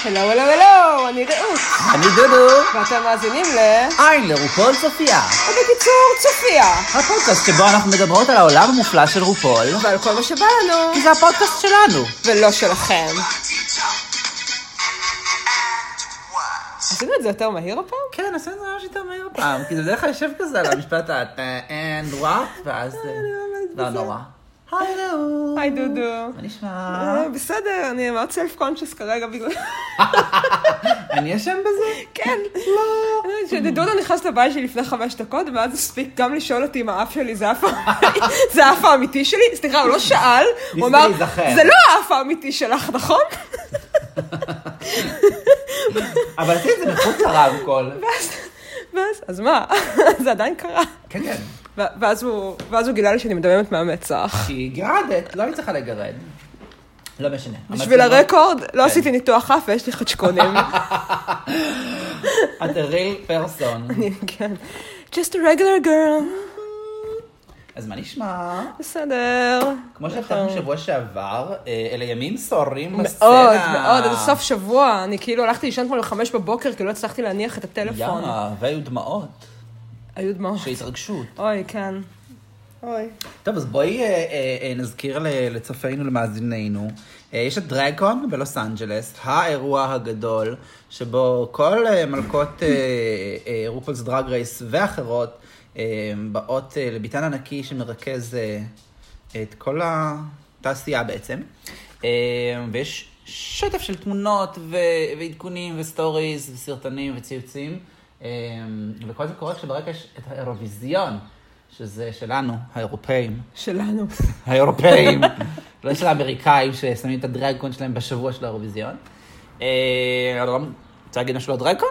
הלו, הלו, הלו, אני רעות. אני דודו. ואתם מאזינים עין לרופול צופיה. או בקיצור, צופיה. הפודקאסט שבו אנחנו מדברות על העולם המופלא של רופול. ועל כל מה שבא לנו. כי זה הפודקאסט שלנו. ולא שלכם. עשינו את זה יותר מהיר הפעם? כן, עשינו את זה ממש יותר מהיר הפעם. כי זה בדרך כלל יושב כזה על המשפט and what, ואז זה נורא. היי רעות. היי דודו. מה נשמע? בסדר, אני מאוד סלף-קונשס כרגע בגלל... אני אשם בזה? כן. לא. דודו נכנס לבית שלי לפני 5 דקות, ואז הספיק גם לשאול אותי אם האף שלי זה האף האמיתי שלי. סליחה, הוא לא שאל, הוא אמר, זה לא האף האמיתי שלך, נכון? אבל עשית את זה מחוץ לרמקול. אז מה? זה עדיין קרה. כן, כן. ואז הוא גילה לי שאני מדממת מהמצח. כי גרדת, לא הייתה לגרד. לא משנה. בשביל הרקורד, לא עשיתי ניתוח אף ויש לי חדשקונים. את real person. כן. Just a regular girl. אז מה נשמע? בסדר. כמו שהבטחנו שבוע שעבר, אלה ימים סוערים בסצנה. מאוד, מאוד, זה סוף שבוע. אני כאילו הלכתי לישון כמו 5 בבוקר, כי לא הצלחתי להניח את הטלפון. והיו דמעות. היו דמעות. שהתרגשות. אוי, כן. אוי. טוב, אז בואי נזכיר לצופינו, למאזיננו. יש את דרגקון בלוס אנג'לס, האירוע הגדול, שבו כל מלכות רופולס דרג רייס ואחרות באות לביתן ענקי שמרכז את כל התעשייה בעצם. ויש שטף של תמונות ועדכונים וסטוריז וסרטונים וציוצים. וכל זה קורה כשברקע יש את האירוויזיון, שזה שלנו, האירופאים. שלנו. האירופאים. לא של האמריקאים ששמים את הדרגקון שלהם בשבוע של האירוויזיון. רוצה להגיד משהו על הדרגקון?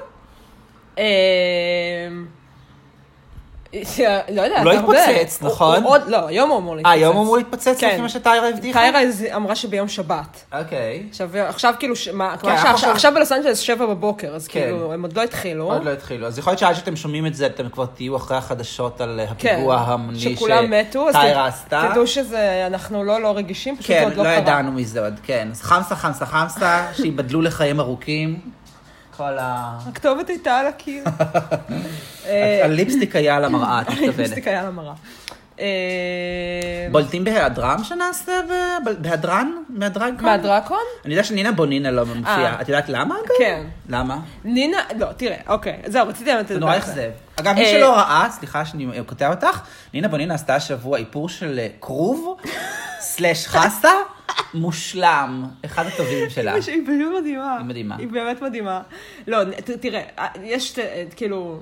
לא יודע, הוא לא התפוצץ, נכון? לא, היום הוא אמור להתפוצץ. היום הוא אמור להתפוצץ לפי מה שטיירה הבדיחה? טיירה אמרה שביום שבת. אוקיי. עכשיו כאילו, עכשיו בלוס אנג'לס 7 בבוקר, אז כאילו, הם עוד לא התחילו. עוד לא התחילו. אז יכול להיות שעד שאתם שומעים את זה, אתם כבר תהיו אחרי החדשות על הפיגוע המוני שכולם מתו, אז תדעו שזה, אנחנו לא רגישים, פשוט עוד לא קרה. כן, לא ידענו מזה עוד, כן. אז חמסה, שיבדלו לחיים ארוכים. הכתובת הייתה על הקיר. הליפסטיק היה על המראה, תכתבנת. הליפסטיק היה על המראה. בולטים בהיעדרם שנעשה? מהדרקון? מהדרקון? אני יודע שנינה בונינה לא מופיעה. את יודעת למה? כן. למה? נינה, לא, תראה, אוקיי. זהו, רציתי להם את זה. זה נורא יחזב. אגב, מי שלא ראה, סליחה שאני כותב אותך, נינה בונינה עשתה השבוע איפור של כרוב, /חסה, מושלם, אחד הטובים שלה. היא פשוט מדהימה. היא מדהימה. היא באמת מדהימה. לא, תראה, יש כאילו,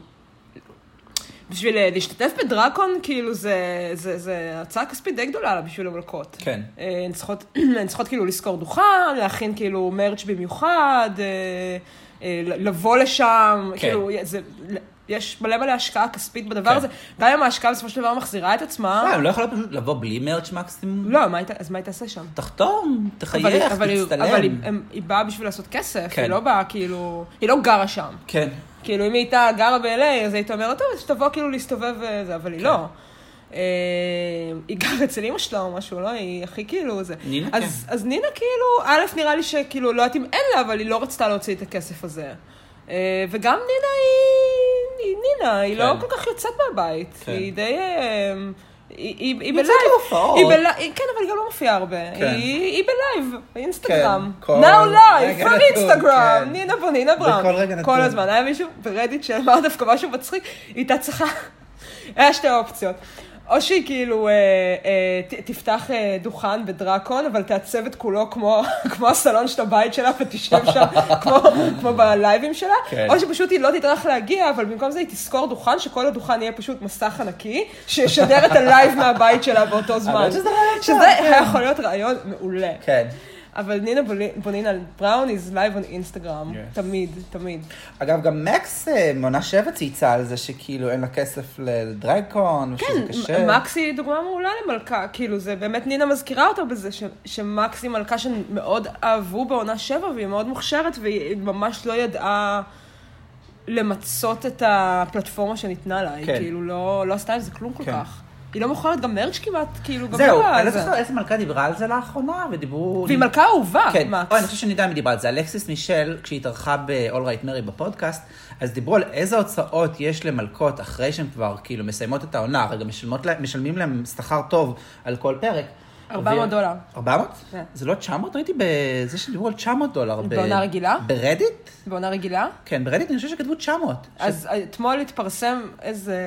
בשביל להשתתף בדרקון, כאילו זה הצעה כספית די גדולה לה בשביל המלכות. כן. הן צריכות כאילו לזכור דוכן, להכין כאילו מרץ' במיוחד, לבוא לשם, כאילו, יש מלא השקעה כספית בדבר הזה. גם אם ההשקעה בסופו של דבר מחזירה את עצמה. הם לא יכולים פשוט לבוא בלי מרץ' מקסימום? לא, אז מה היא תעשה שם? תחתום, תחייך, תצטלם. אבל היא באה בשביל לעשות כסף, היא לא באה כאילו, היא לא גרה שם. כן. כאילו אם היא הייתה גרה ב-LA, אז היית אומרת, טוב, שתבוא כאילו להסתובב וזה, אבל היא לא. היא גרה אצל אמא שלה או משהו, לא? היא הכי כאילו זה. נינה, כן. אז נינה כאילו, א' נראה לי שכאילו לא יודעת אם אין לה, אבל היא לא רצתה להוציא את הכסף הזה. וגם נינה היא נינה, היא לא כל כך יוצאת מהבית. היא די... היא בלייב. כן, אבל היא גם לא מופיעה הרבה. היא בלייב, באינסטגרם. Now live, for Instagram. נינה בונינה בראון. בכל רגע נתון. כל הזמן. היה מישהו ברדיט שאמר דווקא משהו מצחיק, היא הייתה צריכה... היה 2 אופציות. או שהיא כאילו תפתח דוכן בדרקון, אבל תעצב את כולו כמו הסלון של הבית שלה, ותשב שם כמו בלייבים שלה, או שפשוט היא לא תטרח להגיע, אבל במקום זה היא תזכור דוכן, שכל הדוכן יהיה פשוט מסך ענקי, שישדר את הלייב מהבית שלה באותו זמן. שזה יכול להיות רעיון מעולה. כן. אבל נינה בונינה בראון is live on Instagram, תמיד. אגב, גם מקס מעונה 7 צייצה על זה שכאילו אין לה כסף לדרקון, ושזה קשה. כן, מקס היא דוגמה מעולה למלכה, כאילו זה באמת נינה מזכירה אותה בזה, שמקס היא מלכה שמאוד אהבו בעונה 7, והיא מאוד מוכשרת, והיא ממש לא ידעה למצות את הפלטפורמה שניתנה לה, היא כאילו לא עשתה עם זה כלום כל כך. היא לא מוכרת גם מרץ' כמעט, כאילו, גם זהו, אני לא זוכר איזה מלכה דיברה על זה לאחרונה, ודיברו... והיא מלכה אהובה, כן, מקס. אני חושב שאני יודע מי דיברה על זה. אלכסיס מישל, כשהיא התארחה ב-All Right Mary בפודקאסט, אז דיברו על איזה הוצאות יש למלכות אחרי שהן כבר כאילו מסיימות את העונה, הרי גם משלמים להם שכר טוב על כל פרק. $400. 400? כן. זה לא 900? ראיתי בזה שדיברו על $900. בעונה רגילה? ברדיט? בעונה רגילה? כן, ברדיט אני חושב שכתבו 900. אז אתמול התפרסם איזה...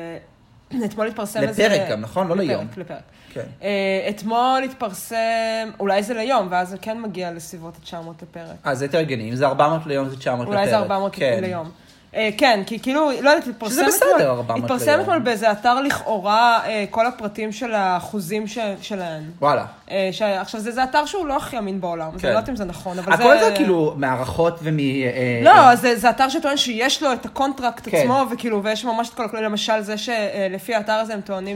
לפרק גם, נכון? לא ליום. לפרק. כן. אתמול התפרסם, אולי זה ליום, ואז זה כן מגיע לסביבות 900 לפרק. זה יותר הגיוני, אם זה 400 ליום זה 900 לפרק. אולי זה 400 ליום. כן, כי כאילו, לא יודעת, התפרסם אתמול באיזה אתר לכאורה כל הפרטים של האחוזים שלהן. וואלה. עכשיו, זה אתר שהוא לא הכי אמין בעולם, זה לא יודעת אם זה נכון, אבל זה... הכל זה כאילו מערכות לא, זה אתר שטוען שיש לו את הקונטרקט עצמו, וכאילו, ויש ממש את כל, למשל זה שלפי האתר הזה הם טוענים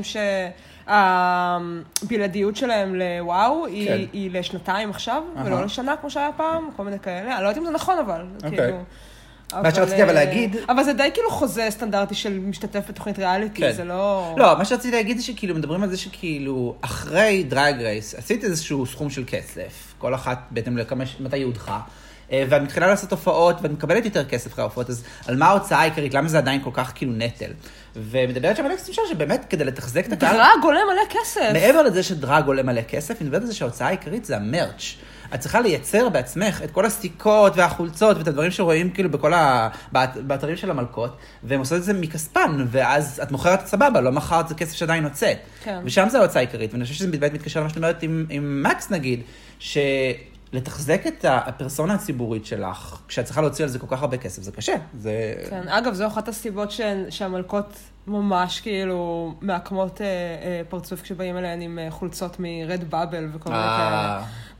שהבלעדיות שלהם לוואו היא לשנתיים עכשיו, ולא לשנה כמו שהיה פעם, כל מיני כאלה. אני לא יודעת אם זה נכון, אבל כאילו... מה שרציתי אבל להגיד... אבל זה די כאילו חוזה סטנדרטי של משתתף בתוכנית ריאליטי, זה לא... לא, מה שרציתי להגיד זה שכאילו מדברים על זה שכאילו אחרי דרג רייס עשית איזשהו סכום של כסף, כל אחת בעצם מתי היא הודחה, ואת מתחילה לעשות הופעות ואת מקבלת יותר כסף אחרי ההופעות, אז על מה ההוצאה העיקרית, למה זה עדיין כל כך כאילו נטל? ומדברת שם אלכס מישל שבאמת כדי לתחזק את הקהל... דרג עולה מלא כסף. מעבר לזה שדרג עולה מלא כסף, אני מדברת על זה שההוצאה העיקרית זה המרץ'. את צריכה לייצר בעצמך את כל הסטיקות והחולצות ואת הדברים שרואים כאילו באתרים של המלכות, והם עושות את זה מכספן, ואז את מוכרת את סבבה, לא מחרת זה כסף שעדיין יוצאת. כן. ושם זה ההוצאה העיקרית, ואני חושב שזה באמת מתקשר למה שאת אומרת עם מקס נגיד, לתחזק את הפרסונה הציבורית שלך, כשאת צריכה להוציא על זה כל כך הרבה כסף, זה קשה. כן, אגב, זו אחת הסיבות שהמלכות ממש כאילו מעקמות פרצוף כשבאים אליהן עם חולצות מרד באבל וכל מיני כאלה.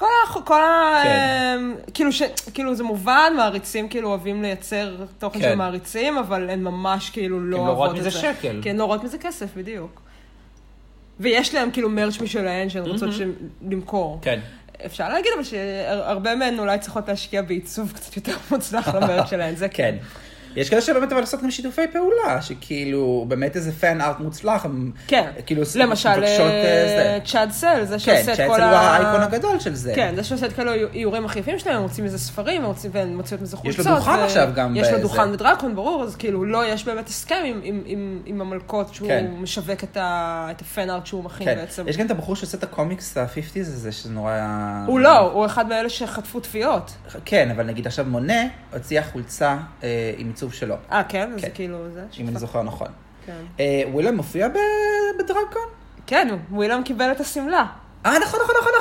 כאילו זה מובן, מעריצים כאילו אוהבים לייצר תוכן של מעריצים, אבל הן ממש כאילו לא אוהבות את זה. כי הן לא רואות מזה שקל. כי הן לא רואות מזה כסף, בדיוק. ויש להם כאילו מרץ' משלהן שהן רוצות למכור. כן. אפשר להגיד, אבל שהרבה מהן אולי צריכות להשקיע בעיצוב קצת יותר מוצלח למרץ' שלהן, זה כן. יש כאלה שבאמת אבל לעשות גם שיתופי פעולה, שכאילו באמת איזה פן ארט מוצלח, כן, למשל צ'אד סל, זה שעושה את כל צ'אד סל הוא האייקון הגדול של זה. כן, זה שעושה את כל האיורים החליפים שלהם, הם מוצאים איזה ספרים, והם מוציאות מזה חולצות. יש לו דוכן עכשיו גם. יש לו דוכן בדרקון, ברור, אז כאילו לא, יש באמת הסכם עם המלכות שהוא משווק את הפן ארט שהוא מכין בעצם. יש גם את הבחור שעושה את הקומיקס ה-50s הזה, שזה נורא... הוא לא, הוא אחד מאלה שחטפו תביעות. כן, אבל נגיד עכשיו מונה, הוציאה חולצה עם עיצוב שלו. כן? זה כאילו זה? אם אני זוכר נכון. ווילם מופיע בדרקון? כן, ווילם קיבל את הסמלה. נכון.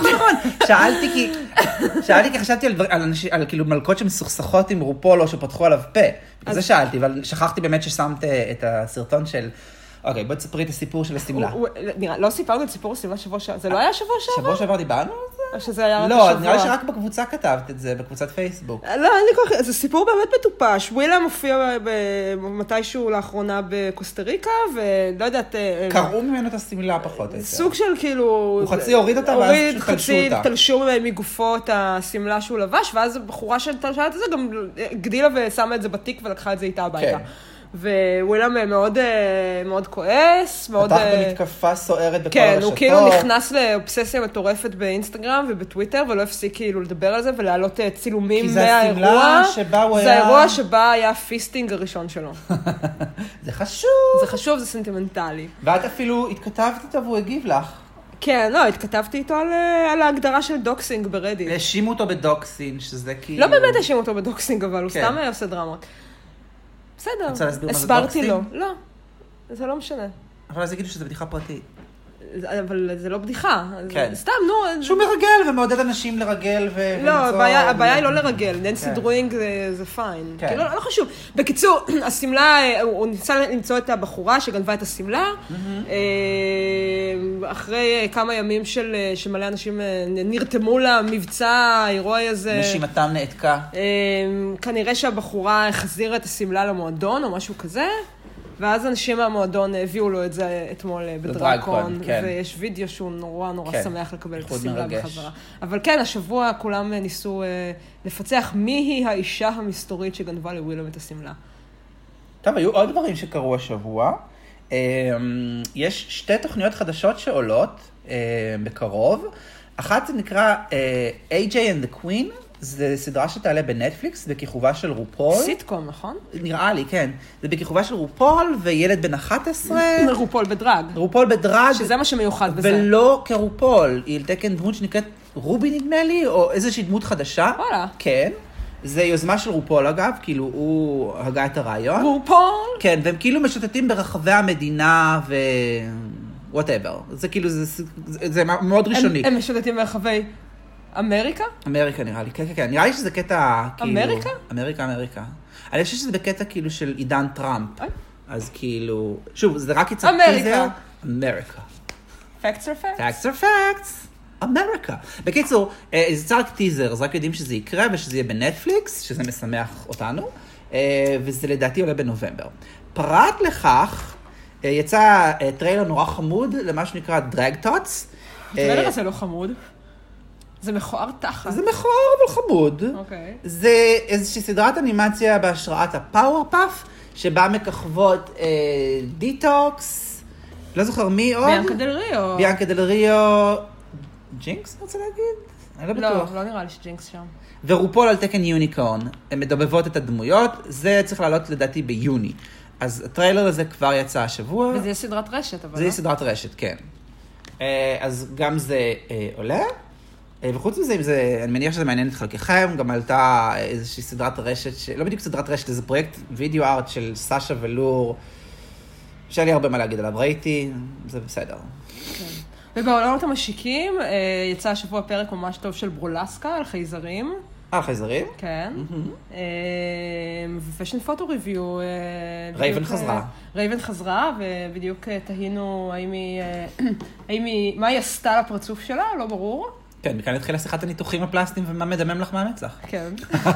שאלתי כי חשבתי על כאילו מלכות שמסוכסכות עם רופול או שפתחו עליו פה. זה שאלתי, אבל שכחתי באמת ששמת את הסרטון של... אוקיי, בואי תספרי את הסיפור של הסמלה. לא סיפרנו את סיפור הסמלה שבוע שעבר. זה לא היה שבוע שעבר? שבוע שעבר דיברנו על זה? או שזה היה רק השבוע? לא, נראה לי שרק בקבוצה כתבת את זה, בקבוצת פייסבוק. לא, אין לי כל כך, זה סיפור באמת מטופש. ווילם מופיע מתישהו לאחרונה בקוסטה ריקה, ולא יודעת... קראו ממנו את הסמלה פחות. סוג של כאילו... הוא חצי הוריד אותה, ואז פשוט תלשו אותה. תלשו מגופו את הסמלה שהוא לבש, ואז הבחורה שתלשה את זה גם גדילה ושמה את זה בתיק ולקחה את זה איתה הביתה. ווילם מאוד כועס, מאוד... פתח במתקפה סוערת בכל כן, הרשתות. הוא כאילו נכנס לאובססיה מטורפת באינסטגרם ובטוויטר, ולא הפסיק כאילו לדבר על זה ולהעלות צילומים מהאירוע. כי זה הסמלה שבה הוא היה... זה האירוע שבה היה הפיסטינג הראשון שלו. זה חשוב. זה חשוב, זה סנטימנטלי. ואת אפילו התכתבת איתו והוא הגיב לך. כן, לא, התכתבתי איתו על ההגדרה של דוקסינג ברדיט. האשימו אותו בדוקסינג, שזה כאילו... לא באמת האשימו אותו בדוקסינג, אבל הוא סתם עושה דרמות. בסדר, הסברתי לו. לא, זה לא משנה. אבל אז יגידו שזה בדיחה פרטית. אבל זה לא בדיחה. סתם, נו. שהוא מרגל ומעודד אנשים לרגל לא, הבעיה היא לא לרגל. ננסי דרוינג זה פיין. לא חשוב. בקיצור, הסמלה, הוא ניסה למצוא את הבחורה שגנבה את הסמלה. אחרי כמה ימים שמלא אנשים נרתמו למבצע ההירואי הזה. נשימתם נעתקה. כנראה שהבחורה החזירה את הסמלה למועדון או משהו כזה. ואז אנשים מהמועדון הביאו לו את זה אתמול בדרקון, ויש וידאו שהוא נורא שמח לקבל את הסמלה בחזרה. אבל כן, השבוע כולם ניסו לפצח מיהי האישה המסתורית שגנבה לווילם את הסמלה. טוב, היו עוד דברים שקרו השבוע. יש שתי תוכניות חדשות שעולות בקרוב. אחת זה נקרא AJ and the Queen, זה סדרה שתעלה בנטפליקס, בכיכובה של רופול. סיטקום, נכון? נראה לי, כן. זה בכיכובה של רופול, וילד בן 11. רופול בדרג. רופול בדרג. שזה מה שמיוחד בזה. ולא כרופול. היא תקן דמות שנקראת רובי נדמה לי, או איזושהי דמות חדשה. וואלה. כן. זה יוזמה של רופול אגב, כאילו הוא הגה את הרעיון. רופול? כן, והם כאילו משוטטים ברחבי המדינה ו... whatever. זה כאילו, זה מאוד ראשוני. הם משוטטים ברחבי אמריקה? אמריקה נראה לי, כן, כן, כן. נראה לי שזה קטע כאילו... אמריקה? אמריקה. אני חושב שזה בקטע כאילו של עידן טראמפ. אז כאילו... שוב, זה רק יצא טיזר. אמריקה. Facts are facts. Facts are facts. אמריקה. בקיצור, זה רק טיזר, אז רק יודעים שזה יקרה ושזה יהיה בנטפליקס, שזה משמח אותנו, וזה לדעתי עולה בנובמבר. פרט לכך, יצא טריילר נורא חמוד למה שנקרא דרג טוטס. הטריילר הזה לא חמוד. זה מכוער תחת. זה מכוער אבל חמוד. אוקיי. זה איזושהי סדרת אנימציה בהשראת הפאוור-פאף, שבה מככבות דיטוקס, לא זוכר מי עוד. ביאנקה דל ריו. ביאנקה דל ריו. ג'ינקס, רוצה להגיד? אני לא בטוח. לא נראה לי שג'ינקס שם. ורופול על תקן יוניקורן. הן מדובבות את הדמויות, זה צריך לעלות לדעתי ביוני. אז הטריילר הזה כבר יצא השבוע. וזה יהיה סדרת רשת, אבל זה יהיה סדרת רשת, כן. אז גם זה עולה. וחוץ מזה, אני מניח שזה מעניין את חלקכם, גם עלתה איזושהי סדרת רשת, לא בדיוק סדרת רשת, זה פרויקט וידאו ארט של סאשה ולור, אפשר לי הרבה מה להגיד עליו, ראיתי, זה בסדר. כן. ובעולמות המשיקים, יצא השבוע פרק ממש טוב של ברולסקה על חייזרים. חייזרים? כן. ופשן פוטו ריוויו. רייבן חזרה. רייבן חזרה, ובדיוק תהינו מה היא עשתה לפרצוף שלה, לא ברור. כן, מכאן התחילה שיחת הניתוחים הפלסטיים ומה מדמם לך מהמצח. כן.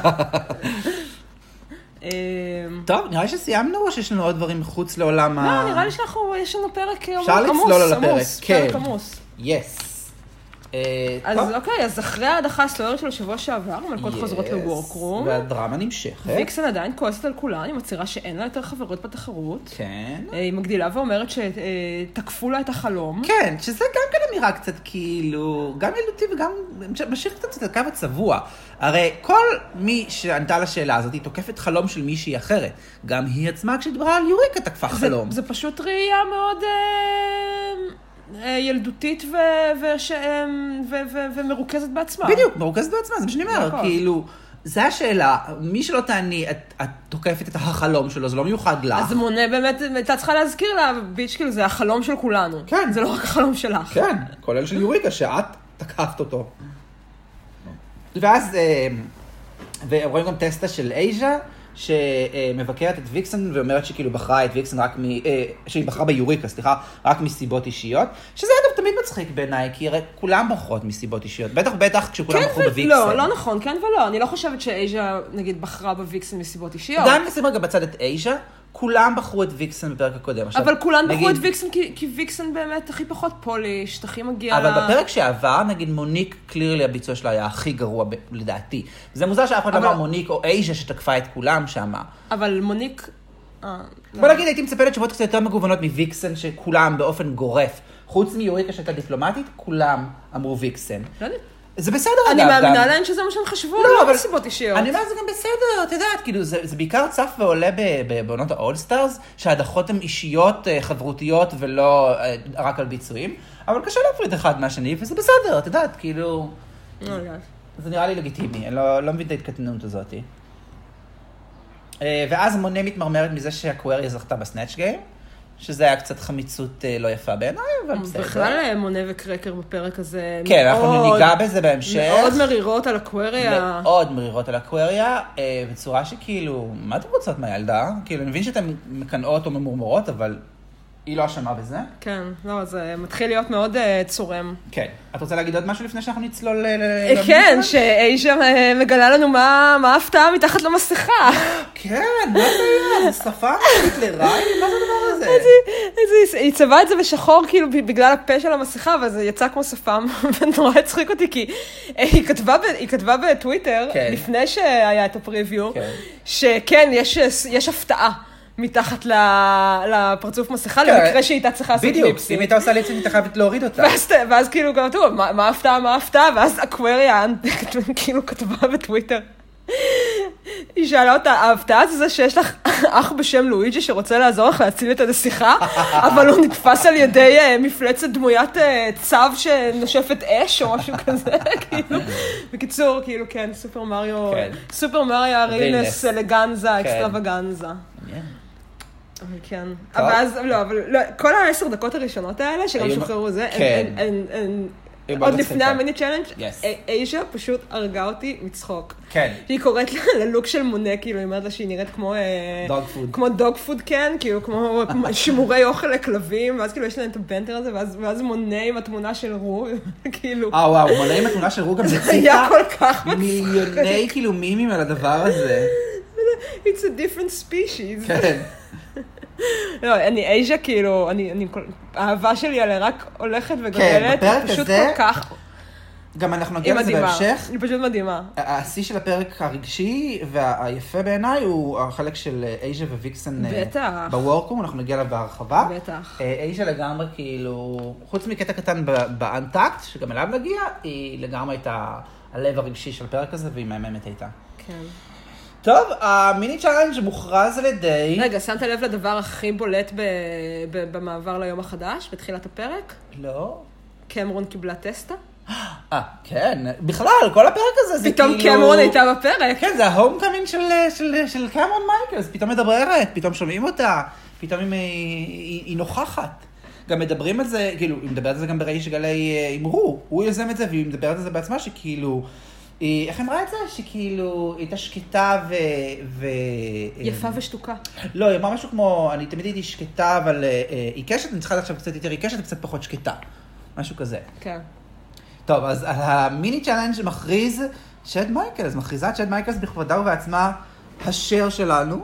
טוב, נראה לי שסיימנו או שיש לנו עוד דברים מחוץ לעולם ה... לא, נראה לי שיש לנו פרק עמוס. אפשר לצלול על הפרק, כן. פרק עמוס. יס. אז אוקיי, אז אחרי ההדחה הסוערת של השבוע שעבר, המלכות חוזרות לוורקרום. והדרמה נמשכת. ויקסן עדיין כועסת על כולן, היא מצהירה שאין לה יותר חברות בתחרות. כן. היא מגדילה ואומרת שתקפו לה את החלום. כן, שזה גם כן אמירה קצת כאילו, גם ילדותי וגם משאיר קצת את הקו הצבוע. הרי כל מי שענתה לשאלה הזאת, היא תוקפת חלום של מישהי אחרת. גם היא עצמה כשדיברה על יוריקה תקפה חלום. זה פשוט ראייה מאוד... ילדותית ומרוכזת בעצמה. בדיוק, מרוכזת בעצמה, זה מה שאני אומר. כאילו, זו השאלה, מי שלא תעני, את תוקפת את החלום שלו, זה לא מיוחד לך. אז מונה באמת, אתה צריכה להזכיר לה, ביץ' כאילו, זה החלום של כולנו. כן. זה לא רק החלום שלך. כן, כולל של יוריקה, שאת תקפת אותו. ואז, ורואים גם טסטה של אייז'ה, שמבקרת את ויקסן ואומרת שכאילו בחרה את ויקסן רק שהיא בחרה ביוריקה, סליחה, רק מסיבות אישיות, שזה אגב תמיד מצחיק בעיניי, כי הרי כולם בוחרות מסיבות אישיות, בטח כשכולם בחרו בוויקסן. לא נכון, כן ולא, אני לא חושבת שאייז'ה נגיד בחרה בוויקסן מסיבות אישיות. גם נשים רגע בצד את אייז'ה, כולם בחרו את ויקסן בפרק הקודם. אבל כולם בחרו את ויקסן כי ויקסן באמת הכי פחות פוליש, הכי מגיע... אבל בפרק שעבר, נגיד מוניק, קלירלי הביצוע שלה היה הכי גרוע לדעתי. זה מוזר שאף אחד לא אמר מוניק או אייז'ה שתקפה את כולם שם. אבל מוניק... בוא נגיד, הייתי מצפה לתשובות קצת יותר מגוונות מוויקסן, שכולם באופן גורף, חוץ מיוריקה שהייתה דיפלומטית, כולם אמרו ויקסן. לא יודעת. זה בסדר, אני מאמינה להן שזה מה שהן חשבו, לא מסיבות אישיות. אני אומרת, זה גם בסדר, את יודעת, כאילו, זה בעיקר צף ועולה בעונות האולסטארס, שההדחות הן אישיות, חברותיות, ולא רק על ביצועים, אבל קשה להפריד אחד מהשני, וזה בסדר, את יודעת, כאילו... זה נראה לי לגיטימי, אני לא מבין את ההתקטנות הזאת. ואז מונה מתמרמרת מזה שהקואריה זכתה בסנאצ' גיים, שזה היה קצת חמיצות לא יפה בעיניי, אבל בסדר. בכלל מונה וקרקר בפרק הזה כן, אנחנו ניגע בזה בהמשך. מאוד מרירות על הקואריה. מאוד מרירות על הקואריה, בצורה שכאילו, מה אתם רוצות מהילדה? כאילו, אני מבין שאתן מקנאות או ממורמרות, אבל היא לא אשמה בזה. כן, לא, זה מתחיל להיות מאוד צורם. כן. את רוצה להגיד עוד משהו לפני שאנחנו נצלול כן, שאייז'ה מגלה לנו מה ההפתעה מתחת למסכה. כן, מה זה היה? זה שפה נגיד לרעי? מה זה הדבר הזה? היא צבעה את זה בשחור כאילו בגלל הפה של המסכה, אבל זה יצא כמו שפם, ונורא הצחיק אותי, כי היא כתבה בטוויטר, לפני שהיה את הפריוויו, שכן, יש הפתעה. מתחת לפרצוף מסכה, למקרה שהיא צריכה לעשות בדיוק, ליפסינק. אם הייתה עושה ליפסינק, אתה חייבת להוריד אותה. ואז כאילו גם, טוב, מה ההפתעה? ואז אקווריה כאילו כתבה בטוויטר. היא שאלה אותה, ההפתעה זה שיש לך אח בשם לואיג'י שרוצה לעזור לך להציל את הנסיכה, אבל הוא נתפס על ידי מפלצת דמוית צו שנושפת אש או משהו כזה, כאילו. בקיצור, כאילו, כן, סופר מריו רילנס אלגנזה, אקסטרווגנזה. כן. אבל כל 10 דקות הראשונות האלה, שגם שוחררו זה, עוד לפני המיני צ'אלנג', אייז'ה פשוט הרגה אותי מצחוק. כן. היא קוראת ללוק של מונה, כאילו, היא אומרת לה שהיא נראית כמו דוג פוד, כן, כאילו, כמו שימורי אוכל לכלבים, ואז כאילו יש להם את הבנטר הזה, ואז מונה עם התמונה של רו, כאילו... וואו, מונה עם התמונה של רו גם היה כל כך מצחוק. מיליוני כאילו מימים על הדבר הזה. It's a different species. כן. לא, אני אייז'ה, כאילו, האהבה שלי עליה רק הולכת וגדלת, פשוט כל כך... גם אנחנו נגיע לזה בהמשך. היא פשוט מדהימה. השיא של הפרק הרגשי והיפה בעיניי הוא החלק של אייז'ה וויקסן בוורקום, אנחנו נגיע לה בהרחבה. בטח. אייז'ה לגמרי, כאילו, חוץ מקטע קטן באנטקט, שגם אליו נגיע, היא לגמרי הייתה הלב הרגשי של הפרק הזה, והיא מהממת הייתה. כן. טוב, המיני צ'אלנג' מוכרז על ידי... רגע, שמת לב לדבר הכי בולט במעבר ליום החדש, בתחילת הפרק? לא. קמרון קיבלה טסטה? כן. בכלל, כל הפרק הזה זה כאילו... פתאום קמרון הייתה בפרק. כן, זה ההום קאמינג של קמרון מייקלס. פתאום מדברת, פתאום שומעים אותה, פתאום היא נוכחת. גם מדברים על זה, כאילו, היא מדברת על זה גם בראי שגלי אמרו. הוא יוזם את זה, והיא מדברת על זה בעצמה, שכאילו... איך אמרה את זה? שכאילו, היא הייתה שקטה יפה ושתוקה. לא, היא אמרה משהו כמו, אני תמיד הייתי שקטה, אבל היא קשת, אני צריכה עכשיו קצת יותר היא קשת, וקצת פחות שקטה. משהו כזה. כן. טוב, אז המיני צ'אלנג' מכריז שד מייקלס, מכריזה שד מייקלס בכבודה ובעצמה השר שלנו,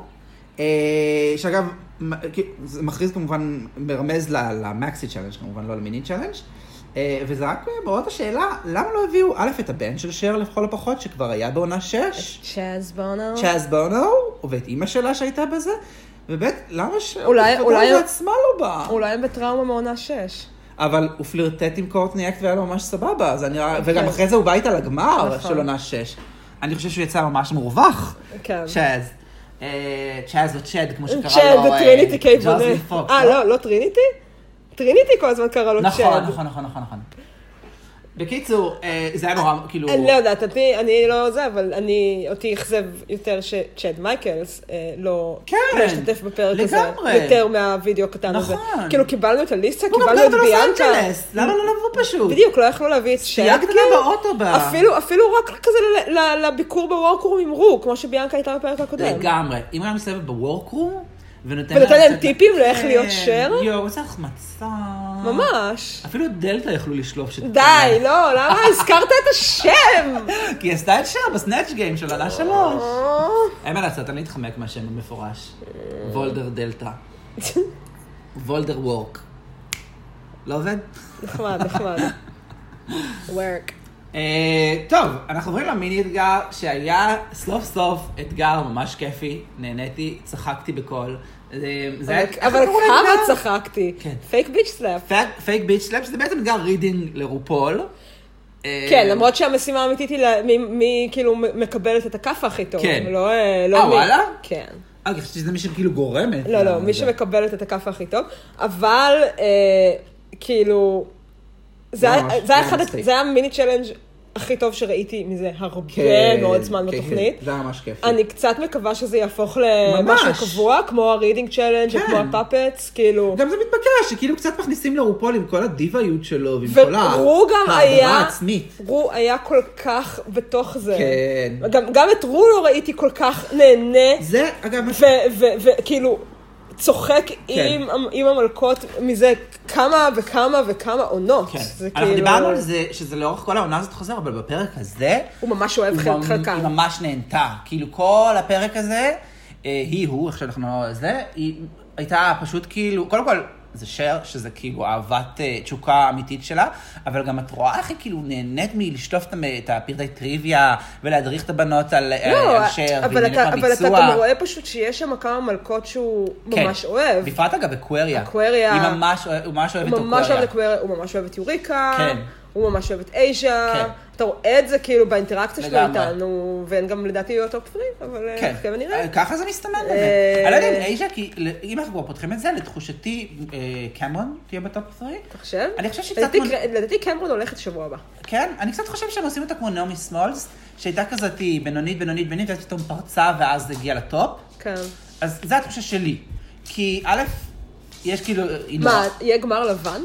שאגב, זה מכריז כמובן מרמז למקסי צ'אלנג' כמובן, לא למיני צ'אלנג', וזה רק מאוד השאלה, למה לא הביאו א' את הבן של שר לכל הפחות, שכבר היה בעונה 6? צ'אז בונו, ואת אימא שלה שהייתה בזה, וב' למה בכבודה בעצמה לא באה? אולי הם בטראומה מעונה 6. אבל הוא פלירטט עם קורטני אקט והיה לו ממש סבבה, אז וגם אחרי זה הוא בא איתה לגמר של עונה 6. אני חושב שהוא יצא ממש מורווח, צ'אז. צ'אז או צ'ד, כמו שקרא לו צ'ד, טריניטי קייבונה. פוקס. לא טריניטי? טריניטי כל הזמן קרא לו צ'ד. נכון. בקיצור, זה היה נורא, כאילו... אני לא יודעת, אני לא זה, אבל אותי אכזב יותר שצ'ד מייקלס לא השתתף בפרק הזה. יותר מהווידאו הקטן הזה. נכון. כאילו קיבלנו את הליסה, הוא קיבלנו גם את גר ביאנקה. בלוס אנג'לס, למה לא לבוא פשוט? בדיוק, לא יכלו להביא את צ'ד. סייגת באוטו בה. אפילו רק כזה לביקור בוורקרום עם רו, כמו שביאנקה הייתה בפרק הקודם. לגמרי. אם הוא היה מסתובב בוורקרום, ונותן להם טיפים לאיך להיות שר? יואו, איזה החמצה. ממש. אפילו דלתה יכלו לשלוף די, לא, למה הזכרת את השם? כי היא עשתה את שר בסנאץ' גיים של עונה 3. אין מה לעשות, אני אתחמק מהשם המפורש. וולדר דלתה. וולדר וורק. לא עובד? נחמד. work. טוב, אנחנו עוברים למיני אתגר שהיה סוף סוף אתגר ממש כיפי, נהניתי, צחקתי בקול. אבל כמה צחקתי? פייק ביץ' סלאפ. פייק ביץ' סלאפ, שזה בעצם אתגר רידינג לרופול. כן, למרות שהמשימה האמיתית היא מי כאילו מקבלת את הכף הכי טוב. כן. וואלה? כן. אני חושבת שזה מי שכאילו גורמת. לא, מי שמקבלת את הכף הכי טוב, אבל כאילו, זה היה מיני צ'לנג' הכי טוב שראיתי מזה הרבה מאוד זמן בתוכנית. זה היה ממש כיף. אני קצת מקווה שזה יהפוך למשהו קבוע, כמו הרידינג צ'לנג' וכמו הפאפץ, כאילו... גם זה מתבקש, שכאילו קצת מכניסים לרופול עם כל הדיוויות שלו, ועם כל ההדרה העצמית. רו היה כל כך בתוך זה. כן. גם את רו לא ראיתי כל כך נהנה. זה, אגב... וכאילו... צוחק עם המלכות מזה כמה וכמה עונות. אנחנו דיברנו על זה, שזה לאורך כל העונה הזאת חוזר, אבל בפרק הזה... הוא ממש אוהב חלקן. היא ממש נהנתה. כאילו כל הפרק הזה, איך שאנחנו לא זה, היא הייתה פשוט כאילו, קודם כל, זה שר, שזה כאילו אהבת תשוקה אמיתית שלה, אבל גם את רואה איך היא כאילו נהנית מלשלוף את הפרטי טריוויה, ולהדריך את הבנות על שר, אבל אתה גם רואה פשוט שיש שם כמה מלכות שהוא ממש אוהב. בפרט אגב, אקווריה. הוא ממש אוהב את אקווריה. הוא ממש אוהב את יוריקה, הוא ממש אוהב את אייז'ה. אתה רואה את זה כאילו באינטראקציה שלו איתנו, והן גם לדעתי יהיו אותו כפרים, אבל נחכה ונראה. ככה זה מסתמן באמת. אני לא יודע אם אייז'ה, כי אם אנחנו כבר פותחים את זה, לתחושתי קמרון תהיה בטופ 3. אתה חושב? אני חושב שקצת... לדעתי קמרון הולכת שבוע הבא. כן? אני קצת חושב שהם עושים אותה כמו נעמי סמולס, שהייתה כזאת בינונית, ואז פתאום פרצה, ואז הגיעה לטופ. כן. אז זו התחושה שלי. כי א', יש כאילו... מה, יהיה גמר לבן?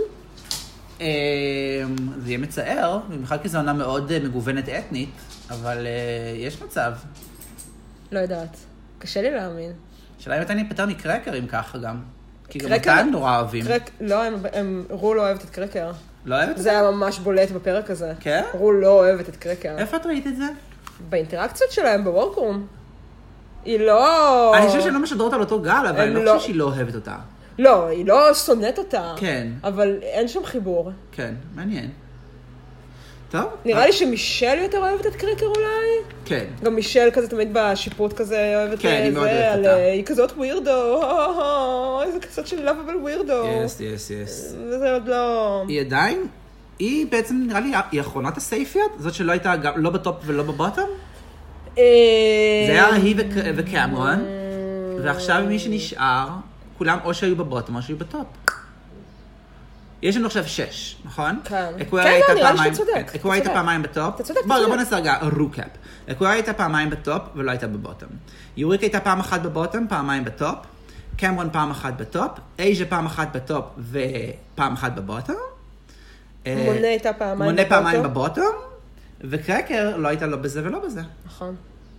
זה יהיה מצער, במיוחד כי זו עונה מאוד מגוונת אתנית, אבל יש מצב. לא יודעת. קשה לי להאמין. שאלה אם אתה ניפטר מקרקרים ככה גם. כי גם אותה הם נורא אוהבים. לא, רול לא אוהבת את קרקר. לא אוהבת את זה? זה היה ממש בולט בפרק הזה. כן? רול לא אוהבת את קרקר. איפה את ראית את זה? באינטראקציות שלהם, בוורקרום. היא לא... אני חושב שהן לא משדרות על אותו גל, אבל אני לא חושב שהיא לא אוהבת אותה. לא, היא לא שונאת אותה. כן. אבל אין שם חיבור. כן, מעניין. טוב. נראה לי שמישל יותר אוהבת את קרקר אולי. כן. גם מישל כזה תמיד בשיפוט כזה אוהבת את זה. כן, היא מאוד אוהבת אותה. היא כזאת ווירדו. איזה כזאת של לאביבל ווירדו. יס. וזה עוד לא... היא עדיין, היא בעצם נראה לי, היא אחרונת הסייפיות? זאת שלא הייתה לא בטופ ולא בבוטום? זה היה היא וקמרון, ועכשיו מי שנשאר, כולם או שהיו בבוטום או שהיו בטופ. יש לנו עכשיו 6, נכון? כן. כן, נראה לי שאתה צודק. אקווריה הייתה פעמיים בטופ. אתה צודק. בוא נעשה רגע רוקאפ. אקווריה הייתה פעמיים בטופ ולא הייתה בבוטום. יוריקה הייתה פעם אחת בבוטום, פעמיים בטופ. קמרון פעם אחת בטופ. אייז'ה פעם אחת בטופ ופעם אחת בבוטום. מונה הייתה פעמיים בבוטום. וקרקר לא הייתה לא בזה ולא בזה. נכון.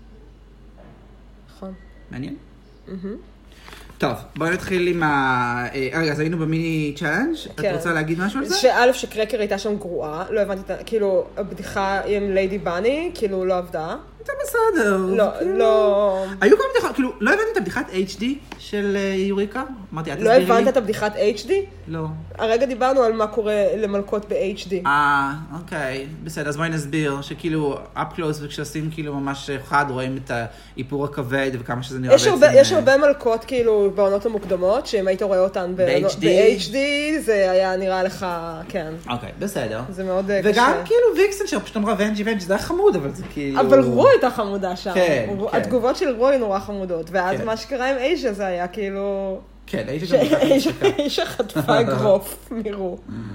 מעניין? טוב, בואי נתחיל עם ה... רגע, אז היינו במיני צ'אלנג'. את רוצה להגיד משהו על זה? שא' שקרקר הייתה שם גרועה, לא הבנתי, כאילו, הבדיחה עם ליידי בני, כאילו, לא עבדה. זה בסדר. לא... היו כמה בדיחות, כאילו, לא הבנת את הבדיחת HD של יוריקה? אמרתי, את תסבירי לי. לא הבנת את הבדיחת HD? לא. הרגע דיברנו על מה קורה למלכות ב-HD. אוקיי. בסדר, אז בואי נסביר שכאילו, up close וכשעושים כאילו ממש חד, רואים את האיפור הכבד וכמה שזה נראה בעצם... יש הרבה מלכות כאילו בעונות המוקדמות, שאם היית רואה אותן ב-HD, זה היה נראה לך, כן. אוקיי, בסדר. זה מאוד קשה. וגם כאילו ויקסן שפשוט אמרה ונג'י, זה היה חמוד, אבל זה כאילו... אבל רוי הייתה חמודה שם. כן. התגובות של רוי נורא חמודות, ואז מה שקרה עם אייז'ה זה היה כאילו... כן, אייז'ה חטפה אגרוף מרו.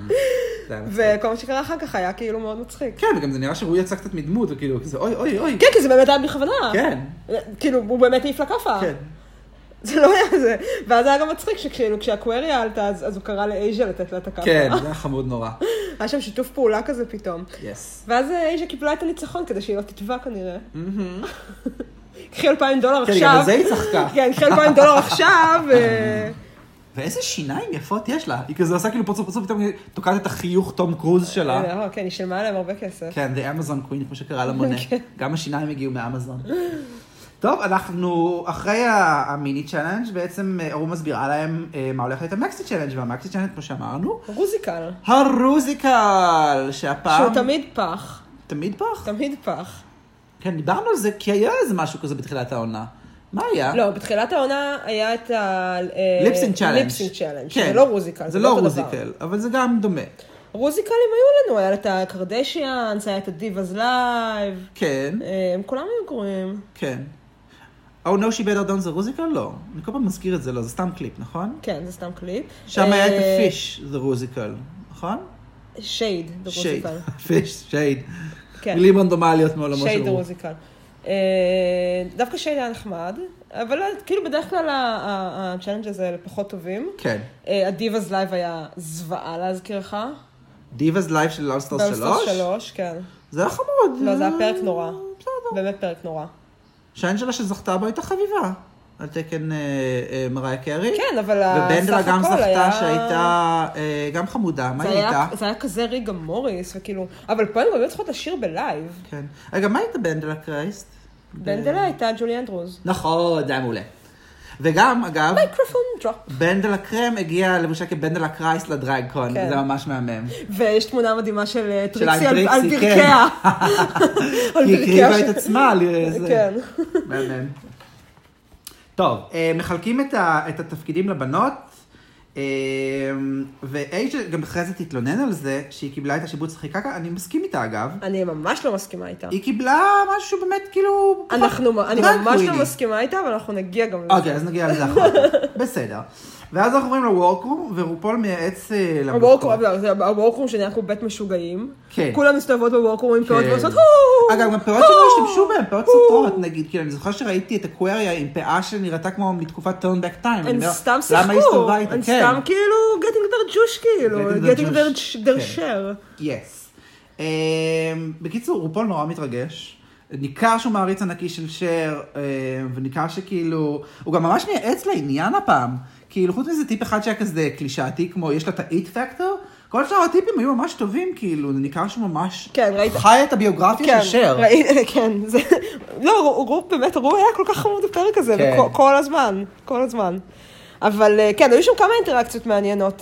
וכל מה שקרה אחר כך היה כאילו מאוד מצחיק. כן, וגם זה נראה שהוא יצא קצת מדמות, וכאילו, כזה אוי. כן, כי זה באמת היה בכוונה. כן. כאילו, הוא באמת העיף לכפה. כן. זה לא היה זה. ואז היה גם מצחיק שכאילו, כשהאקווריה עלתה, אז הוא קרא לאייז'ה לתת לה את הכפה. כן, זה היה חמוד נורא. היה שם שיתוף פעולה כזה פתאום. יס. ואז אייז'ה קיבלה את הניצחון כדי שהיא לא תתבע כנראה. קחי $2,000 עכשיו. כן, גם בזה היא צחקה. כן, קחי $2,000 עכשיו. ואיזה שיניים יפות יש לה. היא כזה עושה כאילו פרצוף, פתאום היא תוקעת את החיוך תום קרוז שלה. כן, היא שילמה עליהם הרבה כסף. כן, The Amazon Queen, כמו שקרא למונה. גם השיניים הגיעו מאמזון. טוב, אנחנו אחרי המיני צ'אלנג' בעצם אורו מסבירה להם מה הולך להיות המקסי צ'אלנג', והמקסי צ'אלנג' כמו שאמרנו. רוזיקל. הרוזיקל, שהפעם... שהוא תמיד פח. תמיד פח? תמיד פח. כן, דיברנו על זה, כי היה איזה משהו כזה בתחילת העונה. מה היה? לא, בתחילת העונה היה את ליפסינג צ'אלנג'. ליפסינג צ'אלנג', זה לא רוזיקל. זה לא רוזיקל, אבל זה גם דומה. רוזיקלים היו לנו, היה את הקרדשיאנס, היה את הדיבאז לייב. כן. הם כולם היו גרועים. כן. Oh no she better done זה רוזיקל? לא. אני כל פעם מזכיר את זה, לא, זה סתם קליפ, נכון? כן, זה סתם קליפ. שם היה את הפיש, זה רוזיקל, נכון? שייד, זה רוזיקל. פיש, שייד. כן. מילים רנדומליות מעולמו של שייד רוזיקל. דווקא שייד היה נחמד, אבל כאילו בדרך כלל הצ'אלנג' הזה פחות טובים. כן. הדיבאז לייב היה זוועה להזכירך. דיבאז לייב של אולסטארס 3? אולסטארס 3, כן. זה היה חמוד. לא, זה היה פרק נורא. באמת פרק נורא. שהאנג'לה שזכתה בו הייתה חביבה. על תקן מריה קרי. כן, אבל ובנדלה גם זכתה שהייתה גם חמודה. מה היא הייתה? זה היה כזה ריגה מוריס, וכאילו... אבל פה אני באמת צריכות לשיר בלייב. כן. רגע, מה הייתה בנדלה קרייסט? בנדלה הייתה ג'ולי אנדרוז. נכון, זה היה מעולה. וגם, אגב, מייקרופון דרופ. בן דה לקרם הגיע למשל כבן דה לקרייס לדרגקון, כן. זה ממש מהמם. ויש תמונה מדהימה של טריקסי טריקסי, על ברכיה. היא הקריבה את עצמה. כן. מהמם. טוב, מחלקים את התפקידים לבנות, ואייג'ה גם אחרי זה תתלונן על זה, שהיא קיבלה את השיבוץ הכי קקה, אני מסכים איתה אגב. אני ממש לא מסכימה איתה. היא קיבלה משהו באמת כאילו... אני ממש לא מסכימה איתה, אבל אנחנו נגיע גם לזה. אוקיי, אז נגיע לזה אחר כך. בסדר. ואז אנחנו עוברים לוורקרום, ורופול מייעץ הוורקרום שנהיה כמו בית משוגעים. כן. כולם מסתובבות בוורקרום עם פאות ועושות אגב, גם פאות שלא השתמשו בהם, פאות סותרות, נגיד, כאילו, אני זוכר שראיתי את אקווריה עם פאה שנראתה כמו מתקופת turn back time. הם סתם שיחקו, הם סתם כאילו getting their juice כאילו, getting their share. Yes. בקיצור, רופול נורא מתרגש. ניכר שהוא מעריץ ענקי של שר, וניכר שכאילו, הוא גם ממש מייעץ לעניין הפעם. כאילו, חוץ מזה טיפ אחד שהיה כזה קלישאתי, כמו יש לה את ה-8 factor, כל שאר הטיפים היו ממש טובים, כאילו, ניכר שהוא ממש חי את הביוגרפיה של שר. כן, זה... לא, הוא היה כל כך חמוד בפרק הזה, כל הזמן, כל הזמן. אבל כן, היו שם כמה אינטראקציות מעניינות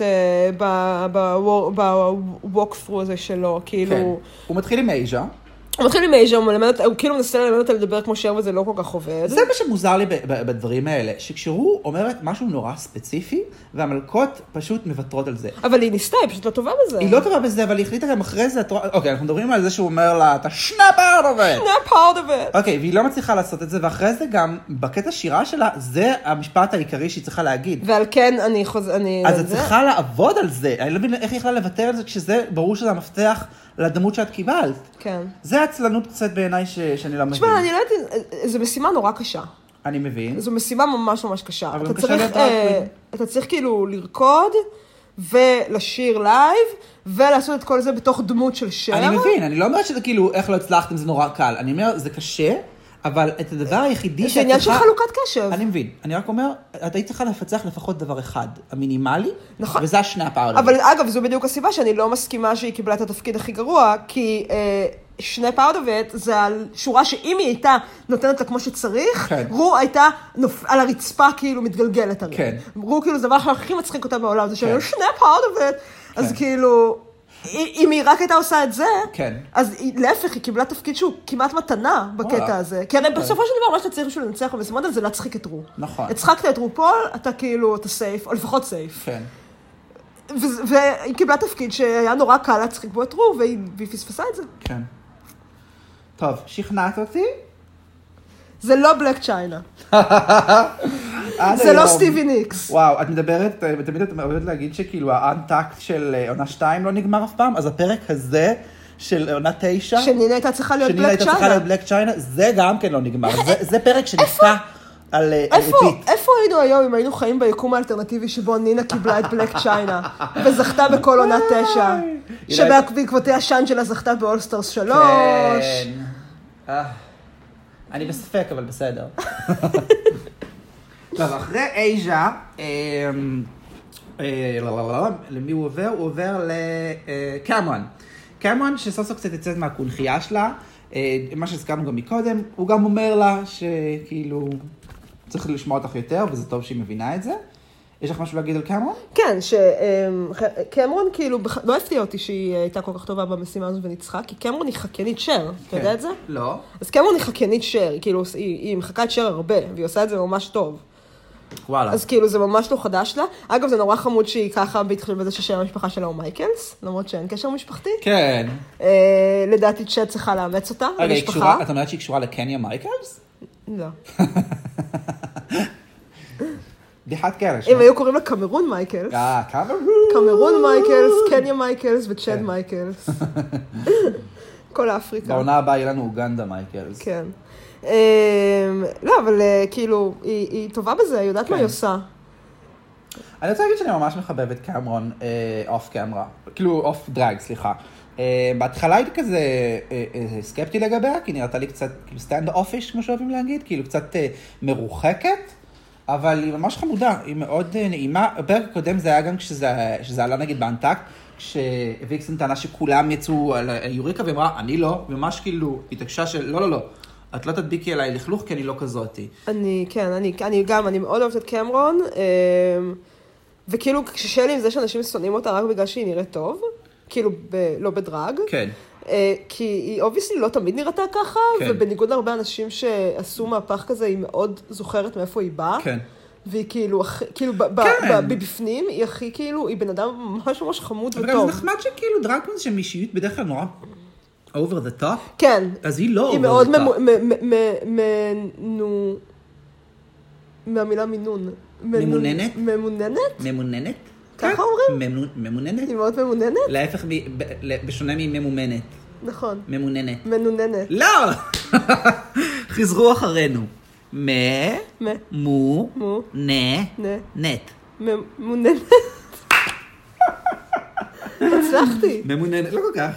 בווק-ת'רו הזה שלו, כאילו... הוא מתחיל עם אייג'ה. הוא מתחיל עם אייג'ה, הוא כאילו מנסה ללמד אותה לדבר כמו שר, וזה לא כל כך עובד. זה מה שמוזר לי בדברים האלה, שכשהוא אומרת משהו נורא ספציפי, והמלכות פשוט מוותרות על זה. אבל היא ניסתה, היא פשוט לא טובה בזה. היא לא טובה בזה, אבל היא החליטה גם אחרי זה, אוקיי, אנחנו מדברים על זה שהוא אומר לה, אתה snap out of it. snap out of it. אוקיי, והיא לא מצליחה לעשות את זה, ואחרי זה גם, בקטע שירה שלה, זה המשפט העיקרי שהיא צריכה להגיד. ועל כן אז את צריכה לעבוד על זה. אני לא מבין איך היא יכולה לוותר על זה, כשזה ברור שזה המפתח לדמות שאת קיבלת. כן. זה עצלנות קצת בעיניי שאני לא מבין. תשמע, אני לא יודעת, זו משימה נורא קשה. אני מבין. זו משימה ממש ממש קשה. אבל אתה צריך כאילו לרקוד ולשיר לייב, ולעשות את כל זה בתוך דמות של שר. אני מבין, אני לא אומרת שזה כאילו, איך לא הצלחתם, זה נורא קל. אני אומר, זה קשה, אבל את הדבר היחידי זה עניין של חלוקת קשב. אני מבין. אני רק אומר, את היית צריכה לפצח לפחות דבר אחד, המינימלי, נכון. וזה השנאפ אאוט. אבל אגב, זו בדיוק הסיבה שאני לא מסכימה שהיא קיבלה את התפקיד הכי גרוע, כי snap out of it זה על שורה שאם היא הייתה נותנת לה כמו שצריך, כן. רו הייתה על הרצפה כאילו מתגלגלת הרי. כן. רו כאילו זה דבר הכי מצחיק אותה בעולם, זה שאני snap out of it, אז כאילו... אם היא רק הייתה עושה את זה, כן. אז להפך, היא קיבלה תפקיד שהוא כמעט מתנה בקטע הזה. כי הרי בסופו של דבר, מה שאתה צריך בשביל לנצח במשימות הזה, זה להצחיק את רו. נכון. הצחקת את רופול, אתה כאילו, אתה סייף, או לפחות סייף. כן. והיא קיבלה תפקיד שהיה נורא קל להצחיק בו את רו, והיא פספסה את זה. כן. טוב, שכנעת אותי? זה לא בלק צ'יינה. זה לא סטיבי ניקס. וואו, את מדברת, תמיד את אוהבת להגיד שכאילו האנטקט של עונה 2 לא נגמר אף פעם, אז הפרק הזה של עונה 9, שנינה הייתה צריכה להיות בלק צ'יינה. זה גם כן לא נגמר. זה פרק שנפתח על ריפיט. איפה היינו היום אם היינו חיים ביקום האלטרנטיבי שבו נינה קיבלה את בלק צ'יינה, וזכתה בכל עונה 9, שבעקבותיה שאנג'לה זכתה באולסטרס 3. כן. אני בספק, אבל בסדר. טוב, אחרי אייג'ה, למי הוא עובר? הוא עובר לקמרון. קמרון שסוף סוף קצת יצאת מהקונחייה שלה, מה שהזכרנו גם מקודם, הוא גם אומר לה שכאילו צריך לשמוע אותך יותר, וזה טוב שהיא מבינה את זה. יש לך משהו להגיד על קמרון? כן, שקמרון כאילו, לא הפתיע אותי שהיא הייתה כל כך טובה במשימה הזו וניצחה, כי קמרון היא חקיינית שר, אתה יודע את זה? לא. אז קמרון היא חקיינית שר, כאילו, היא מחקה את שר הרבה, והיא עושה את זה ממש טוב. וואלה. אז כאילו, זה ממש לא חדש לה. אגב, זה נורא חמוד שהיא ככה בהתחיל בזה ששם המשפחה שלה הוא מייקלס, למרות שאין קשר משפחתי. כן. לדעתי צ'אט צריכה לאמץ אותה, המשפחה. את אומרת שהיא קשורה לקניה מייקלס? לא. בדיחת קרש. אם היו קוראים לה קמרון מייקלס. קמרון. קמרון מייקלס, קניה מייקלס וצ'אד מייקלס. כל אפריקה. בעונה הבאה יהיה לנו אוגנדה מייקלס. כן. לא, אבל כאילו, היא טובה בזה, היא יודעת מה היא עושה. אני רוצה להגיד שאני ממש מחבב את קמרון אוף קמרה. כאילו, אוף דרג, סליחה. בהתחלה הייתי כזה סקפטי לגביה, כי נראתה לי קצת סטנד אופיש, כמו שאוהבים להגיד, כאילו קצת מרוחקת. אבל היא ממש חמודה, היא מאוד נעימה. בפרק הקודם זה היה גם כשזה עלה נגיד באנטקט, כשוויקסן טענה שכולם יצאו על יוריקה, ואמרה, אני לא, ממש כאילו התעקשה של, לא, את לא תדביקי עליי לכלוך, כי אני לא כזאתי. אני מאוד אוהבת את קמרון, וכאילו כששאלה עם זה שאנשים שונאים אותה רק בגלל שהיא נראית טוב, כאילו לא בדרג. כן. כי היא אובייסלי לא תמיד נראתה ככה, כן. ובניגוד להרבה אנשים שעשו מהפך כזה, היא מאוד זוכרת מאיפה היא באה. כן. והיא כאילו בפנים, היא הכי כאילו, היא בן אדם ממש ממש חמוד וטוב. וגם זה נחמד שכאילו דרקמן של מישיות בדרך כלל נורא over the top. כן. אז היא לא over the top. היא מאוד מהמילה מינון. ממוננת? ממוננת? ממוננת? ככה אומרים? ממוננת? היא מאוד ממוננת? להפך, בשונה מממומנת. נכון. ממוננת. מנוננת. לא! חזרו אחרינו. נט. ממוננת. הצלחתי. ממוננת, לא כל כך.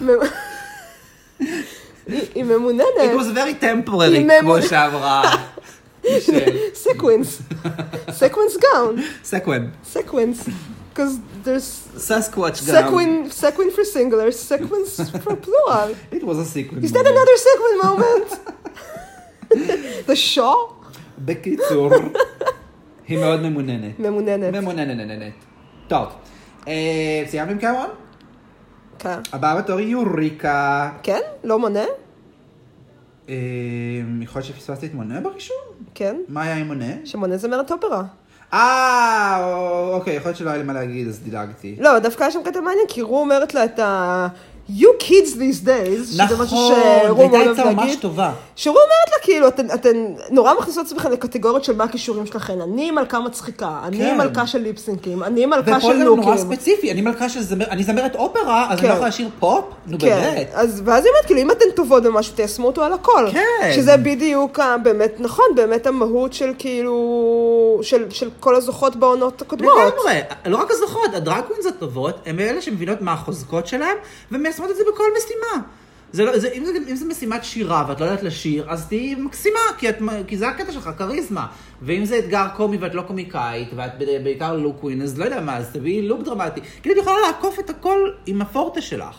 היא ממוננת. It was very temporary, כמו שאמרה. Sequence. Sequence gown. Sequence. Because there's Sasquatch gown. sequin for singular, sequence for plural. It was a sequin. Is that another sequin moment? The shaw? בקיצור, היא מאוד ממוננת. ממוננת. טוב, סיימת עם קמרון? כן. הבאה בתור היא יוריקה. כן? לא מונה? יכול להיות שפספסתי את מונה בראשון? כן. מה היה עם מונה? שמונה זה מרת אופרה. אוקיי, יכול להיות שלא היה לי מה להגיד, אז דילגתי. לא, דווקא היה שם קטע מעניין, כי רו אומרת לה את ה... You kids these days, נכון, והייתה יצאה ממש טובה. שרו אומרת לה, כאילו, אתן נורא מכניסות עצמכם לקטגוריות של מה הכישורים שלכם. אני מלכה מצחיקה, אני מלכה של ליפסינקים, אני מלכה של לוקים. ופה זה נורא ספציפי, אני זמרת אופרה, אז אני לא יכולה לשיר פופ? נו באמת. ואז היא אומרת, כאילו, אם אתן טובות במשהו, תיישמו אותו על הכל. כן. שזה בדיוק, באמת, נכון, באמת המהות של כאילו, של כל הזוכות בעונות הקודמות. לגמרי, לא רק הזוכות, הדרג-קווינס הטובות, הם אלה שמבינות מה החוזקות שלהם, ומיישמות את זה בכל משימה. אם זה משימת שירה ואת לא יודעת לשיר, אז תהיי מקסימה, כי זה הקטע שלך, קריזמה. ואם זה אתגר קומי ואת לא קומיקאית, ואת בעיקר לוק קווין, אז לא יודע מה, אז תביאי לוק דרמטי. כאילו את יכולה לעקוף את הכל עם הפורטה שלך.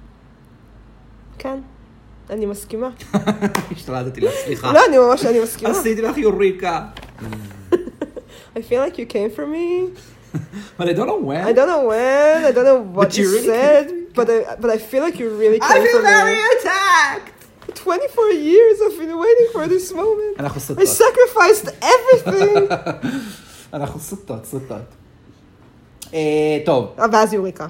כן, אני מסכימה. השתלטתי לך, סליחה. לא, אני מסכימה. עשיתי לך יוריקה. I feel like you came for me. But I don't know when. I don't know what you said, but I feel like you really came for me. I feel very attacked. 24 years I've been waiting for this moment. אנחנו סוטות. I sacrificed everything. אנחנו סוטות. טוב. ואז יוריקה.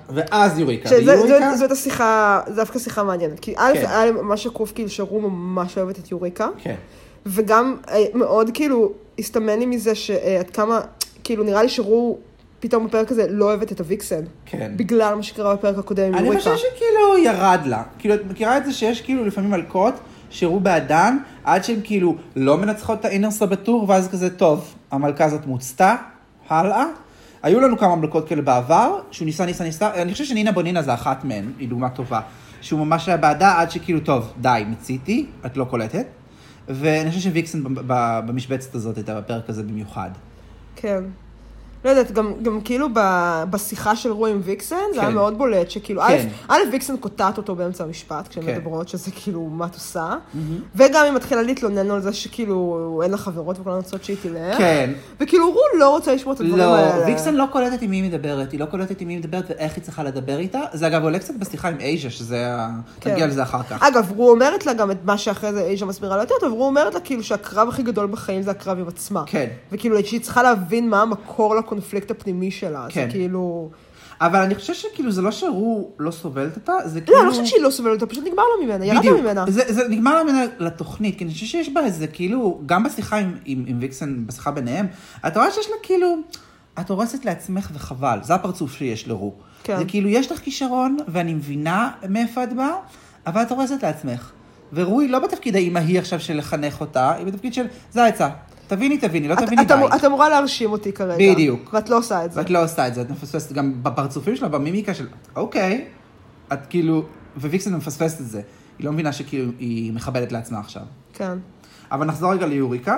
זאת השיחה, זו דווקא שיחה מעניינת. כי א', היה מה שקוף כאילו שרו ממש אוהבת את יוריקה. כן. וגם מאוד כאילו הסתמן לי מזה שעד כמה, כאילו נראה לי שרו פתאום בפרק הזה לא אוהבת את הוויקסן. כן. בגלל מה שקרה בפרק הקודם עם יוריקה. אני חושב שכאילו ירד לה. כאילו את מכירה את זה שיש כאילו לפעמים מלכות שרו בעדן, עד שהן כאילו לא מנצחות את האינר סבטור, ואז כזה טוב, המלכה הזאת מוצתה, הלאה. היו לנו כמה מלכות כאלה בעבר, שהוא ניסה, אני חושב שנינה בונינה זה אחת מהן, היא דוגמה טובה, שהוא ממש היה בעדה עד שכאילו טוב, די, מציתי, את לא קולטת. ואני חושב שוויקסן במשבצת הזאת הייתה בפרק הזה במיוחד. כן. לא יודעת, גם כאילו בשיחה של רו עם ויקסן, זה היה מאוד בולט, שכאילו, א', ויקסן קוטעת אותו באמצע המשפט, כשהן מדברות, שזה כאילו, מה את עושה? וגם היא מתחילה להתלונן על זה שכאילו, אין לה חברות וכל הנוצות שהיא תלך. כן. וכאילו, רו לא רוצה לשמוע את הדברים האלה. לא, ויקסן לא קולטת עם מי היא מדברת, היא לא קולטת עם מי היא מדברת ואיך היא צריכה לדבר איתה. זה אגב עולה קצת בשיחה עם אייז'ה, שזה, תגיע לזה אחר כך. אגב, רו אומרת לה גם את מה שאחרי זה אייז'ה מסבירה לה יותר טוב, רו אומרת לה כאילו שהקרב הכי גדול בחיים זה הקרב עם עצמה. כן. וכאילו, שהיא צריכה להבין מה המקור לקונפליקט הפנימי שלה. כן. זה כאילו... אבל אני חושב שכאילו זה לא שהוא לא סובלת אותה, זה כאילו... לא, אני חושבת שהיא לא סובלת אותה, פשוט נגמר לה ממנה, ירד לה ממנה. זה נגמר לה ממנה לתוכנית, כי אני חושב שיש בה איזה כאילו, גם בשיחה עם ויקסן, בשיחה ביניהם, אתה רואה שיש לה כאילו, את הורסת לעצמך וחבל, זה הפרצוף שיש לרו. כן. זה כאילו, יש לך כישרון, ואני מבינה מאיפה את באה, אבל את הורסת לעצמך. ורוי לא בתפקיד האמא היא עכשיו של לחנך אותה, היא בתפקיד של, זה העצה. תביני, לא תביני די. את אמורה להרשים אותי כרגע. בדיוק. ואת לא עושה את זה. את מפספסת גם בפרצופים שלה, במימיקה של, אוקיי, את כאילו, וויקסן מפספסת את זה. היא לא מבינה שכאילו היא מכבדת לעצמה עכשיו. כן. אבל נחזור רגע ליוריקה.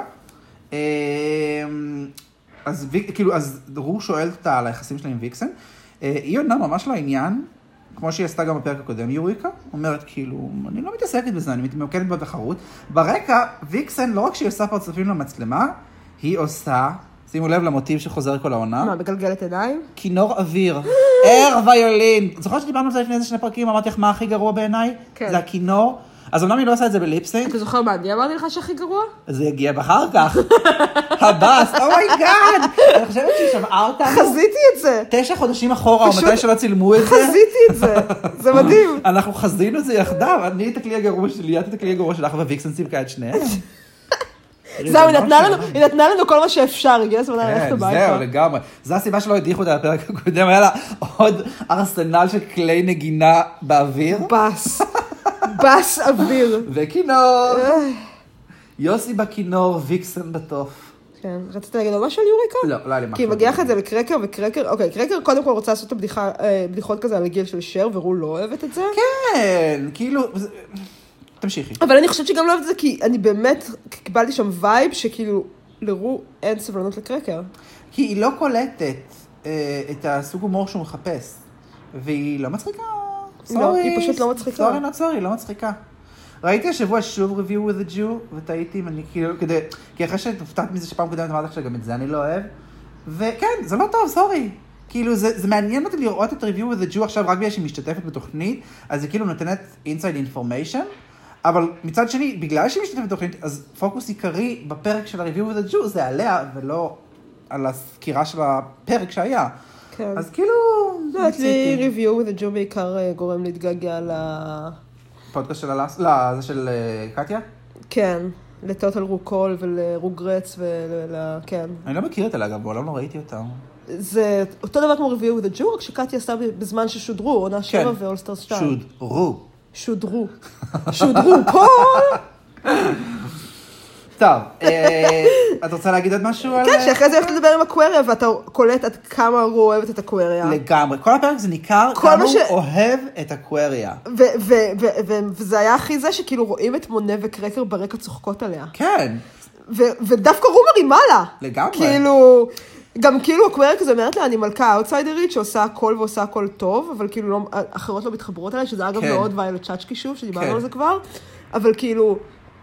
אז רו שואלת אותה על היחסים שלה עם ויקסן. היא עונה ממש לעניין, כמו שהיא עשתה גם בפרק הקודם, יוריקה, אומרת כאילו, אני לא מתעסקת בזה, אני מתמקדת בתחרות. ברקע, ויקסן, לא רק שהיא עושה פרצופים למצלמה, היא עושה, שימו לב למוטיב שחוזר כל העונה. מה, מגלגלת עיניים? כינור אוויר, ער ויולין. זוכרת שדיברנו על זה לפני איזה 2 פרקים, אמרתי לך מה הכי גרוע בעיניי? כן. זה הכינור. אז אמנם היא לא עושה את זה בליפסינג. אתה זוכר מה, אני אמרתי לך שהכי גרוע? זה יגיע אחר כך. הבאס, אומייגאד. אני חושבת שהיא שמעה אותנו. חזיתי את זה. 9 חודשים אחורה, או מתי שלא צילמו את זה. חזיתי את זה. זה מדהים. אנחנו חזינו את זה יחדיו. אני את הכלי הגרוע שלי, את הכלי הגרוע שלך, וויקסן סיפקה את שניהם. זהו, היא נתנה לנו כל מה שאפשר, הגיע הזמן ללכת הביתה. זהו, לגמרי. זו הסיבה שלא הדיחו אותה בפרק הקודם, היה לה עוד ארסנל של כלי נגינה באוויר. בס אוויר. וכינור. יוסי בכינור, ויקסן בתוף. כן, רצית להגיד עוד משהו על יוריקה? לא היה לי משהו. כי היא מגיעה את זה לקרקר, אוקיי, קרקר קודם כל רוצה לעשות את הבדיחות כזה על הגיל של שר, ורול לא אוהבת את זה. כן, כאילו... תמשיכי. אבל אני חושבת שגם לא אוהבת את זה, כי אני באמת קיבלתי שם וייב שכאילו לרו אין סבלנות לקרקר. כי היא לא קולטת את הסוג הומור שהוא מחפש, והיא לא מצחיקה. לא, היא פשוט לא מצחיקה. סורי, לא מצחיקה. ראיתי השבוע שוב review with a Jew, ותהיתי אם אני כאילו, כי אחרי שתופתעת מזה שפעם קודמת אמרתי לך שגם את זה אני לא אוהב, וכן, זה לא טוב, סורי. כאילו, זה מעניין אותי לראות את review with a Jew עכשיו רק בגלל שהיא משתתפת בתוכנית, אז זה כאילו נותנת inside information, אבל מצד שני, בגלל שהיא משתתפת בתוכנית, אז פוקוס עיקרי בפרק של ה-review with a Jew זה עליה, ולא על הסקירה של הפרק שהיה. כן. אז כאילו... לא, אצלי review with a Jew בעיקר גורם להתגעגע פודקאסט של זה של קטיה? כן, לטוטל רוקול ולרוגרץ כן. אני לא מכיר את אלה, אגב, בעולם לא ראיתי אותה. זה אותו דבר כמו review with a Jew, רק שקטיה עשתה בזמן ששודרו, עונה 7 ואולסטר 2. שודרו כל! טוב, את רוצה להגיד עוד משהו? כן, שאחרי זה הולכת לדבר עם אקווריה, ואתה קולט עד כמה הוא אוהבת את אקווריה. לגמרי. כל הפרק זה ניכר כמה הוא אוהב את אקווריה. וזה היה הכי זה שכאילו רואים את מונה וקרקר ברקע צוחקות עליה. כן. ודווקא הוא מרימה לה. לגמרי. כאילו... גם כאילו אקווריה כזה אומרת לה, אני מלכה אאוטסיידרית שעושה הכל ועושה הכל טוב, אבל כאילו אחרות לא מתחברות עליה, שזה אגב מאוד ויילט צ'אצ'קי שוב, שדיברנו על זה כבר, אבל כאילו...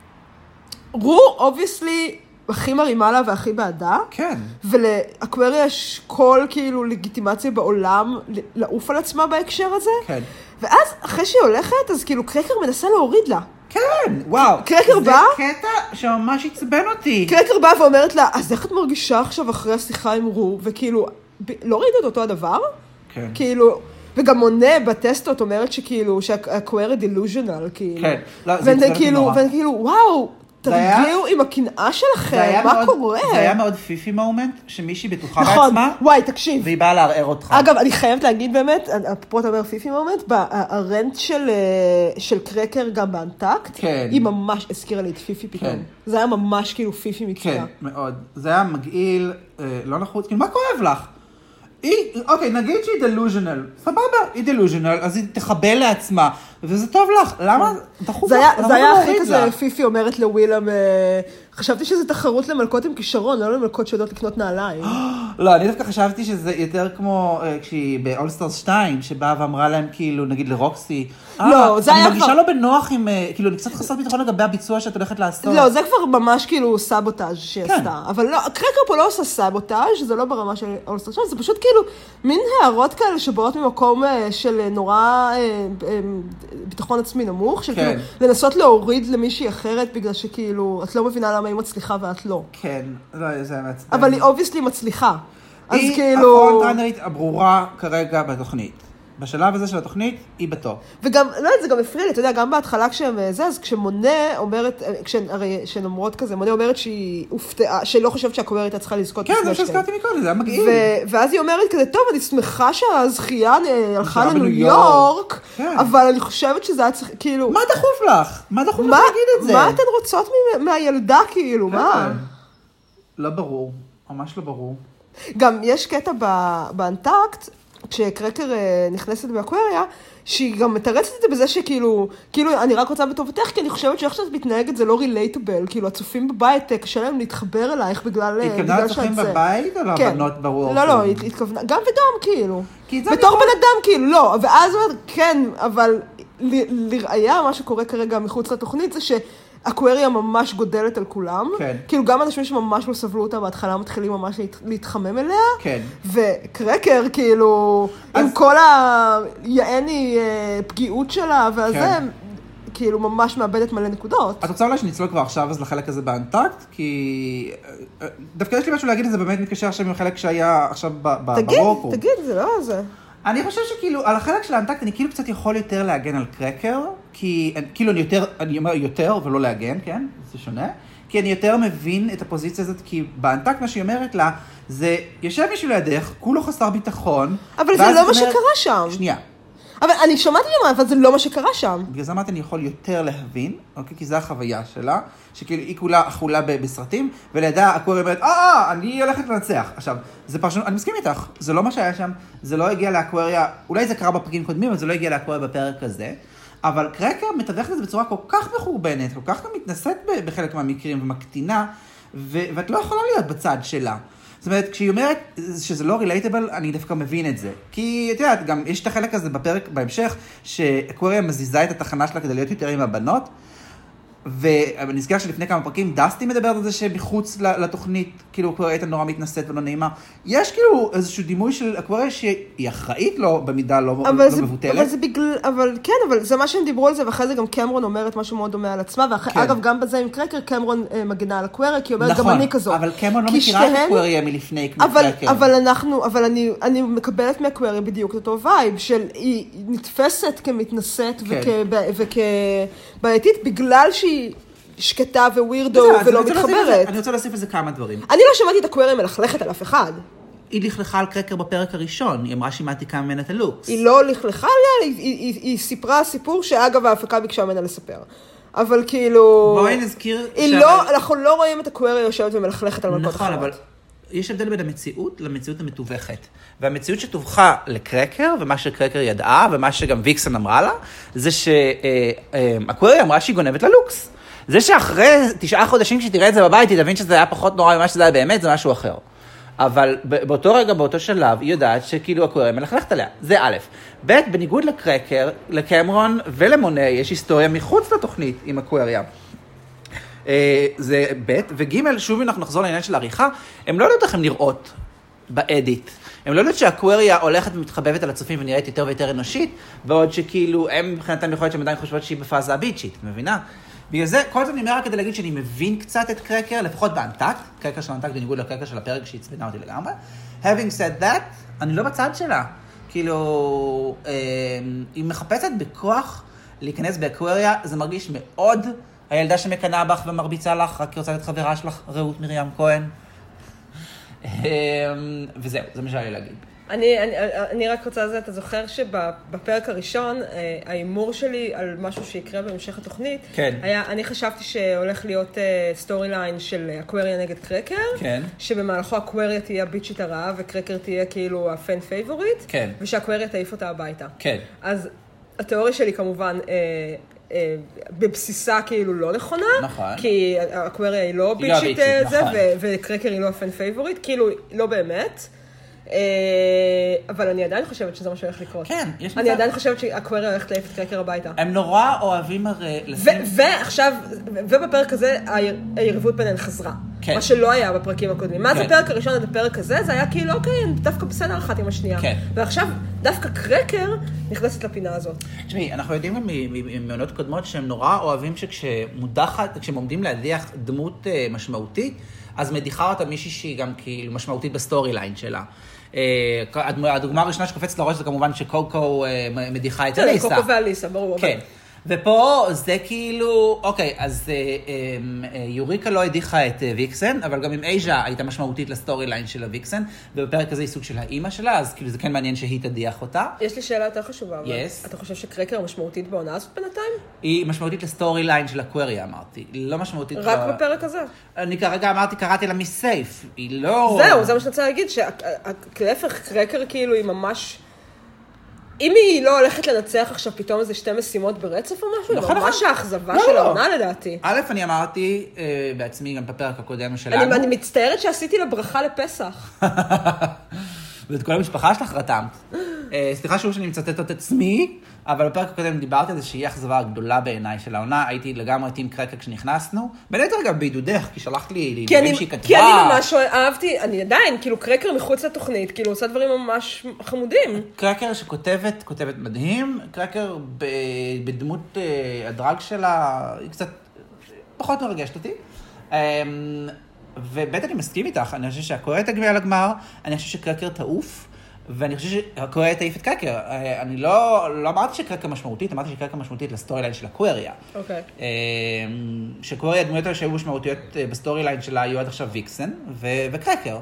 רו, אובייסלי, הכי מרימה לה והכי בעדה. כן. ולאקווריה יש כל כאילו לגיטימציה בעולם לעוף על עצמה בהקשר הזה. כן. ואז אחרי שהיא הולכת, אז כאילו קרקר מנסה להוריד לה. כן, וואו. קרקר בא. זה קטע שממש עצבן אותי. קרקר בא ואומרת לה, אז איך את מרגישה עכשיו אחרי השיחה עם רו? וכאילו, לא ראית אותו הדבר? כן. כאילו... וגם מונה בטסטות אומרת שכאילו, שהאקווריה דילוז'נל, כאילו. כן. לא, זה עצבן אותי נורא. ואני כאילו, וואו. תרגיעו עם הקנאה שלכם, מה קורה? זה היה מאוד פיפי מומנט, שמישהי בטוחה בעצמה. נכון, וואי, תקשיב. והיא באה לערער אותך. אגב, אני חייבת להגיד באמת, אפרופו אתה אומר פיפי מומנט, הרנט של קרקר גם באנטקט, היא ממש הזכירה לי את פיפי פתאום. זה היה ממש כאילו פיפי מקצוע. כן, מאוד. זה היה מגעיל, לא נחוץ, כאילו, מה כואב לך? אוקיי, נגיד שהיא דלוז'נל, סבבה, היא דלוז'נל, אז היא תחבל לעצמה, וזה טוב לך, למה? דחוף לך, זה היה הכי כזה, פיפי אומרת לווילם, חשבתי שזה תחרות למלכות עם כישרון, לא למלכות שיודעות לקנות נעליים. לא, אני דווקא חשבתי שזה יותר כמו כשהיא באולסטרס 2, שבאה ואמרה להם כאילו, נגיד לרוקסי, לא, זה היה כבר... אני מרגישה לא בנוח עם, כאילו, אני קצת חסרת ביטחון לגבי הביצוע שאת הולכת לעשות. לא, זה כבר ממש כאילו סאבוטאז' שהיא עשתה. אבל לא, קרקר פה לא עושה סאבוטאז', זה לא ברמה של אולסטר 2, זה פשוט כאילו מין הערות כאלה שבאות ממקום של נורא ביטחון עצמי נמוך, של כאילו לנסות להוריד למישהי אחרת, בגלל שכאילו, את לא מבינה למה היא מצליחה ואת לא. כן, לא, זה מעצבן. אבל היא אובייסלי מצליחה. היא הפרונט-ראנרית הברורה כרגע בתוכנית. בשלב הזה של התוכנית, היא בתור. וגם, לא, זה גם הפריע לי, אתה יודע, גם בהתחלה כשהם זה, אז כשמונה אומרת, הרי כשהן אומרות כזה, מונה אומרת שהיא הופתעה, שלא חושבת שהקווריה הייתה צריכה לזכות. כן, זה שהזכרתי מכל, זה היה מגעיל. ואז היא אומרת כזה, טוב, אני שמחה שהזכייה הלכה לניו יורק, אבל אני חושבת שזה היה צריך, כאילו... מה דחוף לך? מה דחוף לך להגיד את זה? מה אתן רוצות מהילדה, כאילו, מה? לא ברור, ממש לא ברור. גם יש קטע באנטקט, כשקרקר נכנסת באקווריה, שהיא גם מתרצת את זה בזה שכאילו, אני רק רוצה בטובתך, כי אני חושבת שאיך שאת מתנהגת זה לא רילייטבל, כאילו, הצופים בבית, קשה להם להתחבר אלייך בגלל שאת זה. התכוונה לצופים בבית או לבנות ברור? לא, התכוונה, גם וגם כאילו. בתור בן אדם כאילו, לא, ואז כן, אבל לראיה, מה שקורה כרגע מחוץ לתוכנית זה אקווריה ממש גודלת על כולם. כן. כאילו גם אנשים שממש לא סבלו אותה, בהתחלה מתחילים ממש להתחמם אליה. כן. וקרקר, כאילו, עם כל היעני פגיעות שלה, והזה, כאילו ממש מאבדת מלא נקודות. את רוצה אולי שנצלול כבר עכשיו אז לחלק הזה באנטקט? כי דווקא יש לי משהו להגיד, זה באמת מתקשר עכשיו עם החלק שהיה עכשיו ברוק. תגיד, זה לא זה. אני חושב שכאילו, על החלק של האנטקט, אני כאילו קצת יכול יותר להגן על קרקר, כי כאילו אני אומר יותר ולא להגן, כן? זה שונה. כי אני יותר מבין את הפוזיציה הזאת, כי באנטקט מה שהיא אומרת לה, זה יושב מישהו לידך, כולו חסר ביטחון. אבל זה לא מה שקרה שם. שנייה. אבל אני שמעתי למה, אבל זה לא מה שקרה שם. בגלל זה אמרתי, אני יכול יותר להבין, אוקיי? כי זו החוויה שלה, שכאילו היא כולה אכולה בסרטים, ולידה אקווריה אומרת, אני הולכת לנצח. עכשיו, זה פרשנות, אני מסכים איתך, זה לא מה שהיה שם, זה לא הגיע לאקווריה, אולי זה קרה בפרקים קודמים, אבל זה לא הגיע לאקווריה בפרק הזה, אבל קרקר מתווכת את זה בצורה כל כך מחורבנת, כל כך גם מתנשאת בחלק מהמקרים ומקטינה, ואת לא יכולה להיות בצד שלה. זאת אומרת, כשהיא אומרת שזה לא רילייטבל, אני דווקא מבין את זה. כי, את יודעת, גם יש את החלק הזה בפרק בהמשך, שאקווריה מזיזה את התחנה שלה כדי להיות יותר עם הבנות, ואני נזכר שלפני כמה פרקים, דסטי מדברת על זה שמחוץ לתוכנית, כאילו אקווריה הייתה נורא מתנשאת ולא נעימה. יש כאילו איזשהו דימוי של אקווריה שהיא אחראית לו במידה לא מבוטלת. אבל זה בגלל, אבל כן, אבל זה מה שהם דיברו על זה, ואחרי זה גם קמרון אומרת משהו מאוד דומה על עצמה, ואגב, גם בזה עם קרקר, קמרון מגנה על אקווריה, כי היא אומרת גם אני כזאת. אבל קמרון לא מכירה את אקווריה מלפני קרקר. אבל אני מקבלת מאקווריה בדיוק את אותו וייב, של היא נתפסת כמתנשאת וכבעייתית, בגלל שהיא שקטה ווירדו ולא מתחברת. אני רוצה להוסיף לזה כמה דברים. אני לא שמעתי את אקווריה מלכלכת על אף אחד. היא לכלכה על קרקר בפרק הראשון, היא אמרה שהיא מעתיקה ממנה את הלוקס. היא לא לכלכה עליה, היא סיפרה סיפור שאגב ההפקה ביקשה ממנה לספר. אבל כאילו... בואי נזכיר... אנחנו לא רואים את אקווריה יושבת ומלכלכת על מלכות אחרות. נכון, אבל יש הבדל בין המציאות למציאות המתווכת. והמציאות שתווכה לקרקר, ומה שקרקר ידעה, ומה שגם ויקסן אמרה לה, זה שאקווריה אמרה שהיא גונבת ללוקס. זה שאחרי 9 חודשים כשתראה את זה בבית, היא תבין שזה היה פחות נורא ממה שזה היה באמת, זה משהו אחר. אבל באותו רגע, באותו שלב, היא יודעת שכאילו אקווריה מלכלכת עליה. זה א'. ב', בניגוד לקרקר, לקמרון ולמונה, יש היסטוריה מחוץ לתוכנית עם אקווריה. זה ב', וג', שוב אנחנו נחזור לעניין של העריכה, הם לא יודעות איך הם נראות באדיט. הם לא יודעות שהאקווריה הולכת ומתחבבת על הצופים ונראית יותר ויותר אנושית, בעוד שכאילו הם מבחינתם יכול להיות שהם עדיין חושבות שהיא בפאזה הביצ'ית, מבינה? בגלל זה, כל זאת אני אומר רק כדי להגיד שאני מבין קצת את קרקר, לפחות באנטקט, קרקר של האנטקט בניגוד לקרקר של הפרק שהצבינה אותי לגמרי. Having said that, אני לא בצד שלה. כאילו, היא מחפשת בכוח להיכנס באקווריה, זה מרגיש מאוד, הילדה שמקנה בך ומרביצה לך, רק רוצה להיות חברה שלך, רעות מרים כהן. וזהו, זה מה שהיה לי להגיד. אני רק רוצה לזה, אתה זוכר שבפרק הראשון, האימור שלי על משהו שיקרה בהמשך התוכנית, היה, אני חשבתי שהולך להיות סטורי ליין של אקווריה נגד קרקר, שבמהלכו אקווריה תהיה הביצ'ית הרעה, וקרקר תהיה כאילו הפן פייבוריט, ושאקווריה תעיף אותה הביתה. אז התיאוריה שלי כמובן, בבסיסה כאילו לא נכונה, כי אקווריה היא לא ביצ'ית זה, וקרקר היא לא הפן פייבוריט, כאילו לא באמת. אבל אני עדיין חושבת שזה מה שהולך לקרות. כן, יש מצב. אני עדיין חושבת שאקווריה הולכת להעיף את קרקר הביתה. הם נורא אוהבים הרי לשים... ועכשיו, ובפרק הזה, היריבות ביניהן חזרה. כן. מה שלא היה בפרקים הקודמים. מה זה הפרק הראשון עד הפרק הזה? זה היה כאילו, אוקיי, דווקא בסדר אחת עם השנייה. כן. ועכשיו, דווקא קרקר נכנסת לפינה הזאת. תשמעי, אנחנו יודעים גם ממעונות קודמות שהם נורא אוהבים כשהם עומדים להדיח דמות משמעותית, אז מדיחה אותה מישהי שהיא גם כאילו משמעותית בסטורי ליין שלה. הדוגמה הראשונה שקופצת לראש זה כמובן שקוקו מדיחה את אליסה. קוקו ואליסה, ברור. כן. ופה זה כאילו, אוקיי, אז יוריקה לא הדיחה את ויקסן, אבל גם עם אייז'ה הייתה משמעותית לסטורי ליין של הוויקסן, ובפרק הזה היא סוג של האימא שלה, אז כאילו זה כן מעניין שהיא תדיח אותה. יש לי שאלה יותר חשובה, אבל אתה חושב שקרקר משמעותית בעונה הזאת בינתיים? היא משמעותית לסטורי ליין של אקווריה, אמרתי. היא לא משמעותית... רק בפרק הזה? אני כרגע אמרתי, קראתי לה מסייף. היא לא... זהו, זה מה שאני רוצה להגיד, שלהפך, קרקר כאילו היא ממש... אם היא לא הולכת לנצח עכשיו פתאום איזה 2 משימות ברצף או משהו, היא ממש האכזבה של העונה לדעתי. א', אני אמרתי בעצמי גם בפרק הקודם שלנו. אני מצטערת שעשיתי לה ברכה לפסח. ואת כל המשפחה שלך רתמת. סליחה שוב שאני מצטט את עצמי, אבל בפרק הקודם דיברתי על זה שהיא האכזבה הגדולה בעיניי של העונה. הייתי לגמרי טים קרקר כשנכנסנו, בין היתר גם בעידודך, כי שלחת לי דברים שהיא כתבה. כי אני ממש אהבתי, אני עדיין, כאילו קרקר מחוץ לתוכנית, כאילו עושה דברים ממש חמודים. קרקר שכותבת מדהים, קרקר בדמות הדרג שלה, היא קצת פחות מרגשת אותי. ובית אני מסכים איתך, אני חושב שהקורא תגמר לגמר, אני חושב שקרקר תעוף, ואני חושב שהקורא תעיף את קרקר. אני לא אמרתי שקרקר משמעותית, אמרתי שקרקר משמעותית לסטורי ליין של הקווריה. אוקיי. שקווריה, הדמויות האלה שהיו משמעותיות בסטורי ליין שלה, היו עד עכשיו ויקסן וקרקר.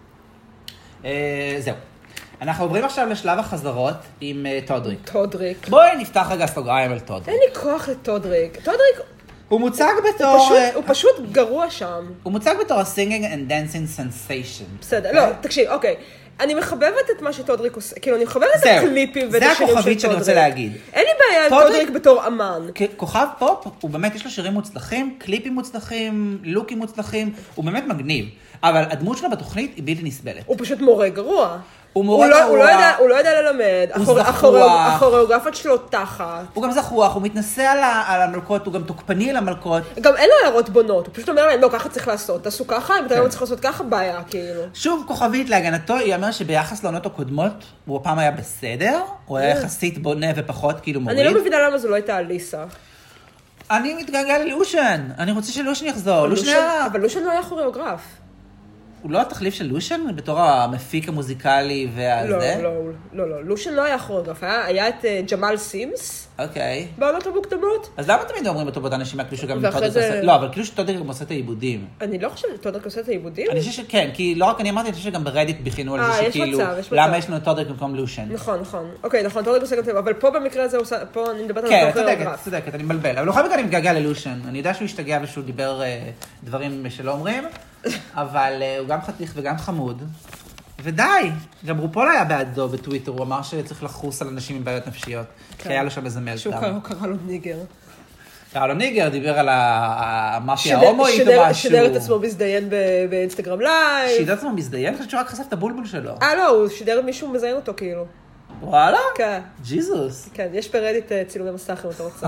זהו. אנחנו עוברים עכשיו לשלב החזרות עם טודריק. טודריק. בואי נפתח רגע סוגריים על טודריק. אין לי כוח לטודריק. טודריק... הוא מוצג בתור... הוא פשוט גרוע שם. הוא מוצג בתור ה-singing and dancing sensation. בסדר, לא, תקשיב, אוקיי. אני מחבבת את מה שטודריק עושה, כאילו אני מחבבת את הקליפים ואת השירים של טודריק. זה הכוכבית שאני רוצה להגיד. אין לי בעיה עם טודריק בתור אמן. כוכב פופ, הוא באמת, יש לו שירים מוצלחים, קליפים מוצלחים, לוקים מוצלחים, הוא באמת מגניב. אבל הדמות שלו בתוכנית היא בלתי נסבלת. הוא פשוט מורה גרוע. הוא מורה גרוע. הוא לא יודע ללמד. הכוריאוגרפיה שלו תחת. הוא גם זחוח, הוא מתנסה על המלכות, הוא גם תוקפני על המלכות. גם אין לו הערות בונות, הוא פשוט אומר להם, לא, ככה צריך לעשות. תעשו ככה, אם אתה לא צריך לעשות ככה, בעיה, כאילו. שוב, כוכבית להגנתו, היא אומר שביחס לעונות הקודמות, הוא הפעם היה בסדר, הוא היה יחסית בונה ופחות כאילו מוריד. אני לא מבינה למה זו לא הייתה אליסה. אני מתגעגע ללושן, אני רוצה שלושן יחזור. אבל לושן לא היה כוריאוגרף. הוא לא התחליף של לושן בתור המפיק המוזיקלי והזה? לא, לושן לא היה כוריאוגרף, היה את ג'מאל סימס. אוקיי. בעונות המוקדמות. אז למה תמיד אומרים אותו באותה נשימה, כאילו שגם טודריק עושה... לא, אבל כאילו שטודריק גם עושה את העיבודים. אני לא חושבת שטודריק עושה את העיבודים. אני חושב שכן, כי לא רק אני אמרתי, אני חושב שגם ברדיט בכינו על זה שכאילו, למה יש לנו טודריק במקום לושן. נכון. אוקיי, נכון, טודריק עושה גם טוב, אבל פה במקרה הזה, פה אני מדברת על כן, צודקת, אני מבלבל. אבל בכל מקרה אני מתגעגע ללושן. אני יודע שהוא השתגע ושהוא דיבר דברים שלא אומרים, אבל הוא גם חתיך וגם חמוד. ודי, גם רופול היה בעדו בטוויטר, הוא אמר שצריך לחוס על אנשים עם בעיות נפשיות, כי היה לו שם איזה מלטאון. שהוא קרא לו ניגר. קרא לו ניגר, דיבר על המאפיה ההומואית או משהו. שידר את עצמו מזדיין באינסטגרם לייב. שידר את עצמו מזדיין? חושבת שהוא רק חשף את הבולבול שלו. לא, הוא שידר את מישהו מזיין אותו כאילו. וואלה? כן. ג'יזוס. כן, יש ברדיט צילומי מסך אם אתה רוצה.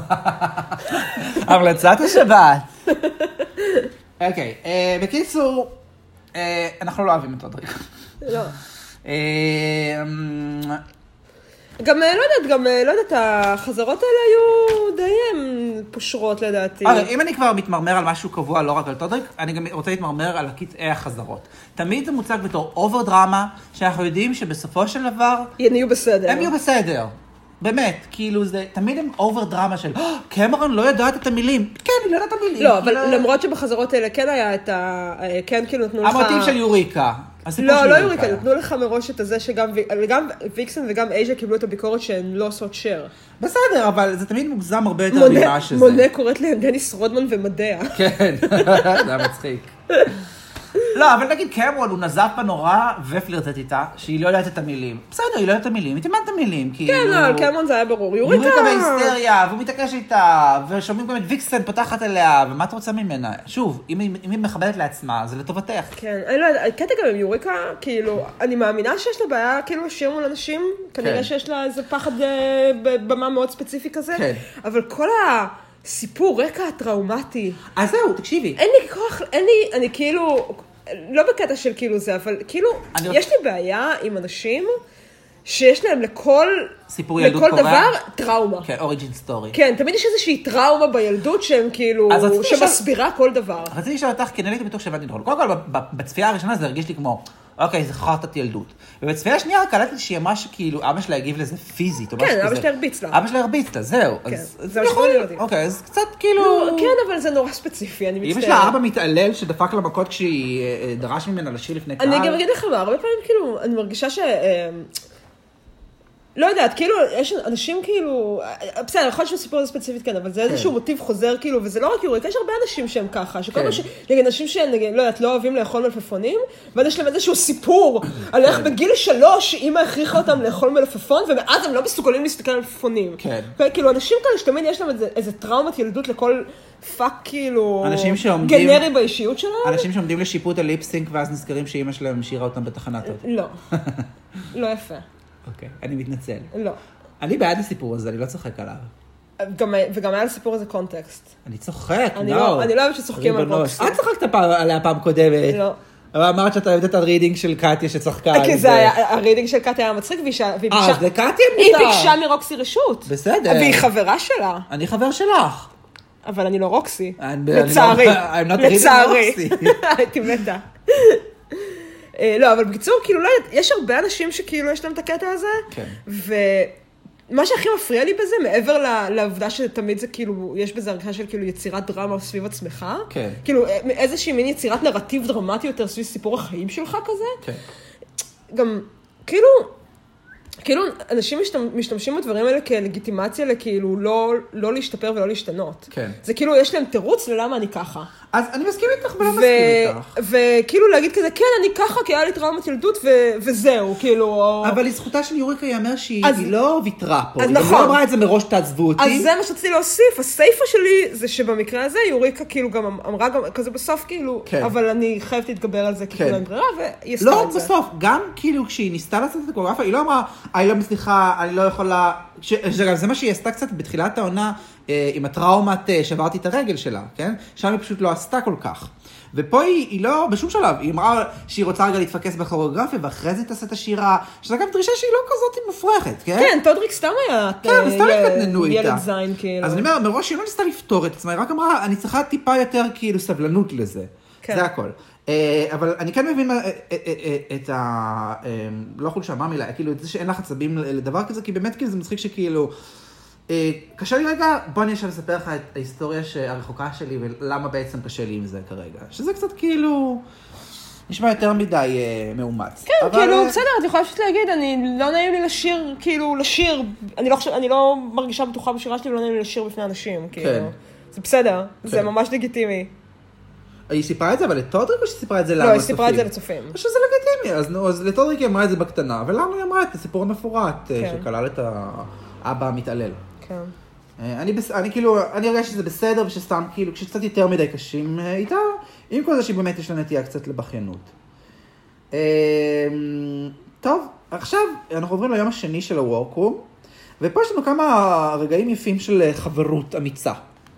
המלצת השבת. אוקיי, בקיצור, אנחנו לא אוהבים את טודריק. לא. גם לא יודעת, החזרות האלה היו די פושרות לדעתי. אם אני כבר מתמרמר על משהו קבוע, לא רק על טודריק, אני גם רוצה להתמרמר על קטעי החזרות. תמיד זה מוצג בתור אובר דרמה, שאנחנו יודעים שבסופו של דבר... הם יהיו בסדר. הם יהיו בסדר. באמת, כאילו זה, תמיד הם אובר דרמה של, קמרון לא ידעת את המילים. כן, היא לא ידעת את המילים. לא, אבל למרות שבחזרות האלה כן היה את כן כאילו נתנו לך... המוטיב של יוריקה. לא יוריקה, נתנו לך מראש את הזה שגם ויקסן וגם אייג'ה קיבלו את הביקורת שהן לא עושות שר. בסדר, אבל זה תמיד מוגזם הרבה יותר ממה שזה. מונה קוראת להם דניס רודמן ומדע. כן, זה היה מצחיק. לא, אבל נגיד קמרון, הוא נזף בה נורא ופלירטט איתה, שהיא לא יודעת את המילים. בסדר, היא לא יודעת את המילים, היא תימן את המילים, כאילו... כן, לא, קמרון זה היה ברור. יוריקה בהיסטריה, והוא מתעקש איתה, ושומעים גם את ויקסן פותחת אליה, ומה את רוצה ממנה? שוב, אם היא מכבדת לעצמה, זה לטובתך. כן, אני לא יודעת, קטע גם עם יוריקה, כאילו, אני מאמינה שיש לה בעיה, כאילו, לשיר מול אנשים, כנראה שיש לה איזה פחד במה מאוד ספציפי כזה, אבל כל הסיפור רקע הטראומטי. אז זהו, תקשיבי. אין לי כוח, אני כאילו, לא בקטע של כאילו זה, אבל כאילו, יש לי בעיה עם אנשים שיש להם לכל דבר טראומה. כן, אוריג'ין סטורי. כן, תמיד יש איזושהי טראומה בילדות שהם כאילו, שמסבירה כל דבר. רציתי לשאול אותך, כי נהניתי בתוך שהבנתי נכון. קודם כל, בצפייה הראשונה זה הרגיש לי כמו, אוקיי, זכרת ילדות. ובצפייה השנייה קלטתי שהיא אמרה שכאילו, אבא שלה הגיב לזה פיזית, או משהו כזה. כן, אבא שלה הרביץ לה. אבא שלה הרביץ לה, זהו. כן, זה מה שחולי ילדים. אוקיי, אז קצת כאילו... כן, אבל זה נורא ספציפי, אני מצטערת. אם יש לה אבא מתעלל שדפק לה מכות כשהיא דרש ממנה לשיר לפני קהל. אני גם אגיד לך מה, הרבה פעמים כאילו, אני מרגישה ש... לא יודעת, כאילו, יש אנשים כאילו, בסדר, יכול להיות שהסיפור הזה ספציפית כן, אבל זה איזשהו מוטיב חוזר, כאילו, וזה לא רק יוריקה, יש הרבה אנשים שהם ככה, שכל מה נגיד, אנשים שלא יודעת, לא אוהבים לאכול מלפפונים, ואז יש להם איזשהו סיפור, על איך בגיל 3, אמא הכריחה אותם לאכול מלפפון, ומאז הם לא מסוגלים להסתכל על מלפפונים. כן. כאילו, אנשים כאלה שתמיד יש להם איזה טראומת ילדות לכל פאק, כאילו, גנרי באישיות שלהם. אנשים שעומדים לשיפוט הליפסינק, ואז נזכרים שאמא שלהם השאירה אותם בתחנת אוטו. לא. לא יפה. אוקיי, אני מתנצל. לא. אני בעד הסיפור הזה, אני לא צוחק עליו. וגם היה לסיפור הזה קונטקסט. אני צוחק, אני לא אוהבת שצוחקים על קונטקסט. את צחקת עליה פעם קודמת. לא. אבל אמרת שאתה אוהבת את הרידינג של קטיה שצחקה. כי זה היה, הרידינג של קטיה היה מצחיק, זה קטיה מותר. היא ביקשה מרוקסי רשות. בסדר. והיא חברה שלה. אני חבר שלך. אבל אני לא רוקסי. לצערי. לצערי. הייתי מתה. לא, אבל בקיצור, כאילו, לא יודעת, יש הרבה אנשים שכאילו יש להם את הקטע הזה, ומה שהכי מפריע לי בזה, מעבר לעובדה שתמיד זה כאילו, יש בזה הרגשה של כאילו יצירת דרמה סביב עצמך, כאילו איזושהי מין יצירת נרטיב דרמטי יותר סביב סיפור החיים שלך כזה, גם כאילו אנשים משתמשים בדברים האלה כלגיטימציה לכאילו לא להשתפר ולא להשתנות. כן. זה כאילו יש להם תירוץ ללמה אני ככה. אז אני מסכים איתך ולא מסכים איתך. וכאילו להגיד כזה, כן, אני ככה, כי היה לי טראומת ילדות וזהו, כאילו... אבל לזכותה של יוריקה ייאמר שהיא לא ויתרה פה. היא לא אמרה את זה מראש, תעזבו אותי. אז זה מה שרציתי להוסיף. הסייפה שלי זה שבמקרה הזה יוריקה כאילו גם אמרה גם כזה בסוף כאילו, אבל אני חייבת להתגבר על זה כי כולה עם ברירה, והיא עשתה את זה. לא, בסוף, גם כאילו כשהיא ניסתה לעשות את הקוריאוגרפיה, היא לא אמרה, אני לא מצליחה, אני לא יכולה... זה מה שהיא עשתה קצת בתחילת העונה, עם הטראומת שברתי את הרגל שלה, כן? שם היא פשוט לא עשתה כל כך. ופה היא לא, בשום שלב, היא אמרה שהיא רוצה רגע להתפקס בקוריאוגרפיה, ואחרי זה תעשה את השירה, שזו גם דרישה שהיא לא כזאת מופרכת, כן? כן, טודריק סתם היה ילד זין, כאילו. אז אני אומר, מראש היא לא ניסתה לפתור את עצמה, היא רק אמרה, אני צריכה טיפה יותר כאילו סבלנות לזה. זה הכל. אבל אני כן מבין את לא חולשה, מה מילה, כאילו את זה שאין לך עצבים לדבר כזה, כי באמת כאילו זה מצחיק שכאילו, קשה לי רגע, בוא אני עכשיו לספר לך את ההיסטוריה הרחוקה שלי, ולמה בעצם קשה לי עם זה כרגע. שזה קצת כאילו, נשמע יותר מדי מאומץ. כן, כאילו, בסדר, את יכולה פשוט להגיד, אני לא נעים לי לשיר, כאילו, לשיר, אני לא מרגישה בטוחה בשירה שלי, ולא נעים לי לשיר בפני אנשים, כאילו. זה בסדר, זה ממש לגיטימי. היא סיפרה את זה, אבל לטודריק או שהיא סיפרה את זה לא, היא סיפרה את זה לצופים. שזה לגיטימי, אז לטודריק היא אמרה את זה בקטנה, ולנו היא אמרה את הסיפור המפורט, שכלל את האבא המתעלל. כן. אני כאילו, אני הרגש שזה בסדר, ושסתם כאילו, כשקצת יותר מדי קשים איתה, עם כל זה שהיא באמת יש לה נטייה קצת לבכיינות. טוב, עכשיו אנחנו עוברים ליום השני של הוורקרום, ופה יש לנו כמה רגעים יפים של חברות אמיצה.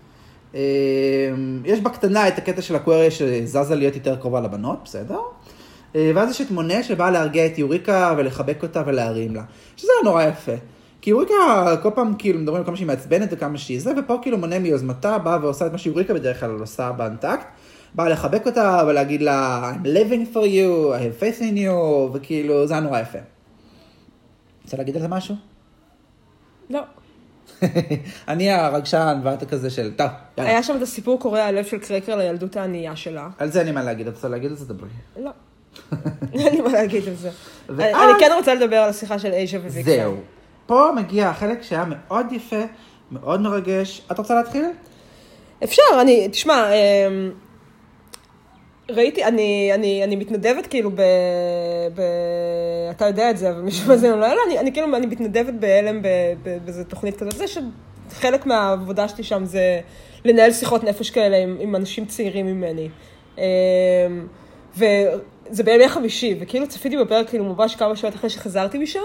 יש בקטנה את הקטע של הקואריה שזזה להיות יותר קרובה לבנות, בסדר? ואז יש את מונה שבאה להרגיע את יוריקה ולחבק אותה ולהרים לה. שזה נורא יפה. כי יוריקה כל פעם כאילו מדברים על כמה שהיא מעצבנת וכמה שהיא זה, ופה כאילו מונה מיוזמתה באה ועושה את מה שיוריקה בדרך כלל עושה באנטקט. באה לחבק אותה ולהגיד לה I'm living for you, I have faith in you, וכאילו זה נורא יפה. רוצה להגיד על זה משהו? לא. אני הרגשן ואתה כזה של, טוב, יאללה. היה שם את הסיפור קורע הלב של קרקר לילדות הענייה שלה. על זה אני מה להגיד, אתה רוצה להגיד על זה דברי? לא. אין לי מה להגיד על זה. אני כן רוצה לדבר על השיחה של אייז'ה וויקטור. זהו. פה מגיע החלק שהיה מאוד יפה, מאוד מרגש. את רוצה להתחיל? אפשר, תשמע, ראיתי, אני מתנדבת כאילו אתה יודע את זה, אבל משום מה זה לא היה, אני מתנדבת בהלם באיזו תוכנית כזאת, זה שחלק מהעבודה שלי שם זה לנהל שיחות נפש כאלה עם אנשים צעירים ממני. וזה בימי חמישי, וכאילו צפיתי בפרק כאילו ממש כמה שעות אחרי שחזרתי משם,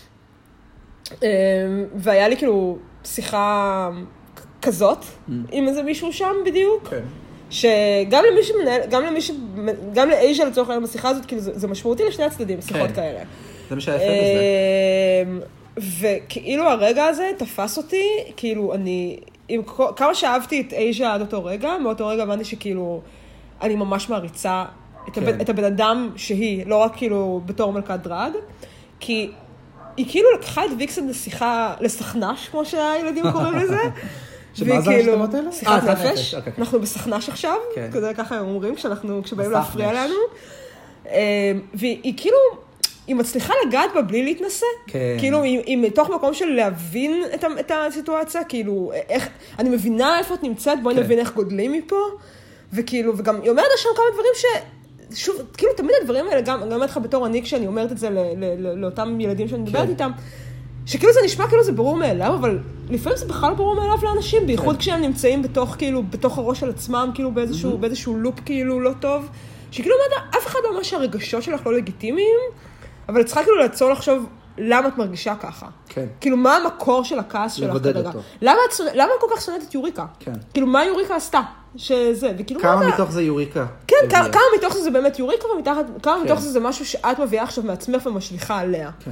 והיה לי כאילו שיחה כזאת עם איזה מישהו שם בדיוק. כן. שגם למי שמנהל, גם לאייז'ה לצורך העניין בשיחה הזאת, כאילו זה משמעותי לשני הצדדים, שיחות כאלה. זה משהו יפה בזה. וכאילו הרגע הזה תפס אותי, כאילו כמה שאהבתי את אייז'ה עד אותו רגע, מאותו רגע הבנתי שכאילו אני ממש מעריצה את הבן אדם שהיא, לא רק כאילו בתור מלכת דרג, כי היא כאילו לקחה את ויקסן לסכנש, כמו שהילדים קוראים לזה, שמה זה השתמות האלה? שיחת נפש. אנחנו בסכנש עכשיו, ככה הם אומרים, כשבאים להפריע לנו. והיא כאילו, היא מצליחה לגעת בה בלי להתנסה. כן. כאילו, היא מתוך מקום של להבין את הסיטואציה, כאילו, איך, אני מבינה איפה את נמצאת, בואי נבין איך גודלים מפה, וכאילו, וגם היא אומרת שם כמה דברים שוב, כאילו, תמיד הדברים האלה, גם אומרת לך בתור אני, כשאני אומרת את זה לאותם ילדים שאני מדברת איתם, שכאילו זה נשמע כאילו זה ברור מאליו, אבל לפעמים זה בכלל ברור מאליו לאנשים, בייחוד כשהם נמצאים בתוך, כאילו, בתוך הראש של עצמם, כאילו, באיזשהו לופ, כאילו, לא טוב, שכאילו, אף אחד לא אומר שהרגשות שלך לא לגיטימיים, אבל צריכה כאילו לעצור לחשוב למה את מרגישה ככה. כן. כאילו, מה המקור של הכעס שלך כרגע? למה כל כך שונאת את יוריקה? כן. כאילו, מה יוריקה עשתה? שזה, וכאילו... כמה מתוך זה יוריקה? כן, כמה מתוך זה באמת יוריקה, וכמה מתוך זה משהו שאת מביאה עכשיו מעצמך ומשליחה עליה. כן.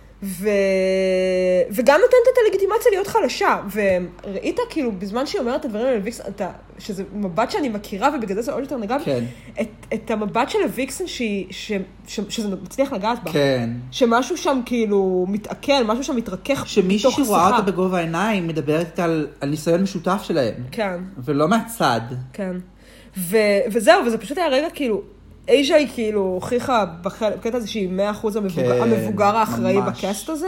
וגם נותנת את הלגיטימציה להיות חלשה. וראית, כאילו, בזמן שהיא אומרת את הדברים על ויקסן, שזה מבט שאני מכירה, ובגלל זה זה עוד יותר נגע, את המבט של הוויקסן שזה מצליח לגעת בה. כן. שמשהו שם כאילו מתעכל, משהו שם מתרכך בתוך השיחה. שמישהי שרואה אותה בגובה העיניים, מדברת על ניסיון משותף שלהם. כן. ולא מהצד. כן. וזהו, וזה פשוט היה רגע כאילו, אייז'ה היא כאילו הוכיחה בקטע הזה שהיא 100% המבוגר האחראי בקסט הזה,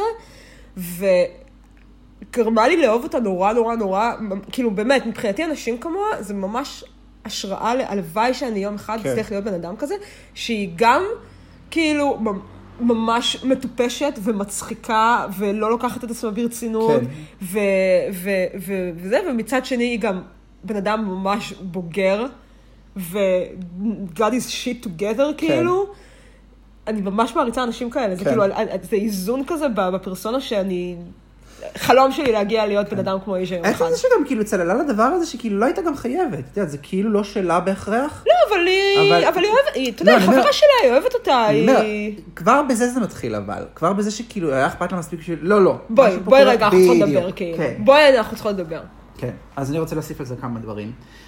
וגרמה לי לאהוב אותה נורא נורא נורא, כאילו באמת, מבחינתי אנשים כמוה, זה ממש השראה הלוואי שאני יום אחד אצליח להיות בן אדם כזה, שהיא גם כאילו ממש מטופשת ומצחיקה, ולא לוקחת את עצמה ברצינות, וזה, ומצד שני היא גם בן אדם ממש בוגר, ו-God is shit together, כאילו. אני ממש מעריצה אנשים כאלה. זה כאילו, זה איזון כזה בפרסונה שאני... חלום שלי להגיע להיות בן אדם כמו אישה יום אחד. איך זה שגם כאילו צללה לדבר הזה שכאילו לא הייתה גם חייבת? אתה יודע, זה כאילו לא שלה בהכרח? לא, אבל היא אוהבת... אתה יודע, חברה שלה, היא אוהבת אותה. כבר בזה זה מתחיל, אבל. כבר בזה שכאילו היה אכפת לה מספיק של... לא. בואי רגע, אנחנו צריכות לדבר, כאילו. בואי, אנחנו צריכות לדבר. כן, אז אני רוצה להוסיף על זה כמה דברים.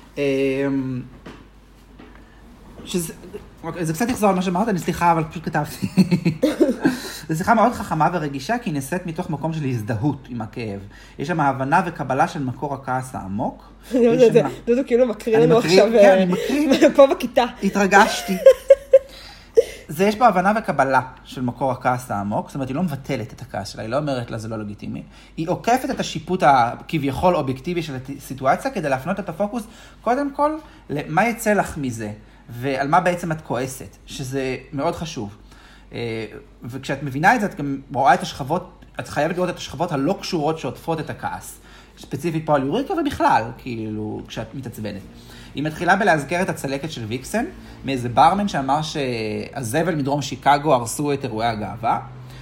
זה קצת יחזור על מה שאמרת, אני סליחה, אבל פשוט כתבתי. זו שיחה מאוד חכמה ורגישה, כי היא נעשית מתוך מקום של הזדהות עם הכאב. יש שם הבנה וקבלה של מקור הכעס העמוק. דודו כאילו מקריא לנו עכשיו פה בכיתה. התרגשתי. זה יש פה הבנה וקבלה של מקור הכעס העמוק, זאת אומרת, היא לא מבטלת את הכעס שלה, היא לא אומרת לה, זה לא לגיטימי. היא עוקפת את השיפוט הכביכול אובייקטיבי של הסיטואציה, כדי להפנות את הפוקוס, קודם כל, למה יצא לך מזה, ועל מה בעצם את כועסת, שזה מאוד חשוב. וכשאת מבינה את זה, את גם רואה את השכבות, את חייבת לראות את השכבות הלא קשורות שעוטפות את הכעס. ספציפית פה על יוריקה ובכלל, כאילו, כשאת מתעצבנת. היא מתחילה בלהזכר את הצלקת של ויקסן, מאיזה ברמן שאמר שהזבל מדרום שיקגו הרסו את אירועי הגאווה,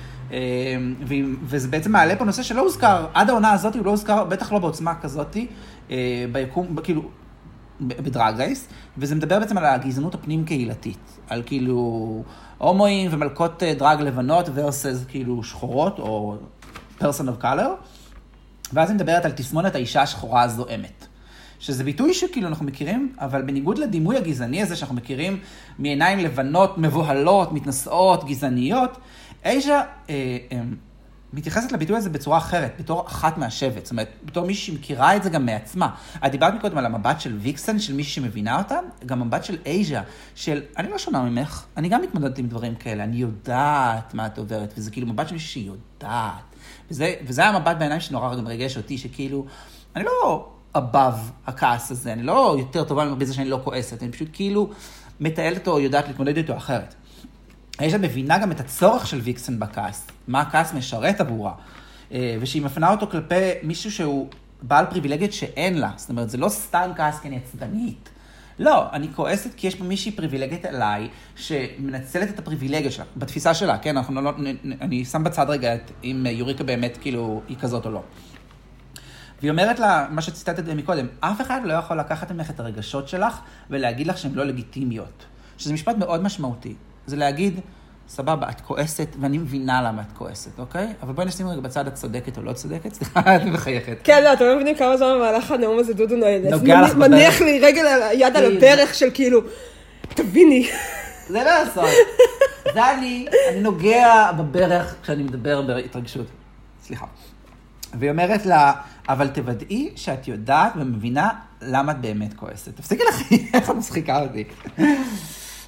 וזה בעצם מעלה פה נושא שלא הוזכר, עד העונה הזאת הוא לא הוזכר, בטח לא בעוצמה כזאת, ביקום, כאילו, בדרג רייס, וזה מדבר בעצם על הגזענות הפנים קהילתית, על כאילו הומואים ומלכות דרג לבנות versus כאילו שחורות או person of color, ואז היא מדברת על תסמונת האישה השחורה הזוהמת. שזה ביטוי שכאילו אנחנו מכירים, אבל בניגוד לדימוי הגזעני הזה שאנחנו מכירים מעיניים לבנות, מבוהלות, מתנשאות, גזעניות, אייז'ה מתייחסת לביטוי הזה בצורה אחרת, בתור אחת מהשבט, זאת אומרת, בתור מישהי שמכירה את זה גם מעצמה. את דיברת מקודם על המבט של ויקסן, של מישהי שמבינה אותה, גם המבט של אייז'ה, של אני לא שונה ממך, אני גם מתמודדת עם דברים כאלה, אני יודעת מה את עוברת, וזה כאילו מבט של מישהי שהיא יודעת. וזה המבט בעיניים שנורא גם רגש אותי, שכאילו, אני לא above הכעס הזה, אני לא יותר טובה בזה שאני לא כועסת, אני פשוט כאילו מטיילת אותו, יודעת להתמודד איתו אחרת. יש לה מבינה גם את הצורך של ויקסן בכעס, מה הכעס משרת עבורה, ושהיא מפנה אותו כלפי מישהו שהוא בעל פריבילגיות שאין לה, זאת אומרת, זה לא סתם כעס כי אני עצבנית. לא, אני כועסת כי יש פה מישהי פריבילגית אליי, שמנצלת את הפריבילגיה שלה, בתפיסה שלה, כן? אני שם בצד רגע אם יוריקה באמת כאילו היא כזאת או לא. והיא אומרת לה, מה שציטטת מקודם, אף אחד לא יכול לקחת ממך את הרגשות שלך, ולהגיד לך שהן לא לגיטימיות. שזה משפט מאוד משמעותי. זה להגיד, סבבה, את כועסת, ואני מבינה למה את כועסת, אוקיי? אבל בואי נשים רגע בצד, את צודקת או לא צודקת, סליחה, אני מחייכת. כן, לא, אתם לא מבינים כמה זמן במהלך הנאום הזה דודו נועל. מניח לי רגל על יד על הברך של כאילו, תביני. זה לא לעשות. זה אני נוגע בברך כשאני מדבר בהתרגשות. סליחה. והיא אומרת לה, אבל תוודאי שאת יודעת ומבינה למה את באמת כועסת. תפסיקי לך, איך את מצחיקה אותי.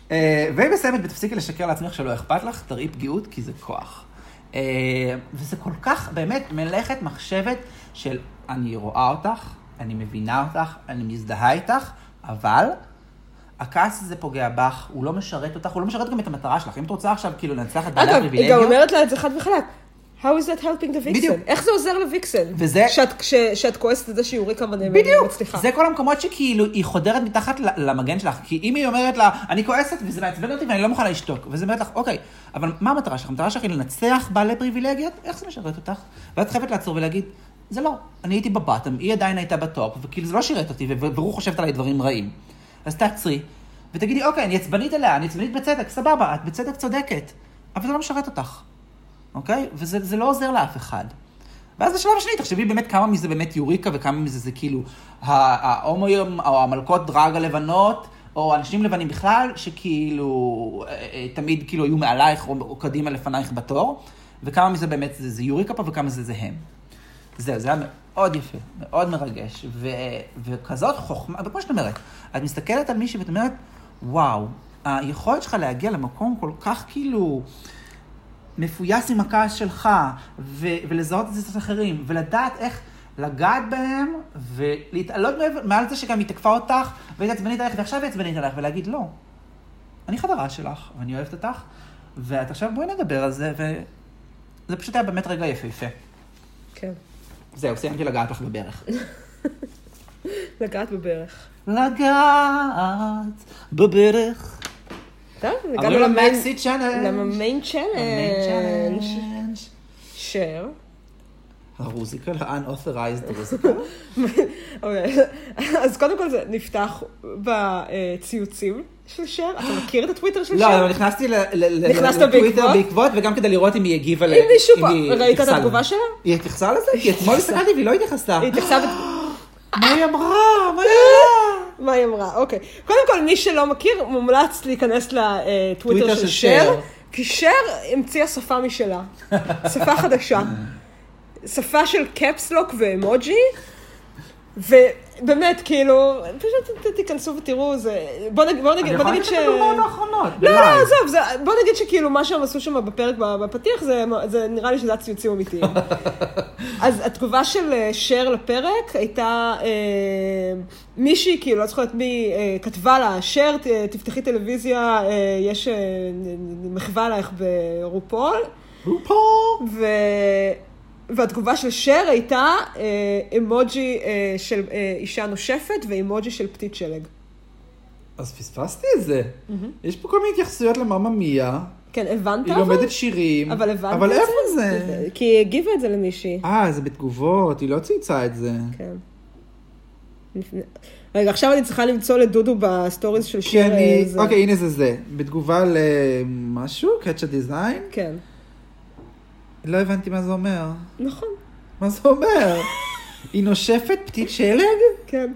והיא מסיימת ותפסיקי לשקר לעצמך שלא אכפת לך, תראי פגיעות כי זה כוח. וזה כל כך באמת מלאכת מחשבת של אני רואה אותך, אני מבינה אותך, אני מזדהה איתך, אבל הכעס הזה פוגע בך, הוא לא משרת אותך, הוא לא משרת גם את המטרה שלך. אם את רוצה עכשיו כאילו לנצח את בעלי הפריבילגיות... אגב, היא גם אומרת לה את זה חד וחלק. How is that helping the vixen? בדיוק. איך זה עוזר לוויקסן? וזה... שאת כועסת את זה שיוריקה מצליחה. בדיוק. זה כל המקומות שכאילו היא חודרת מתחת למגן שלך. כי אם היא אומרת לה, אני כועסת וזה מעצבן אותי ואני לא מוכנה לשתוק. וזה אומרת לך, אוקיי, אבל מה המטרה שלך? המטרה שלך היא לנצח בעלי פריבילגיות? איך זה משרת אותך? ואת חייבת לעצור ולהגיד, זה לא. אני הייתי בבטם, היא עדיין הייתה בטופ, וכאילו זה לא שירת אותי, והוא חושבת עליי דברים רעים. אז תעצרי, ותגידי, אוקיי, אני עצבנית אליה, אני עצבנית בצדק, סבבה, את בצדק צודקת, אבל זה לא משרת אותך, אוקיי? וזה לא עוזר לאף אחד. ואז בשלב השני, תחשבי באמת כמה מזה באמת יוריקה, וכמה מזה זה כאילו ההומואים, או המלכות דרג הלבנות, או אנשים לבנים בכלל, שכאילו תמיד כאילו היו מעלייך, או קדימה לפנייך בתור, וכמה מזה באמת זה יוריקה פה, וכמה זה הם. זה היה מאוד יפה, מאוד מרגש, וכזאת חוכמה, וכמו שאת אומרת, את מסתכלת על מישהי ואת אומרת, וואו, היכולת שלך להגיע למקום כל כך כאילו מפויס עם הכעס שלך, ולזהות את זה את אחרים, ולדעת איך לגעת בהם, ולהתעלות מעל זה שגם היא תקפה אותך, והיא עצבנית עליך, ועכשיו היא עצבנית עליך, ולהגיד, לא, אני חברה שלך, ואני אוהבת אותך, ואת עכשיו בואי נדבר על זה, וזה פשוט היה באמת רגע יפה. כן. זהו, סיימתי לגעת לך בברך. לגעת בברך. לגעת בברך. טוב, הגענו למקסי צ'אנל. למיין צ'אנל. שר. הרוזיקל, ה-unauthorized רוזיקל. אז קודם כל זה נפתח בציוצים של שר. אתה מכיר את הטוויטר של שר? לא, אבל נכנסתי לטוויטר בעקבות, וגם כדי לראות אם היא הגיבה אם מישהו פה, ראית את התגובה שלה? היא התייחסה לזה? כי אתמול הסתכלתי והיא לא התייחסה. היא התייחסה מה היא אמרה? מה היא אמרה? אוקיי. קודם כל, מי שלא מכיר, מומלץ להיכנס לטוויטר של שר, כי שר המציאה שפה משלה. שפה חדשה. שפה של קפסלוק ואמוג'י, ובאמת, כאילו, פשוט תיכנסו ותראו, זה... בוא נגיד ש... אני יכולה להגיד את הדוגמאות האחרונות. לא, עזוב, בוא נגיד שכאילו מה שהם עשו שם בפרק בפתיח, זה נראה לי שזה הציוצים אמיתיים. אז התגובה של שר לפרק הייתה מישהי, כאילו, לא זוכרת מי כתבה לה, שר, תפתחי טלוויזיה, יש מחווה עלייך ברופול. רופול! והתגובה של שר הייתה אמוג'י של אישה נושפת ואמוג'י של פתית שלג. אז פספסתי את זה. יש פה כל מיני התייחסויות למאמה מיה. כן, הבנת? היא לומדת שירים. אבל הבנת את זה? אבל איפה זה? כי היא הגיבה את זה למישהי. זה בתגובות, היא לא צייצה את זה. כן. רגע, עכשיו אני צריכה למצוא לדודו בסטוריז של שיר. אוקיי, הנה זה. בתגובה למשהו? Catch a design? כן. לא הבנתי מה זה אומר. נכון. מה זה אומר? היא נושפת פתית שלג? כן.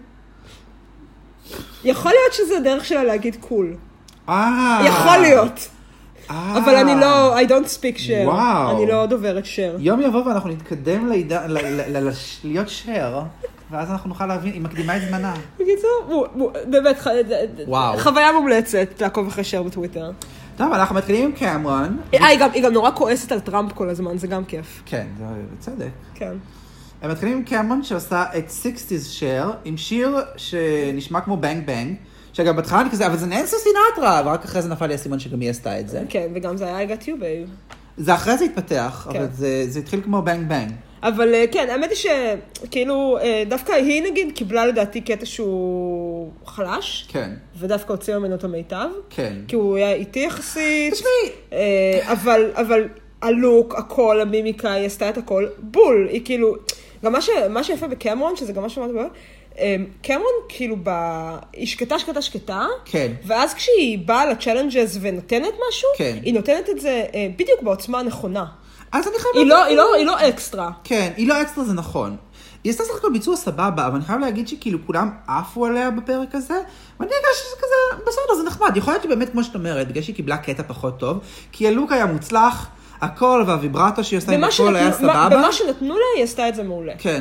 יכול להיות שזה הדרך שלה להגיד קול. יכול להיות. אבל אני לא, I don't speak share. וואו. אני לא דוברת share. יום יבוא ואנחנו נתקדם להיות share, ואז אנחנו נוכל להבין, היא מקדימה את זמנה. בקיצור, באמת, חוויה מומלצת לעקוב אחרי share בטוויטר. טוב, אנחנו מתחילים עם קמרון. היא גם נורא כועסת על טראמפ כל הזמן, זה גם כיף. כן, זה בצדק. כן. הם מתחילים עם קמרון שעושה את 60's share, עם שיר שנשמע כמו בנג בנג, שגם בהתחלה אני כזה, אבל זה ננסי סינטרה, ורק אחרי זה נפל לי הסימון שגם היא עשתה את זה. כן, וגם זה היה I got you babe. זה אחרי זה התפתח, אבל זה התחיל כמו בנג בנג. אבל כן, האמת היא שכאילו, דווקא היא נגיד קיבלה לדעתי קטע שהוא חלש. כן. ודווקא הוציאה ממנו את המיטב. כן. כי הוא היה איטי יחסית. תשמעי. אבל הלוק, הכל, המימיקה, היא עשתה את הכל. בול. היא כאילו, גם מה שיפה בקמרון, שזה גם מה שאמרת בו, קמרון כאילו היא שקטה, כן. ואז כשהיא באה לצ'לנג'ס ונותנת משהו, כן. היא נותנת את זה בדיוק בעוצמה הנכונה. אז אני חייב היא לא אקסטרה. כן, היא לא אקסטרה, זה נכון. היא עשתה סך הכל ביצוע סבבה, אבל אני חייב להגיד שכאילו כולם עפו עליה בפרק הזה, ואני אגש שזה כזה, בסדר, זה נחמד. יכול להיות שבאמת, כמו שאת אומרת, בגלל שהיא קיבלה קטע פחות טוב, כי הלוק היה מוצלח, הכל והוויברטו שהיא עושה עם הכל היה סבבה. במה שנתנו לה, היא עשתה את זה מעולה. כן.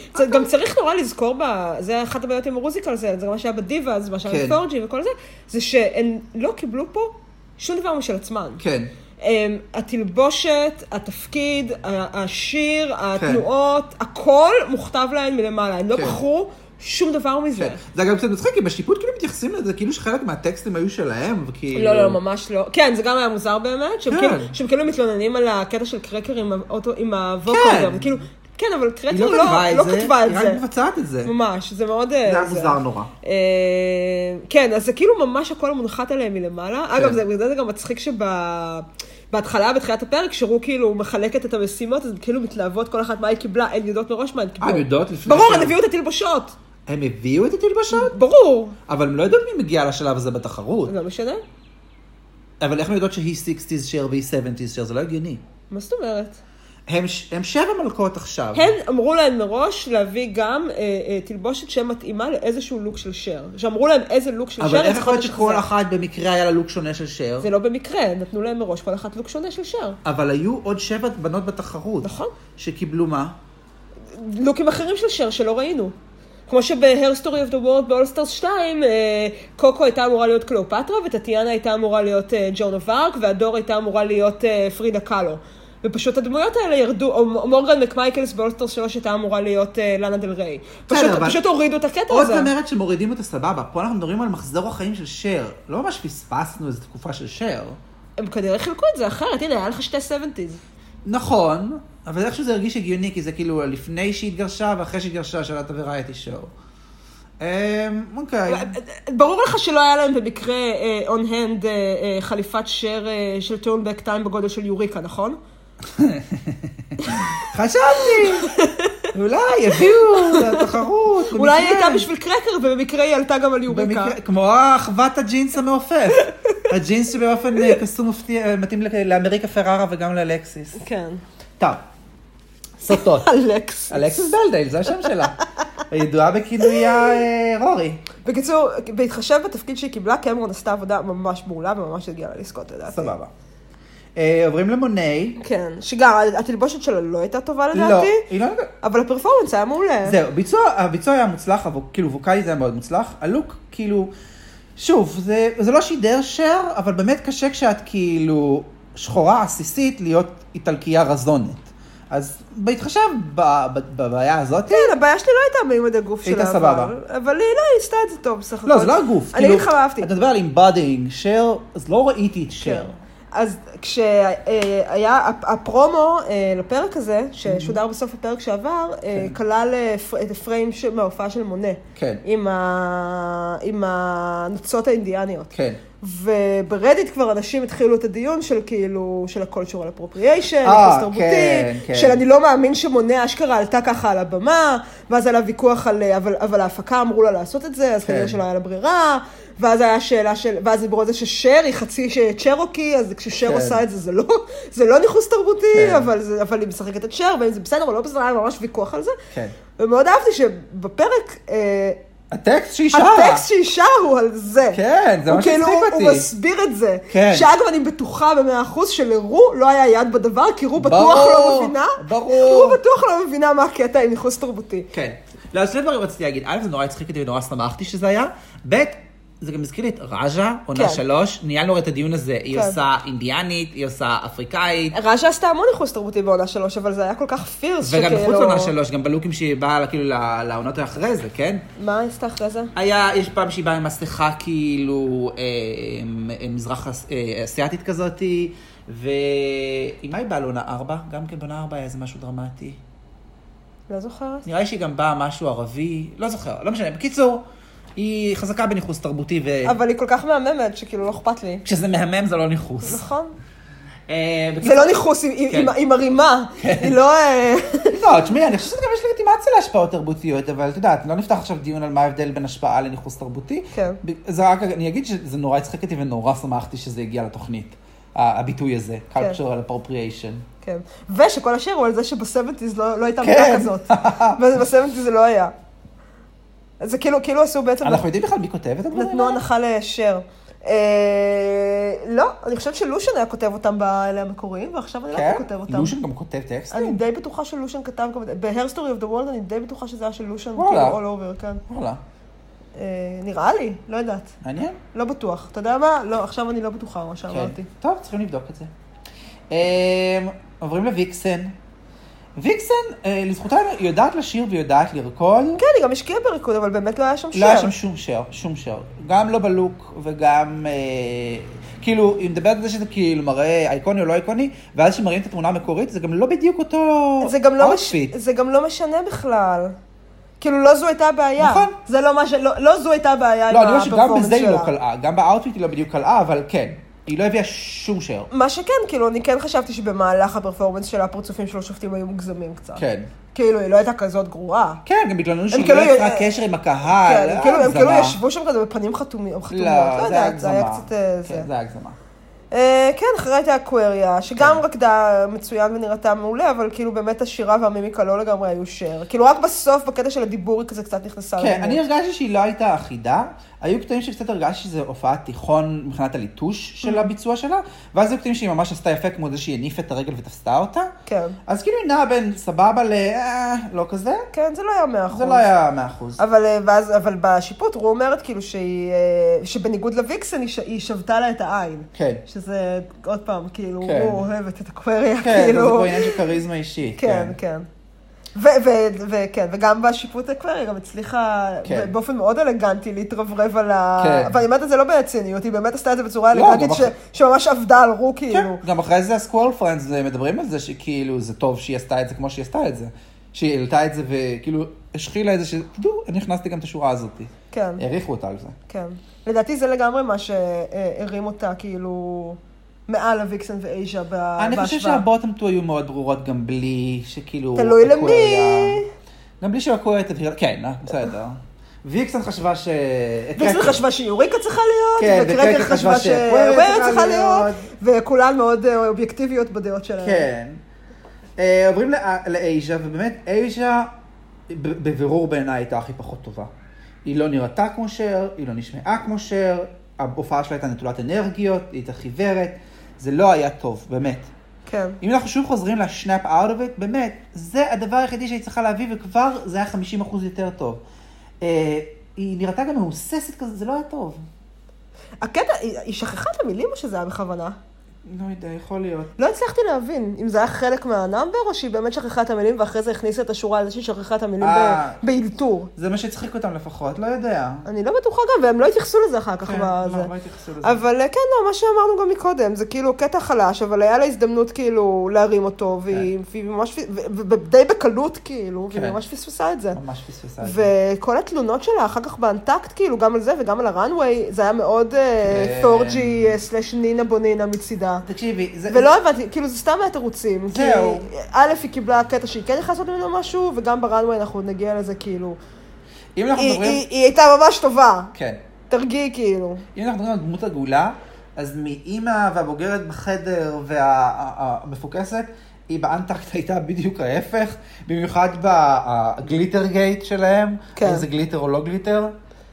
גם צריך נורא לזכור, זה אחת הבעיות עם המוזיקל, זה גם מה שהיה בדיבה, זה מה שהיה בפורג'י וכל זה, זה שהן לא קיבלו פה שום דבר משל עצמן. כן. התלבושת, התפקיד, השיר, התנועות, הכל מוכתב להן מלמעלה. הם לא בחרו שום דבר מזה. זה גם קצת מצחיק, כי בשיפוט כאילו מתייחסים לזה, כאילו שחלק מהטקסטים היו שלהם, וכאילו... לא, ממש לא. כן, זה גם היה מוזר באמת, שהם כאילו מתלוננים על הקטע של קרקר עם הווקל, וכאילו... כן, אבל קרקר לא כתבה את זה. היא רק מבצעת את זה. ממש, זה מאוד... זה היה מוזר נורא. כן, אז זה כאילו ממש הכל מונחת עליהם מלמעלה. אגב, זה גם מצחיק בהתחלה, בתחילת הפרק, שרו כאילו מחלקת את המשימות, אז כאילו מתלהבות כל אחת מה היא קיבלה, הן יודעות מראש מה הן קיבלו. הן יודעות לפני... ברור, הן הביאו את התלבושות. הם הביאו את התלבשות? ברור. אבל הם לא יודעות מי מגיע לשלב הזה בתחרות. לא משנה. אבל איך הם יודעות שהיא 60's share והיא 70's share? זה לא הגיוני. מה זאת אומרת? הם 7 מלכות עכשיו. הן אמרו להן מראש להביא גם תלבושת שמתאימה לאיזשהו לוק של שר. שאמרו להן איזה לוק של שר. אבל איך יכול להיות שכל אחת במקרה היה לה לוק שונה של שר? זה לא במקרה, נתנו להן מראש כל אחת לוק שונה של שר. אבל היו עוד 7 בנות בתחרות. נכון. שקיבלו מה? לוקים אחרים של שר שלא ראינו. כמו שב-Her Story of the World ב-All Stars 2, קוקו הייתה אמורה להיות קליאופטרה, וטטיאנה הייתה אמורה להיות ג'ון אוף ארק, והדור הייתה אמורה להיות פרידה קאלו. ופשוט הדמויות האלה ירדו, או מורגן מקמייקלס באולסטר 3 הייתה אמורה להיות לאנה דל ריי. פשוט הורידו את הקטע הזה. עוד אומרת שמורידים אותה סבבה. פה אנחנו מדברים על מחזור החיים של שר. לא ממש פספסנו איזו תקופה של שר. הם כנראה חילקו את זה אחרת. הנה, היה לך 2 70's. נכון, אבל איכשהו זה הרגיש הגיוני, כי זה כאילו לפני שהיא התגרשה ואחרי שהיא התגרשה שאלת הוורייטי שואו. אוקיי. ברור לך שלא היה להם במקרה on hand חליפת שר של טורנבק טיים בגודל של יוריקה, נכון? חשבתי, אולי יביאו לתחרות. אולי היא הייתה בשביל קרקר ובמקרה היא עלתה גם על יוריקה. כמו אחוות הג'ינס המעופף. הג'ינס שבאופן קסום מתאים לאמריקה פררה וגם לאלקסיס. כן. טוב, סוטות. אלקסיס. אלקסיס בלדייל, זה השם שלה. הידועה בכינוי רורי. בקיצור, בהתחשב בתפקיד שהיא קיבלה, קמרון עשתה עבודה ממש מעולה וממש הגיעה לה לזכות, לדעתי. סבבה. עוברים למוני. כן, שגם התלבושת שלה לא הייתה טובה לדעתי. לא, היא לא... אבל הפרפורמנס היה מעולה. זהו, הביצוע היה מוצלח, כאילו ווקאלית היה מאוד מוצלח. הלוק, כאילו, שוב, זה לא שידר שר, אבל באמת קשה כשאת כאילו שחורה עסיסית להיות איטלקייה רזונת. אז בהתחשב בבעיה הזאת... כן, הבעיה שלי לא הייתה מימד הגוף שלה. הייתה סבבה. אבל היא לא עשתה את זה טוב בסך הכל. לא, זה לא הגוף. אני אגיד לך מה אהבתי. אתה מדבר על אימבודינג, שר, אז לא ראיתי את שר. אז כשהיה הפרומו לפרק הזה, ששודר בסוף הפרק שעבר, כלל את הפריים מההופעה של מונה. כן. עם הנוצות האינדיאניות. כן. וברדיט כבר אנשים התחילו את הדיון של כאילו, של ה-cultural appropriation, ניחוס תרבותי, של אני לא מאמין שמונה אשכרה עלתה ככה על הבמה, ואז היה ויכוח על, אבל ההפקה אמרו לה לעשות את זה, אז כנראה שלא היה לה ברירה, ואז היה שאלה של, ואז דיברו על זה ששר היא חצי צ'רוקי, אז כששר עושה את זה, זה לא ניחוס תרבותי, אבל היא משחקת את שר, ואם זה בסדר או לא בסדר, היה ממש ויכוח על זה. ומאוד אהבתי שבפרק, הטקסט שהיא שרה הוא על זה. כן, זה ממש מצחיק אותי. הוא מסביר את זה. כן. שאגב, אני בטוחה ב100% שלרו לא היה יד בדבר, כי רו בטוח לא מבינה. ברור. רו בטוח לא מבינה מה הקטע עם ניחוס תרבותי. כן. לא, שני דברים רציתי להגיד. א', זה נורא הצחיק אותי ונורא שמחתי שזה היה. ב', זה גם מזכיר לי את רג'ה, עונה 3, ניהלנו את הדיון הזה, היא עושה אינדיאנית, היא עושה אפריקאית. רג'ה עשתה המון ניחוס תרבותי בעונה 3, אבל זה היה כל כך פירס שכאילו... וגם מחוץ לעונה 3, גם בלוקים שהיא באה כאילו לעונות האחרי זה, כן? מה היא עשתה אחרי זה? יש פעם שהיא באה עם מסכה כאילו מזרח אסיאטית כזאת, ועם מה היא באה לעונה 4? גם כן בעונה 4 היה איזה משהו דרמטי. לא זוכרת. נראה לי שהיא גם באה משהו ערבי, לא זוכר, לא משנה. בקיצור, היא חזקה בניחוס תרבותי אבל היא כל כך מהממת שכאילו לא אכפת לי. כשזה מהמם זה לא ניחוס. נכון. זה לא ניחוס עם הרימה. היא לא... לא, תשמעי, אני חושבת שגם יש לגיטימציה להשפעות תרבותיות, אבל אתה יודעת, לא נפתח עכשיו דיון על מה ההבדל בין השפעה לניחוס תרבותי. כן. זה רק, אני אגיד שזה נורא הצחיק אותי ונורא שמחתי שזה הגיע לתוכנית. הביטוי הזה, cultural appropriation. כן. ושכל השיר הוא על זה שב-70's לא הייתה מילה כזאת. וב-70's זה לא היה. זה כאילו עשו בעצם... אנחנו יודעים בכלל מי כותב את הדברים? נתנו הנחה לשר. לא, אני חושבת שלושן היה כותב אותם באלה המקוריים, ועכשיו אני לא כותב אותם. לושן גם כותב טקסטים? אני די בטוחה שלושן כתב, ב-Her Story of the World אני די בטוחה שזה היה של לושן, וואלה. all over, כן. וואלה. נראה לי, לא יודעת. מעניין? לא בטוח. אתה יודע מה? לא, עכשיו אני לא בטוחה מה שאמרתי. טוב, צריכים לבדוק את זה. עוברים לוויקסן. ויקסן, לזכותה היא יודעת לשיר ויודעת לרקוד. כן, היא גם השקיעה בריקוד, אבל באמת לא היה שם שיר. לא היה שם שום שיר. גם לא בלוק וגם... כאילו, היא מדברת על זה שזה כאילו מראה איקוני או לא איקוני, ואז שמראים את התמונה המקורית, זה גם לא בדיוק אותו אוטפיט. זה גם לא משנה בכלל. כאילו, לא זו הייתה הבעיה. נכון. זה לא מה לא זו הייתה הבעיה עם הפרפורמנס שלה. לא, אני חושב שגם בזה היא לא קלעה. גם באוטפיט היא לא בדיוק קלעה, אבל כן. היא לא הביאה שום שיר. מה שכן, כאילו, אני כן חשבתי שבמהלך הפרפורמנס של הפרצופים של השופטים היו מוגזמים קצת. כן. כאילו, היא לא הייתה כזאת גרועה. כן, גם בגללנו שהיא לא יצרה קשר עם הקהל. כן, הם כאילו ישבו שם כזה בפנים חתומות. לא, זה היה זה היה קצת... כן, זה היה הגזמה. כן, אחרי הייתה אקווריה, שגם רקדה מצוין ונראתה מעולה, אבל כאילו באמת השירה והמימיקה לא לגמרי היו שר. כאילו רק בסוף, בקטע של הדיבור, היא כזה קצת נכנסה לדמות. כן, אני הרגשתי שהיא לא הייתה אחידה. היו קטעים שקצת הרגשתי שזה הופעת תיכון מבחינת הליטוש של הביצוע שלה, ואז היו קטעים שהיא ממש עשתה יפה כמו זה שהיא הניפה את הרגל ותפסתה אותה. כן. אז כאילו היא נעה בין סבבה לא כזה. כן, זה לא היה 100%. זה לא היה 100%. אבל בשיפוט הוא אומרת כאילו שבניגוד לוויקסן היא שבתה לה את העין. כן. שזה עוד פעם, כאילו, הוא אוהבת את אקווריה, כן, כאילו. זה כבר עניין של כריזמה אישית. כן, כן. וכן, וגם בשיפוט אקווריה גם הצליחה באופן מאוד אלגנטי להתרברב על ה... ואני אומרת את זה לא בציניות, היא באמת עשתה את זה בצורה אלגנטית שממש עבדה על רו, כאילו. גם אחרי זה הסקוול פרנדס מדברים על זה שכאילו זה טוב שהיא עשתה את זה כמו שהיא עשתה את זה. שהיא העלתה את זה וכאילו השחילה את זה שתדעו, אני הכנסתי גם את השורה הזאת. כן. העריכו אותה על זה. כן. לדעתי זה לגמרי מה שהרים אותה, כאילו... מעל הוויקסן ואייז'ה בהשוואה. אני חושב שהבוטום טו היו מאוד ברורות גם בלי שכאילו... תלוי למי. גם בלי שאקווריה תבהיר... כן, בסדר. ויקסן חשבה ויקסן חשבה שיוריקה צריכה להיות, וקרקר חשבה שאקווריה צריכה להיות, וכולן מאוד אובייקטיביות בדעות שלהם. כן. עוברים לאייז'ה, ובאמת אייז'ה בבירור בעיניי הייתה הכי פחות טובה. היא לא נראתה כמו שר, היא לא נשמעה כמו שר, ההופעה שלה הייתה נטולת אנרגיות, היא הייתה חיוורת, זה לא היה טוב, באמת. כן. אם אנחנו שוב חוזרים ל-snap out of it, באמת, זה הדבר היחידי שהיא צריכה להביא, וכבר זה היה 50% יותר טוב. היא נראתה גם מהוססת כזה, זה לא היה טוב. הקטע, היא שכחה את המילים או שזה היה בכוונה? לא יודע, יכול להיות. לא הצלחתי להבין אם זה היה חלק מהנאמבר, או שהיא באמת שכחה את המילים, ואחרי זה הכניסה את השורה על זה שהיא שכחה את המילים באילתור. זה מה שהצחיק אותם לפחות, לא יודע. אני לא בטוחה גם, והם לא התייחסו לזה אחר כך. כן, לא התייחסו לזה. אבל כן, לא, מה שאמרנו גם מקודם, זה כאילו קטע חלש, אבל היה לה הזדמנות כאילו להרים אותו, והיא ממש, ודי בקלות כאילו, והיא ממש פספסה את זה. ממש פספסה את זה. וכל התלונות שלה, אחר כך באנטקט, כאילו, גם על זה וגם על הראנוויי, זה היה מאוד תורג'י/נינה בונינה מצידה. תקשיבי, ולא הבנתי, כאילו זה סתם מהתירוצים. זהו. כי א' היא קיבלה קטע שהיא כן יכולה לעשות ממנו משהו, וגם בראנוויי אנחנו נגיע לזה כאילו. אם אנחנו מדברים... היא הייתה ממש טובה. כן. תרגיעי כאילו. אם אנחנו מדברים על דמות עגולה, אז מאמא והבוגרת בחדר והמפוקסת, היא באנטקט הייתה בדיוק ההפך, במיוחד בגליטר גייט שלהם, אם זה גליטר או לא גליטר.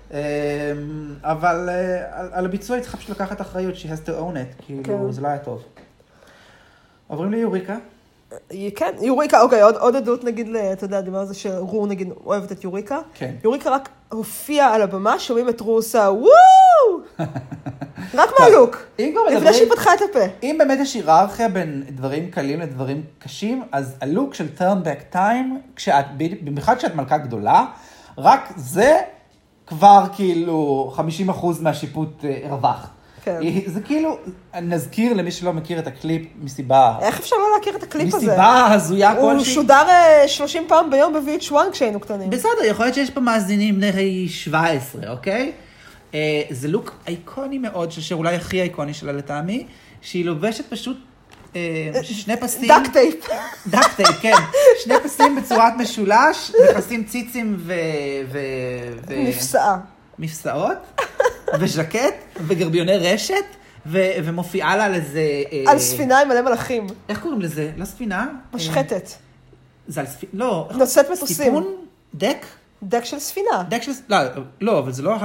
אבל על הביצוע היא צריכה פשוט לקחת אחריות, she has to own it, כאילו זה לא היה טוב. עוברים ליוריקה. כן, יוריקה, אוקיי, עוד עדות נגיד, אתה יודע, דיבר על זה שרו נגיד אוהבת את יוריקה. כן. יוריקה רק הופיעה על הבמה, שומעים את רו עושה וואו! רק מהלוק, לפני שהיא פתחה את הפה. אם באמת יש היררכיה בין דברים קלים לדברים קשים, אז הלוק של turn back time, במיוחד כשאת מלכה גדולה, רק זה כבר כאילו 50% מהשיפוט הרווח. כן. זה כאילו, נזכיר למי שלא מכיר את הקליפ מסיבה... איך אפשר לא להכיר את הקליפ הזה? מסיבה הזויה כלשהי. הוא שודר 30 פעם ביום ב-VH1 כשהיינו קטנים. בסדר, יכול להיות שיש פה מאזינים בני 17, אוקיי? זה לוק איקוני מאוד, שאולי הכי איקוני שלה לטעמי, שהיא לובשת פשוט שני פסים... דק טייפ. דק טייפ, כן. שני פסים בצורת משולש, מכסים ציצים מפסעה. מפסעות, וז'קט, וגרביוני רשת, ומופיעה לה על איזה... על ספינה עם מלא מלאכים. איך קוראים לזה? לא ספינה? משחטת. זה על ספינה? לא. נושאת מטוסים. סיפון? דק? דק של ספינה. דק של... לא, אבל זה לא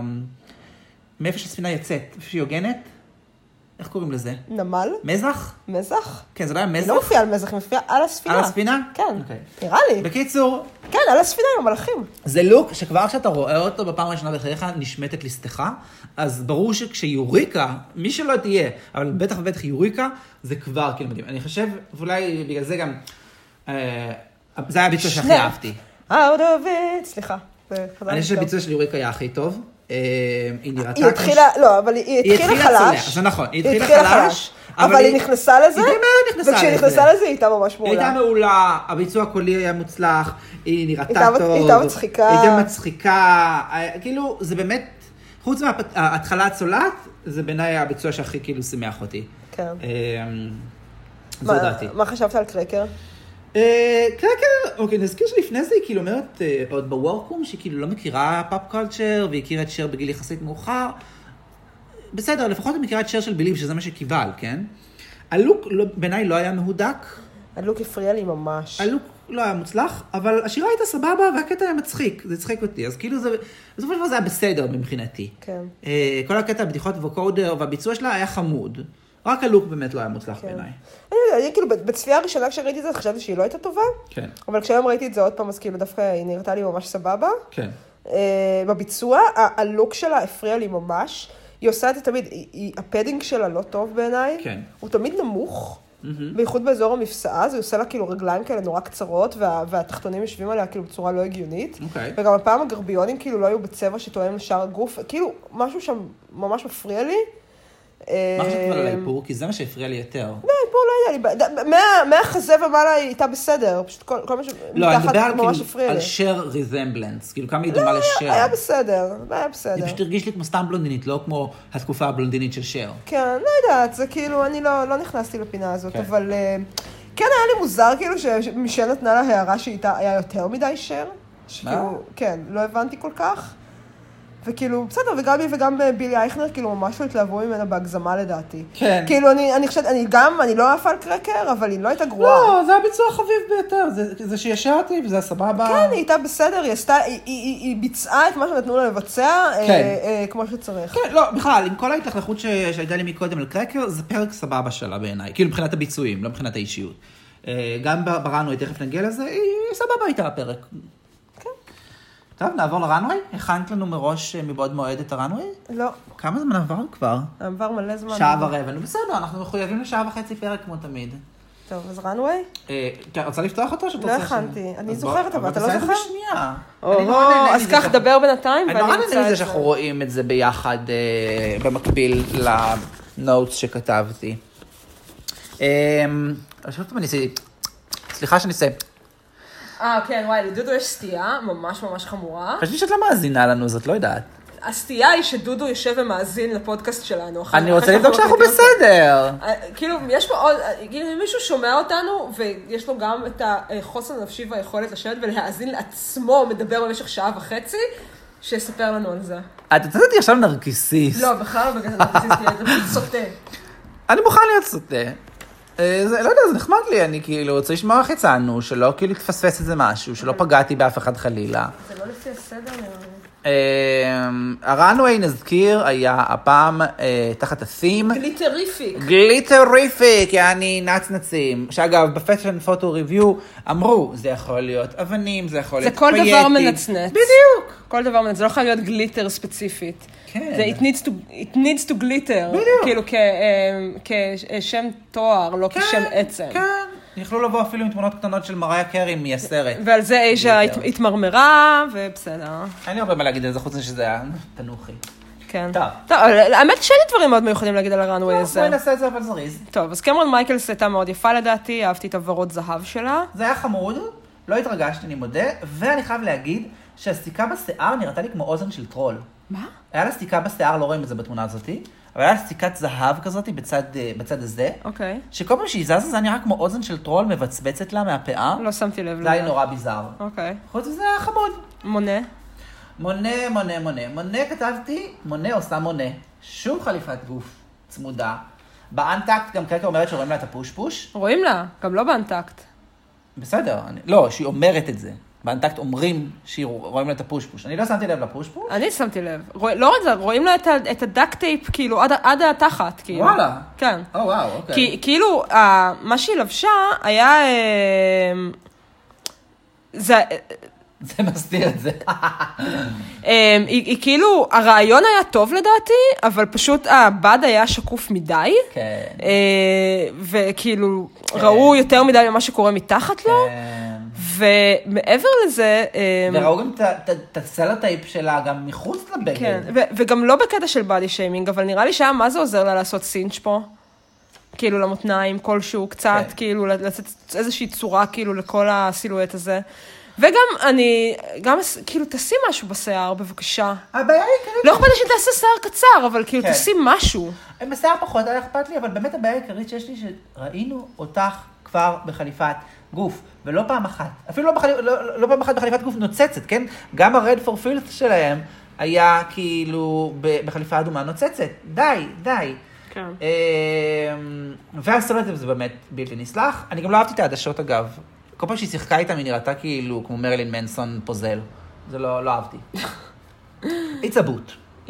מאיפה שהספינה יוצאת, איפה שהיא הוגנת? איך קוראים לזה? נמל? מזח? מזח? כן, זה לא היה מזח? לא מופיע על מזח, היא מופיעה על הספינה. על הספינה? כן, אוקיי. נראה לי. בקיצור... כן, על הספינה עם המלאכים. זה לוק שכבר כשאתה רואה אותו בפעם הראשונה בחייך נשמטת לסתך, אז ברור שכשיוריקה, מי שלא תהיה, אבל בטח ובטח יוריקה, זה כבר כאילו מדהים. אני חושב, ואולי בגלל זה גם, זה היה הביצוע שהכי אהבתי. out of it, סליחה. אני חושב שהביצוע של יוריקה היה הכי טוב. היא נראתה... היא התחילה, לא, אבל היא התחילה חלש. זה נכון, היא התחילה חלש. אבל היא נכנסה לזה, היא באמת נכנסה לזה. וכשהיא נכנסה לזה היא הייתה ממש מעולה. היא הייתה מעולה, הביצוע הקולי היה מוצלח, היא נראתה טוב. היא הייתה מצחיקה. היא הייתה מצחיקה, כאילו, זה באמת, חוץ מההתחלה הצולעת, זה בעיניי הביצוע שהכי כאילו שימח אותי. כן. זו דעתי. מה חשבת על קרקר? קרקר, אוקיי, נזכיר שלפני זה היא כאילו אומרת, עוד בוורקום, שהיא כאילו לא מכירה פאפ קולצ'ר, והיא הכירה את שר בגיל יחסית מאוחר. בסדר, לפחות היא מכירה את שר של ביליב, שזה מה שקיבל, כן? הלוק בעיניי לא היה מהודק. הלוק הפריע לי ממש. הלוק לא היה מוצלח, אבל השירה הייתה סבבה, והקטע היה מצחיק, זה הצחיק אותי. אז כאילו זה, בסופו של דבר זה היה בסדר מבחינתי. כן. כל הקטע, הבדיחות ווקודר, והביצוע שלה היה חמוד. רק הלוק באמת לא היה מוצלח בעיניי. אני כאילו, בצפייה הראשונה כשראיתי את זה, חשבתי שהיא לא הייתה טובה. כן. אבל כשהיום ראיתי את זה עוד פעם, אז כאילו דווקא היא נראתה לי ממש סבבה. כן. בביצוע, הלוק שלה הפריע לי ממש. היא עושה את זה תמיד, הפדינג שלה לא טוב בעיניי. כן. הוא תמיד נמוך, בייחוד באזור המפסעה, זה עושה לה כאילו רגליים כאלה נורא קצרות, והתחתונים יושבים עליה כאילו בצורה לא הגיונית. אוקיי. וגם הפעם הגרביונים כאילו לא היו בצבע שתואם לשאר הגוף, כאילו משהו שם ממש מפריע לי. מה חשבת על האיפור? כי זה מה שהפריע לי יותר. לא, האיפור לא היה לי, מהחזה ומעלה היא הייתה בסדר, פשוט כל מה שמתחת ממש הפריע לי. על שר ריזמבלנס, כאילו כמה היא דומה לשר. היה בסדר, היה בסדר. זה פשוט הרגיש לי כמו סתם בלונדינית, לא כמו התקופה הבלונדינית של שר. כן, לא יודעת, זה כאילו, אני לא נכנסתי לפינה הזאת, אבל כן היה לי מוזר כאילו שמישל נתנה לה הערה שאיתה היה יותר מדי שר. כן, לא הבנתי כל כך. וכאילו, בסדר, וגם היא וגם בילי אייכנר, כאילו, ממש לא התלהבו ממנה בהגזמה לדעתי. כן. כאילו, אני חושבת, אני לא אהבה על קרקר, אבל היא לא הייתה גרועה. לא, זה הביצוע החביב ביותר, זה שישרתי וזה הסבבה. כן, היא הייתה בסדר, היא ביצעה את מה שנתנו לה לבצע, כמו שצריך. כן, לא, בכלל, עם כל ההתלכלכות שהייתה לי מקודם על קרקר, זה פרק סבבה שלה בעיניי, כאילו, מבחינת הביצועים, לא מבחינת האישיות. גם בראנווי, תכף נגיע לזה, היא סבבה הייתה הפרק. טוב, נעבור לראנווי? הכנת לנו מראש מבעוד מועד את הראנווי? לא. כמה זמן עבר כבר? עבר מלא זמן. שעה ורבע. נו בסדר, אנחנו מחויבים לשעה וחצי פרק כמו תמיד. טוב, אז ראנווי? רוצה לפתוח אותו? לא הכנתי. אני זוכרת, אבל אתה לא זוכר? אבל בשנייה. אז כך, דבר בינתיים. אני נורא נהנה מזה שאנחנו רואים את זה ביחד במקביל לנוטס שכתבתי. סליחה שאני אעשה. כן, וואי, לדודו יש סטייה ממש ממש חמורה. חשבי שאת לא מאזינה לנו, זאת לא יודעת. הסטייה היא שדודו יושב ומאזין לפודקאסט שלנו. אני רוצה לבדוק שאנחנו בסדר. כאילו, יש פה עוד, אם מישהו שומע אותנו, ויש לו גם את החוסן הנפשי והיכולת לשבת ולהאזין לעצמו, מדבר במשך שעה וחצי, שיספר לנו על זה. את יודעת אותי עכשיו נרקיסיסט. לא, בכלל לא בגלל נרקיסיסט, זה פשוט סוטה. אני מוכן להיות סוטה. לא יודע, זה נחמד לי, אני כאילו רוצה לשמוע איך יצאנו, שלא כאילו תפספס איזה משהו, שלא פגעתי באף אחד חלילה. זה לא לפי הסדר נראה לי. הראנווי, נזכיר, היה הפעם תחת הסים. גליטריפיק. גליטריפיק, יעני נצנצים. שאגב, בפשן פוטו ריוויו אמרו, זה יכול להיות אבנים, זה יכול להיות פייטים. זה כל דבר מנצנץ. בדיוק. כל דבר מנצנץ, זה לא יכול להיות גליטר ספציפית. כן. זה it needs to glitter. בדיוק. כאילו כשם תואר, לא כשם עצם. כן. יכלו לבוא אפילו עם תמונות קטנות של מריה קרי מהסרט. ועל זה אייז'ה התמרמרה, ובסדר. אין לי הרבה מה להגיד על זה, חוץ מזה שזה היה תנוחי. כן. טוב. טוב, האמת שאין לי דברים מאוד מיוחדים להגיד על הראנווי הזה. בואי נעשה את זה אבל זריז. טוב, אז קמרון מייקלס הייתה מאוד יפה לדעתי, אהבתי את הוורוד זהב שלה. זה היה חמוד, לא התרגשתי, אני מודה, ואני חייב להגיד שהסתיקה בשיער נראתה לי כמו אוזן של טרול. מה? היה לה סתיקה בשיער, לא רואים את זה בתמונה הזאת, אבל היה לה סתיקת זהב כזאת בצד הזה, אוקיי. שכל פעם שהיא זזה זה נראה כמו אוזן של טרול מבצבצת לה מהפאה. לא שמתי לב. זה היה נורא ביזר. אוקיי. חוץ מזה היה חמוד. מונה. מונה כתבתי, מונה עושה מונה. שוב חליפת גוף צמודה. באנטקט גם קרקר אומרת שרואים לה את הפוש פוש. רואים לה, גם לא באנטקט. בסדר, לא, שהיא אומרת את זה. באנטקט אומרים שרואים לה את הפושפוש. אני לא שמתי לב לפושפוש. אני שמתי לב. לא רק זה, רואים לה את הדק טייפ, כאילו, עד התחת, כאילו. וואלה. כן. וואו, אוקיי. כי כאילו, מה שהיא לבשה היה... זה מסתיר את זה. היא כאילו, הרעיון היה טוב לדעתי, אבל פשוט הבד היה שקוף מדי. כן. וכאילו, ראו יותר מדי ממה שקורה מתחת לו. ומעבר לזה... וראו גם את הסלוטייפ שלה גם מחוץ לבגד. כן, וגם לא בקטע של בדי שיימינג, אבל נראה לי שהיה מה זה עוזר לה לעשות סינץ' פה. כאילו למותניים, כלשהו, קצת, כאילו, לצאת איזושהי צורה, כאילו, לכל הסילואט הזה. וגם גם, כאילו, תשים משהו בשיער, בבקשה. הבעיה היא עיקרית... לא אכפת לי שתעשה שיער קצר, אבל כאילו, תשים משמשהו. בשיער פחות, היה אכפת לי, אבל באמת הבעיה העיקרית שיש לי, שראינו אותך כבר בחליפת גוף, ולא פעם אחת. אפילו לא פעם אחת בחליפת גוף נוצצת, כן? גם ה-Red for Filth שלהם היה כאילו בחליפה אדומה נוצצת. די. כן. והסולטים זה באמת בלתי נסלח. אני גם לא אהבתי את העדשות אגב. כל פעם שהיא שיחקה איתם היא נראתה כאילו כמו מרילין מנסון פוזל. זה לא אהבתי. It's a boot.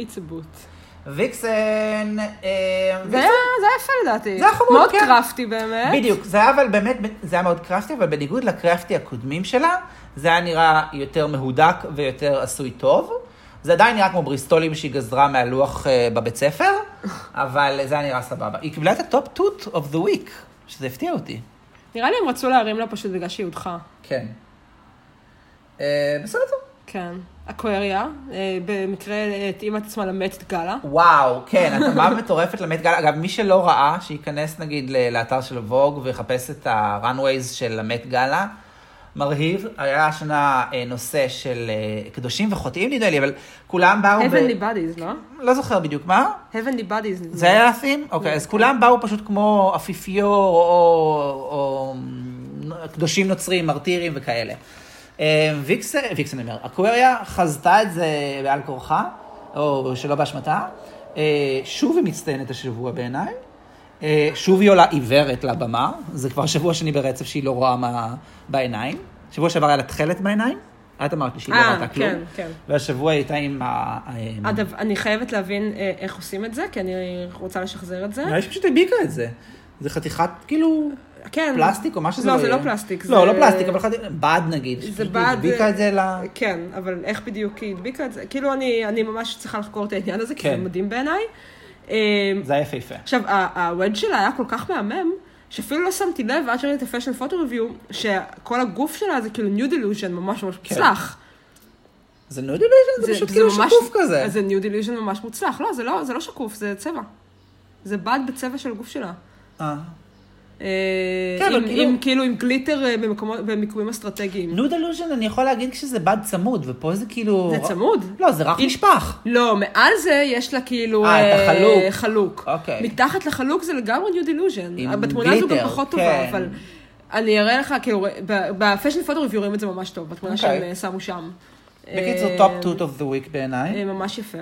ויקסן... זה היה יפה לדעתי. זה היה חמוד, מאוד כן. קרפטי באמת. בדיוק, זה היה אבל באמת, זה היה מאוד קרפטי, אבל בניגוד לקרפטי הקודמים שלה, זה היה נראה יותר מהודק ויותר עשוי טוב. זה עדיין נראה כמו בריסטולים שהיא גזרה מהלוח בבית ספר, אבל זה היה נראה סבבה. היא קיבלה את הטופ טוט of the week, שזה הפתיע אותי. נראה לי הם רצו להרים לה פשוט בגלל שהיא הודחה. כן. בסדר. כן. אקווריה, במקרה התאימה את עצמה למט גאלה. וואו, כן, התאמה מטורפת למט גאלה. אגב, מי שלא ראה, שייכנס נגיד לאתר של ווג ויחפש את הראנווייז של המט גאלה, מרהיב. היה השנה נושא של קדושים וחוטאים נדמה לי, אבל כולם באו... Heavenly Bodies, לא? לא זוכר בדיוק, מה? Heavenly Bodies. זה היה התים? אוקיי, אז כולם באו פשוט כמו אפיפיור או קדושים נוצרים, מרטירים וכאלה. ויקסן אומר, אקווריה חזתה את זה בעל כורחה, או שלא באשמתה, שוב היא מצטיינת השבוע בעיניי, שוב היא עולה עיוורת לבמה, זה כבר שבוע שני ברצף שהיא לא רואה בעיניים, שבוע שעבר היה לה תכלת בעיניים, את אמרת לי שהיא לא ראתה כלום, כן. והשבוע היא הייתה עם אני חייבת להבין איך עושים את זה, כי אני רוצה לשחזר את זה. נראה לי שפשוט הדביקה את זה, זה חתיכת כאילו... כן. פלסטיק או מה שזה לא, לא זה יהיה. לא פלסטיק. לא פלסטיק, אבל בד נגיד. זה בד. הדביקה את זה ל... כן, אבל איך בדיוק היא הדביקה את זה? כאילו אני ממש צריכה לחקור את העניין הזה, כי כן. זה מדהים בעיניי. זה היה יפה. עכשיו, הווד שלה היה כל כך מהמם, שאפילו לא שמתי לב, עד שראיתי את הפשן פוטו ריוויו, שכל הגוף שלה זה כאילו ניו דילושן ממש מוצלח. זה ניו דילושן? זה פשוט כאילו שקוף כזה. זה ניו דילושן ממש מוצלח. לא, זה לא שקוף, זה צבע. זה בד בצבע של הגוף שלה. עם גליטר במיקומים אסטרטגיים. ניו דילושן אני יכול להגיד כשזה בד צמוד, ופה זה כאילו... זה צמוד? לא, זה רק נשפך. לא, מעל זה יש לה כאילו... את החלוק. אוקיי. מתחת לחלוק זה לגמרי ניו דילושן. בתמונה הזו גם פחות טובה, אבל אני אראה לך, כאילו, בפשן פוטו ריוויו רואים את זה ממש טוב, בתמונה שהם שמו שם. בקיצור, טופ טוט אוף דה וויק בעיניי. ממש יפה.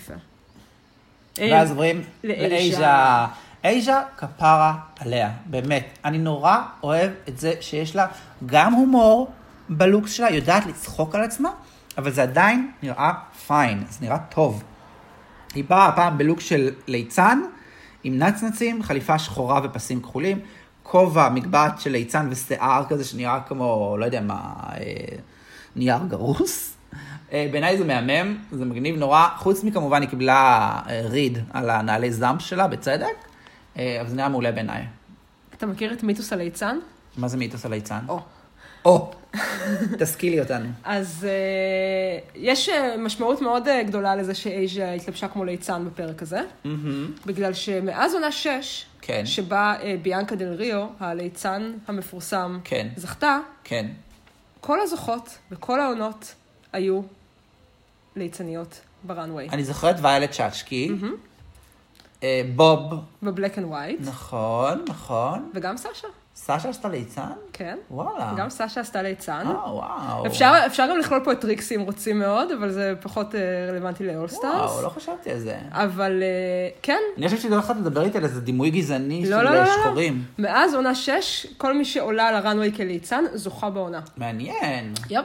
ואז עוברים לאייז'ה. אייז'ה כפרה עליה, באמת. אני נורא אוהב את זה שיש לה גם הומור בלוקס שלה, יודעת לצחוק על עצמה, אבל זה עדיין נראה פיין, זה נראה טוב. היא באה הפעם בלוק של ליצן, עם נצנצים, חליפה שחורה ופסים כחולים, כובע, מגבעת של ליצן ושיער כזה שנראה כמו, לא יודע מה, נייר גרוס. בעיניי זה מהמם, זה מגניב נורא, חוץ מכמובן היא קיבלה ריד על הנעלי זמפ שלה, בצדק, אבל זה נראה מעולה בעיניי. אתה מכיר את מיתוס הליצן? מה זה מיתוס הליצן? או. תשכילי אותנו. אז יש משמעות מאוד גדולה לזה שאייז'ה התלבשה כמו ליצן בפרק הזה, בגלל שמאז עונה 6, שבה ביאנקה דל ריו, הליצן המפורסם, זכתה, כל הזוכות וכל העונות היו ליצניות ברנווי. אני זוכרת ויילט צ'אצ'קי, בוב. בבלק אנד ווייט. נכון. וגם סשה. סשה עשתה ליצן? כן. וואלה. גם סשה עשתה ליצן. וואו. אפשר גם לכלול פה את טריקסי אם רוצים מאוד, אבל זה פחות רלוונטי לאולסטארס. וואו, לא חשבתי על זה. אבל כן. אני חושבת שהיא לא יכולת לדבר איתי על איזה דימוי גזעני של שחורים. מאז עונה 6, כל מי שעולה על הרנווי כליצן, זוכה בעונה. מעניין. יפ.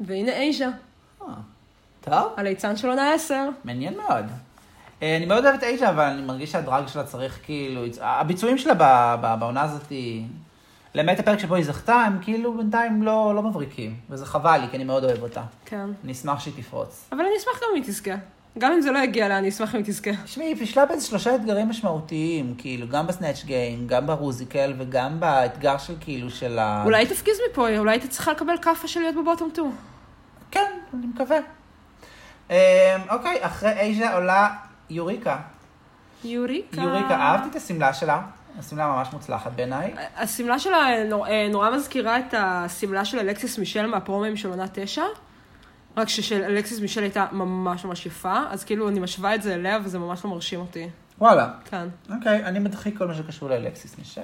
והנה אייז'ה, טוב, הליצן של עונה 10. מעניין מאוד. אני מאוד אוהבת אייז'ה, אבל אני מרגיש שהדרג שלה צריך כאילו... הביצועים שלה בעונה הזאת היא... למעט הפרק שבו היא זכתה, הם כאילו בינתיים לא מבריקים. וזה חבל לי, כי אני מאוד אוהב אותה. כן. אני אשמח שהיא תפרוץ. אבל אני אשמח גם אם היא תזכה. גם אם זה לא יגיע לה, אני אשמח אם היא תזכה. תשמעי, היא פישלה באיזה 3 אתגרים משמעותיים, כאילו, גם בסנאצ' גיים, גם ברוזיקל, וגם באתגר של כאילו של ה... אולי תפגיז מפה, אולי הייתה צריכה לקבל קאפה של להיות בבוטום 2. כן, אני מקווה. אוקיי, אחרי אייז'ה עולה יוריקה. יוריקה, אהבתי את הסמלה שלה. הסמלה ממש מוצלחת בעיניי. הסמלה שלה נורא מזכירה את הסמלה של אלכסיס מישל מהפרומים של עונה 9, רק ששל אלכסיס מישל הייתה ממש ממש יפה, אז כאילו אני משווה את זה אליה וזה ממש לא מרשים אותי. וואלה. כן. אוקיי, אני מדחיק כל מה שקשור לאלכסיס מישל.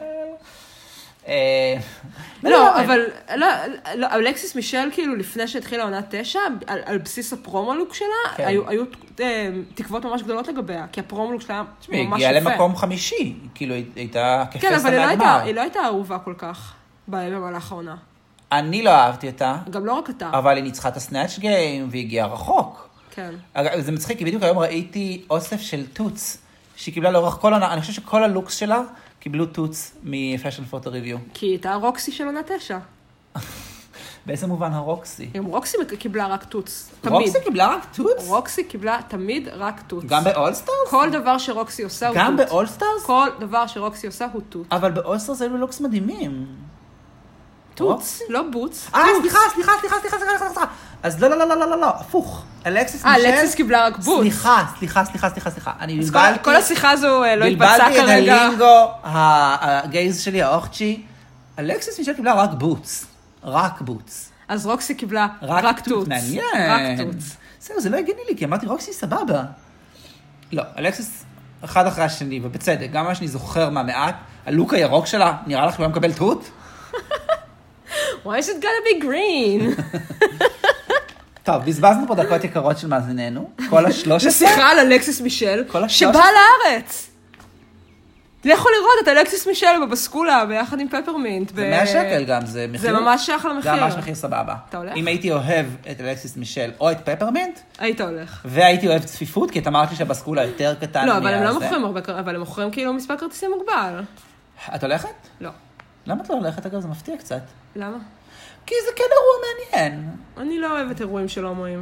לא, אבל אלכסיס מישל כאילו לפני שהתחילה עונה 9, על בסיס הפרומולוק שלה, היו תקוות ממש גדולות לגביה, כי הפרומולוק שלה ממש יפה. היא הגיעה למקום 5, כאילו הייתה כן, כפסע אבל מהגמר. היא לא הייתה אהובה כל כך במהלך העונה. אני לא אהבתי אותה. גם לא רק אתה. אבל היא ניצחה את הסנאצ' גיים והיא הגיעה רחוק. כן. אגב, זה מצחיק, כי בדיוק היום ראיתי אוסף של טוץ, שהיא קיבלה לאורך כל העונה, אני חושב שכל הלוקס שלה קיבלו טוץ מפשן פוטו ריוויו. כי היא הייתה הרוקסי של עונה 9. באיזה מובן הרוקסי? גם רוקסי קיבלה רק טוץ, תמיד. רוקסי קיבלה רק טוץ? רוקסי קיבלה תמיד רק טוץ. גם באולסטארס? כל דבר שרוקסי עושה הוא טוץ. גם באולסטארס? כל דבר שרוקסי עושה הוא טוץ. אבל באולסטארס היו לוקס מדהימים. טוץ, לא בוץ. סליחה. אז לא, הפוך. אלכסיס קיבלה רק בוץ. סליחה. אני בלבלתי. כל השיחה הזו לא התבצעה כרגע. בלבלתי את הלינגו, הגייז שלי, האוכצ'י. אלכסיס מישל קיבלה רק בוץ. רק בוץ. אז רוקסי קיבלה רק טוץ. מעניין. רק טוץ. זהו, זה לא הגיוני לי, כי אמרתי רוקסי סבבה. לא, אלכסיס אחד אחרי השני, ובצדק, גם מה שאני זוכר מהמעט, הלוק הירוק שלה, נראה לך שהוא היה מקבל תות? Why is it gotta be green? טוב, בזבזנו פה דקות יקרות של מאזיננו. כל 13. זה שיחה על אלכסיס מישל, שבא לארץ. לכו לראות את אלכסיס מישל בבסקולה, ביחד עם פפרמינט. זה 100 שקל גם, זה מחיר. זה ממש שייך למחיר. זה ממש מחיר סבבה. אתה הולך? אם הייתי אוהב את אלכסיס מישל או את פפרמינט, היית הולך. והייתי אוהב צפיפות, כי את אמרת לי שהבסקולה יותר קטן. לא, אבל הם לא מוכרים הרבה, אבל הם מוכרים כאילו מספר כרטיסים מוגבל. את הולכת? לא. למה את לא הולכת? אגב, זה מפתיע קצת. למה? כי זה כן אירוע מעניין. אני לא אוהבת אירועים של הומואים.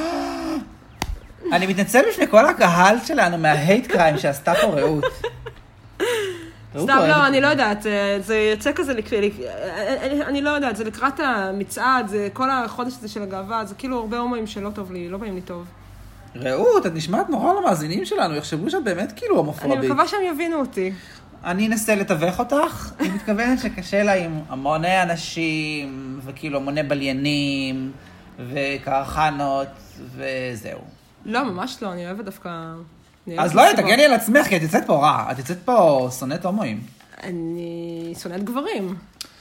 אני מתנצל בפני כל הקהל שלנו מההייט קריים שעשתה פה רעות. סתם לא, אני לא יודעת, זה יוצא כזה, אני לא יודעת, זה לקראת המצעד, זה כל החודש הזה של הגאווה, זה כאילו הרבה הומואים שלא טוב לי, לא באים לי טוב. רעות, את נשמעת נורא למאזינים שלנו, יחשבו שאת באמת כאילו הומופובית. אני מקווה שהם יבינו אותי. אני אנסה לתווך אותך, אני מתכוונת שקשה לה עם המוני אנשים, וכאילו המוני בליינים, וקרחנות, וזהו. לא, ממש לא, אני אוהבת דווקא... אז לא, תגני על עצמך, כי את יוצאת פה רע, את יוצאת פה שונאת הומואים. אני שונאת גברים.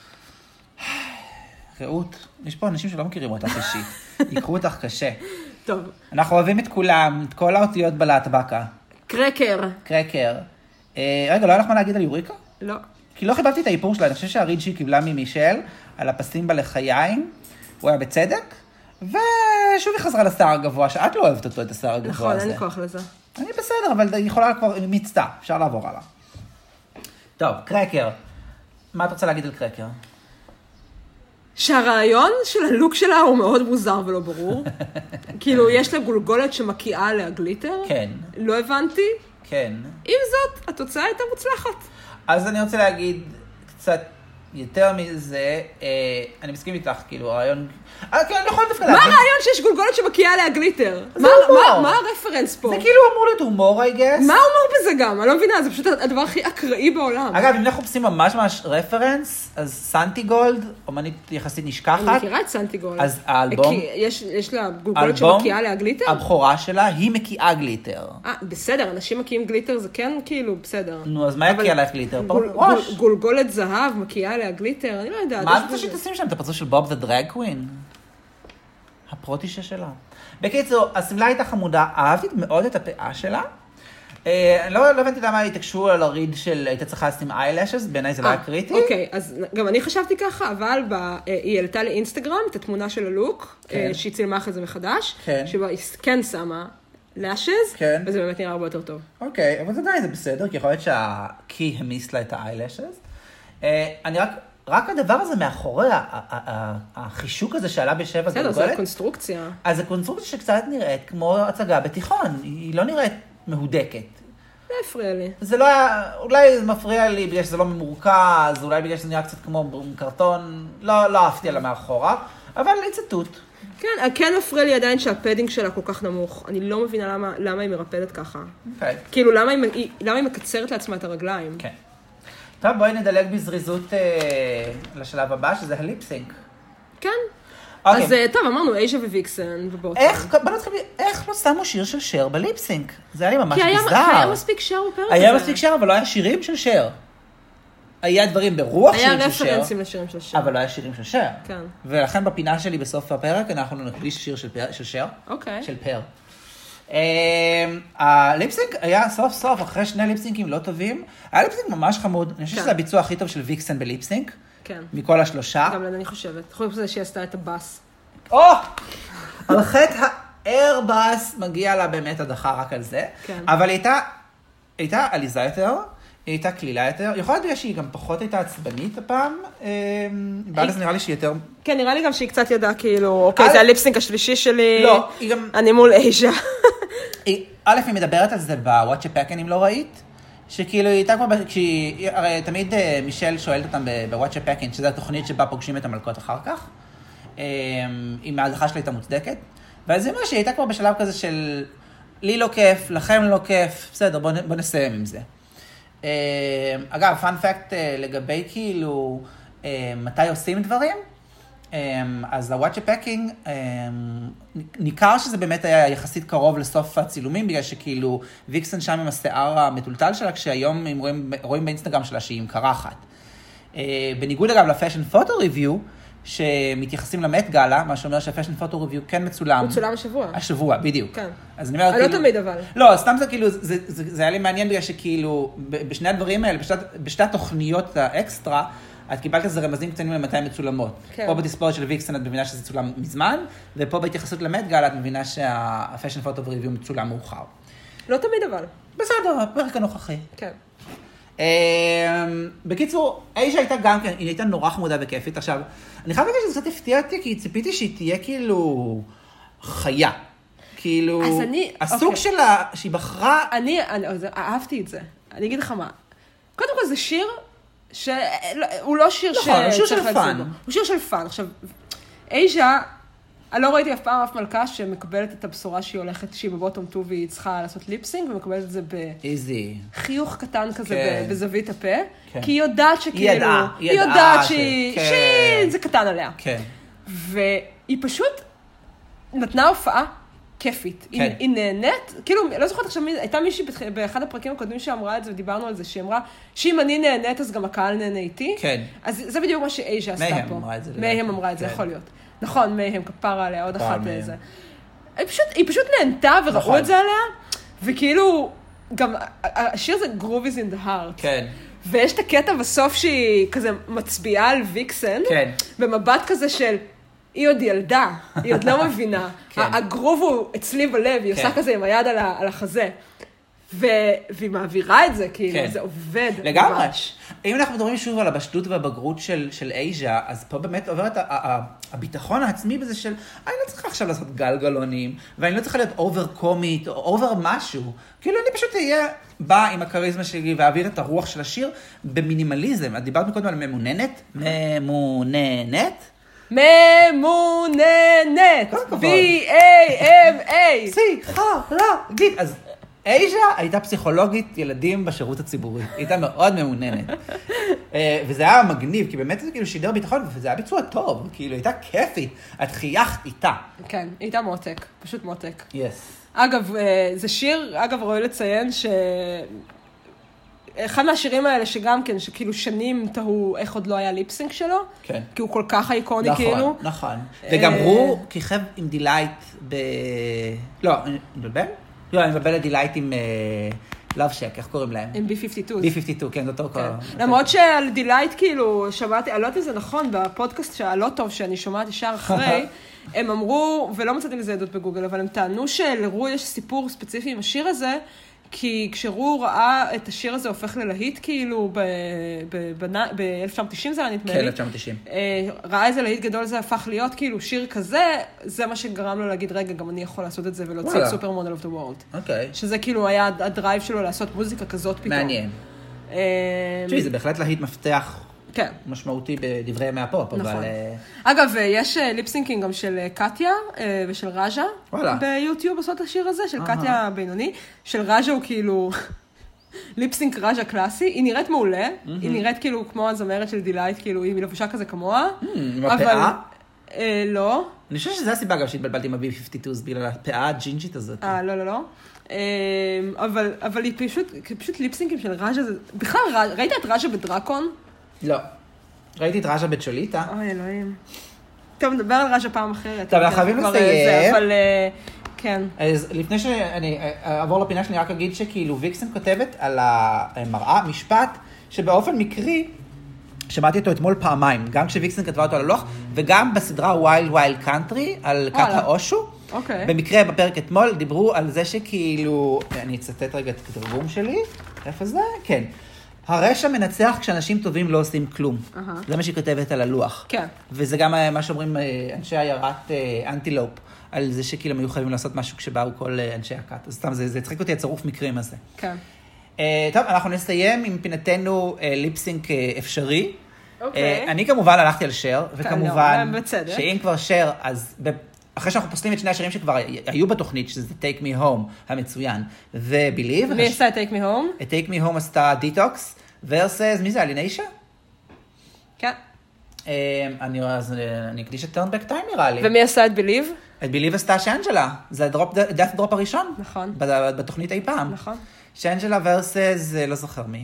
רעות, יש פה אנשים שלא מכירים אותך אישית, יקחו אותך קשה. טוב. אנחנו אוהבים את כולם, את כל האותיות בלהטבקה. קרקר. רגע, לא היה לך מה להגיד על יוריקה? לא. כי לא חיבבתי את האיפור שלה, אני חושב שהריד שהיא קיבלה ממישל, על הפסים בלחיים, הוא היה בצדק, ושוב היא חזרה לשיער הגבוה, שאת לא אוהבת אותו, את השיער הגבוה הזה. נכון, אין לי כוח לזה. אני בסדר, אבל היא יכולה כבר, היא מיצתה, אפשר לעבור הלאה. טוב, קרקר. מה את רוצה להגיד על קרקר? שהרעיון של הלוק שלה הוא מאוד מוזר ולא ברור. כאילו, יש לה גולגולת שמקיעה עליה גליטר. כן. לא הבנתי. כן. עם זאת, התוצאה הייתה מוצלחת. אז אני רוצה להגיד קצת יותר מזה, אני מסכים איתך, כאילו, הרעיון... כן, אני יכול דווקא להגיד... מה הרעיון שיש גולגולת שמקיעה עליה גליטר? מה הרפרנס פה? זה כאילו אמור להיות הומור, I guess. מה הומור בזה גם? אני לא מבינה, זה פשוט הדבר הכי אקראי בעולם. אגב, אם אנחנו עושים ממש רפרנס, אז סנטי גולד, אומנית יחסית נשכחת. אני מכירה את סנטי גולד. אז האלבום... יש לה גולגולת שמקיעה עליה גליטר? הבכורה שלה היא מקיאה גליטר. בסדר, אנשים מקיאים גליטר זה כן כאילו בסדר. נו, אז מה יקיא עליה גליטר? גולגולת זהב מקיאה עליה גליטר, אני לא יודעת. מה אתה שתשים שם? אתה פרצוף של בוב דה דרג קווין? הפרוטישה שלה. בקיצור, הסמלה הייתה חמודה, אהבתי מאוד את הפאה שלה, לא הבנתי למה התעקשו על הריד של היית צריכה לשים איילשס, בעיניי זה לא היה קריטי. אוקיי, אז גם אני חשבתי ככה, אבל היא העלתה לאינסטגרם את התמונה של הלוק, שהיא צילמה אחרי זה מחדש, שבה היא כן שמה לאשז, וזה באמת נראה הרבה יותר טוב. אוקיי, אבל זה די, זה בסדר, כי יכול להיות שהקי המיס לה את האיילשס. אני רק הדבר הזה מאחורי, החישוק הזה שעלה בשבע גלגולת. בסדר, זה הקונסטרוקציה. אז זה קונסטרוקציה שקצת נראית כמו הצגה בתיכון, היא לא נראית מהודקת. זה הפריע לי. זה לא היה, אולי זה מפריע לי בגלל שזה לא ממורכז, אולי בגלל שזה נראה קצת כמו קרטון, לא אהבתי עליו מאחורה, אבל ציטוט. כן מפריע לי עדיין שהפדינג שלה כל כך נמוך. אני לא מבינה למה היא מרפדת ככה. אוקיי. כאילו, למה היא מקצרת לעצמה את הרגליים? כן. טוב, בואי נדלג בזריזות לשלב הבא, שזה הליפסינק. כן. אז טוב, אמרנו אייז'ה וויקסן ובוטום. איך לא שמו שיר של שר בליפסינק? זה היה לי ממש מזר. כי היה מספיק שר בפרק הזה. היה מספיק שר, אבל לא היה שירים של שר. היה דברים ברוח שירים של שר. היה רפרנסים לשירים של שר. אבל לא היה שירים של שר. כן. ולכן בפינה שלי בסוף הפרק אנחנו נקדיש שיר של שר. אוקיי. של פר. הליפסינק היה סוף סוף, אחרי שני ליפסינקים לא טובים, היה ליפסינק ממש חמוד. אני חושב שזה הביצוע הכי טוב של ויקסן בליפסינק. כן. מכל השלושה. גם אני חושבת. חושבת שזה שהיא עשתה את הבאס. על חטא האיירבאס מגיע לה באמת הדחה רק על זה. כן. אבל היא הייתה עליזה יותר, היא הייתה כלילה יותר. יכול להיות בגלל שהיא גם פחות הייתה עצבנית הפעם. בעד זה נראה לי שהיא יותר... כן, נראה לי גם שהיא קצת ידעה כאילו, אוקיי, זה הליפסינק השלישי שלי. לא, היא גם... אני מול אייז'ה. א', היא מדברת על זה בוואטש פאקן, אם לא ראית. שכאילו היא הייתה כבר, הרי תמיד מישל שואלת אותם בוואטש פאקינג, שזו התוכנית שבה פוגשים את המלכות אחר כך, אם ההדחה שלה הייתה מוצדקת, ואז זה אומר שהיא הייתה כבר בשלב כזה של לי לא כיף, לכם לא כיף, בסדר, בוא נסיים עם זה. אגב, פאנ פקט לגבי כאילו מתי עושים דברים, אז הוואטש פאקינג, ניכר שזה באמת היה יחסית קרוב לסוף הצילומים, בגלל שכאילו ויקסן שם עם השיער המטולטל שלה, כשהיום רואים באינסטגרם שלה שהיא עם קרחת. בניגוד אגב לפשן פוטו ריוויו, שמתייחסים למט גאלה, מה שאומר שהפשן פוטו ריוויו כן מצולם. מצולם השבוע. השבוע, בדיוק. כן. אז אני אומרת, לא תמיד אבל. לא, סתם זה כאילו, זה היה לי מעניין בגלל שכאילו, בשני הדברים האלה, בשתי התוכניות האקסטרה, את קיבלת איזה רמזים קטנים למתי מצולמות. כן. פה בתספורת של ויקסן את מבינה שזה צולם מזמן, ופה בהתייחסות למט גאלה את מבינה שהפשן פוטו וריוויו מצולם מאוחר. לא תמיד אבל. בסדר, הפרק הנוכחי. כן. בקיצור, אייז'ה הייתה גם כן, היא הייתה נורא חמודה וכיפית. עכשיו, אני חייב להגיד שזה קצת הפתיע אותי, כי ציפיתי שהיא תהיה כאילו חיה. כאילו, הסוג שלה, שהיא בחרה... אני אהבתי את זה. אני אגיד לך מה. קודם כל זה שיר שהוא לא שיר נכון, הוא שיר של פאן. הוא שיר של פאן. עכשיו, אייז'ה, אני לא ראיתי אף פעם אף מלכה שמקבלת את הבשורה שהיא הולכת, שהיא בבוטום 2 והיא צריכה לעשות ליפסינג, ומקבלת את זה בחיוך קטן כזה בזווית הפה, כי היא יודעת שכאילו, היא יודעת שזה קטן עליה. והיא פשוט נתנה הופעה כיפית. היא נהנית, כאילו, לא זוכרת עכשיו, הייתה מישהי באחד הפרקים הקודמים שאמרה את זה, ודיברנו על זה, שהיא אמרה, שאם אני נהנית, אז גם הקהל נהנה איתי. אז זה בדיוק מה שאייז'ה עשתה פה. מהם אמרה את זה, יכול להיות. נכון, מהם, כפרה עליה, עוד אחת איזה. היא פשוט נהנתה וראו את זה עליה, וכאילו, גם, השיר זה Groove is in the heart. כן. ויש את הקטע בסוף שהיא כזה מצביעה על ויקסן, במבט כזה של, היא עוד ילדה, היא עוד לא מבינה. הגרוב הוא אצלי בלב, היא עושה כזה עם היד על החזה. והיא מעבירה את זה, כאילו, זה עובד. לגמרי. אם אנחנו מדברים שוב על הבשלות והבגרות של אייז'ה, אז פה באמת עובר את הביטחון העצמי בזה של, אני לא צריכה עכשיו לעשות גלגלונים, ואני לא צריכה להיות אובר קומית, או אובר משהו. כאילו, אני פשוט אהיה בא עם הכריזמה שלי, ואעביר את הרוח של השיר במינימליזם. את דיברת מקודם על ממוננת? ממוננת? ממוננת! V-A-M-A! פסיכולוגית! אז אייז'ה הייתה פסיכולוגית ילדים בשירות הציבורי. היא הייתה מאוד ממוננת. וזה היה מגניב, כי באמת זה כאילו שידר ביטחון, וזה היה ביצוע טוב, כאילו הייתה כיפית. את חייכת איתה. כן, היא הייתה מותק, פשוט מותק. יס. אגב, זה שיר, ראוי לציין אחד מהשירים האלה שגם כן, שכאילו שנים תהו איך עוד לא היה ליפסינג שלו, כן. כי הוא כל כך אייקוני כאילו. נכון. וגם הוא כיכב עם דילייט לא, אני מבלבל? לא, אני מבלבל את דילייט Love Shack, איך קוראים להם? עם B-52. B-52, כן, זה אותו קורא. למרות שעל דילייט, כאילו, שמעתי, אני לא יודעת אם זה נכון, בפודקאסט הלא טוב שאני שומעת ישר אחרי, הם אמרו, ולא מצאתי לזה עדות בגוגל, אבל הם טענו שלרו יש סיפור ספציפי עם השיר הזה, כי כשרו ראה את השיר הזה הופך ללהיט, כאילו, ב-1990 זה היה נדמה לי. כן, 1990. ראה איזה להיט גדול זה הפך להיות, כאילו, שיר כזה, זה מה שגרם לו להגיד, רגע, גם אני יכול לעשות את זה ולהוציא את סופר מודל אוף דה וורלד. אוקיי. שזה כאילו היה הדרייב שלו לעשות מוזיקה כזאת פתאום. מעניין. תראי, זה בהחלט להיט מפתח משמעותי בדברי ימי הפופ, אבל... אגב, יש ליפסינקים גם של קטיה ושל רג'ה ביוטיוב עושות את השיר הזה, של קטיה בינוני, של רג'ה הוא כאילו ליפסינק רג'ה קלאסי, היא נראית מעולה, היא נראית כאילו כמו הזמרת של דילייט, כאילו היא לבושה כזה כמוה. עם הפאה? לא. אני חושב שזה הסיבה גם שהתבלבלתי עם ה-B-52, בגלל הפאה הג'ינג'ית הזאת. לא. אבל היא פשוט ליפסינקים של רג'ה, בכלל, ראית את רג'ה בדרקון? לא. ראיתי את רג'ה בצ'וליטה. אוי, אלוהים. טוב, נדבר על רג'ה פעם אחרת. טוב, אנחנו חייבים לסיים. אבל כן. אז לפני שאני אעבור לפינה שלי, רק אגיד שכאילו ויקסן כותבת על המראה משפט, שבאופן מקרי, שמעתי אותו אתמול פעמיים, גם כשוויקסן כתבה אותו על הלוח, וגם בסדרה ווילד ווילד קאנטרי, על קאט האושו. אוקיי. במקרה, בפרק אתמול, דיברו על זה שכאילו, אני אצטט רגע את התרגום שלי, איפה זה? כן. הרשע מנצח כשאנשים טובים לא עושים כלום. זה מה שהיא כותבת על הלוח. כן. וזה גם מה שאומרים אנשי עיירת אנטילופ, על זה שכאילו הם היו חייבים לעשות משהו כשבאו כל אנשי הכת. אז סתם, זה הצחיק אותי הצרוף מקרים הזה. כן. טוב, אנחנו נסיים עם פינתנו ליפסינק אפשרי. אוקיי. אני כמובן הלכתי על שר, וכמובן בצדק. שאם כבר שר, אז אחרי שאנחנו פוסלים את שני השירים שכבר היו בתוכנית, שזה Take Me Home המצוין, ו-Believe. מי עשה את Take Me Home? את Take Me Home עשתה Detox, versus, מי זה? אליניישה? כן. אני אקדיש את Turn Back Time נראה לי. ומי עשה את Believe? את Believe עשתה שאנג'לה, זה Death Drop הראשון. נכון. בתוכנית אי פעם. נכון. שאנג'לה versus, לא זוכר מי.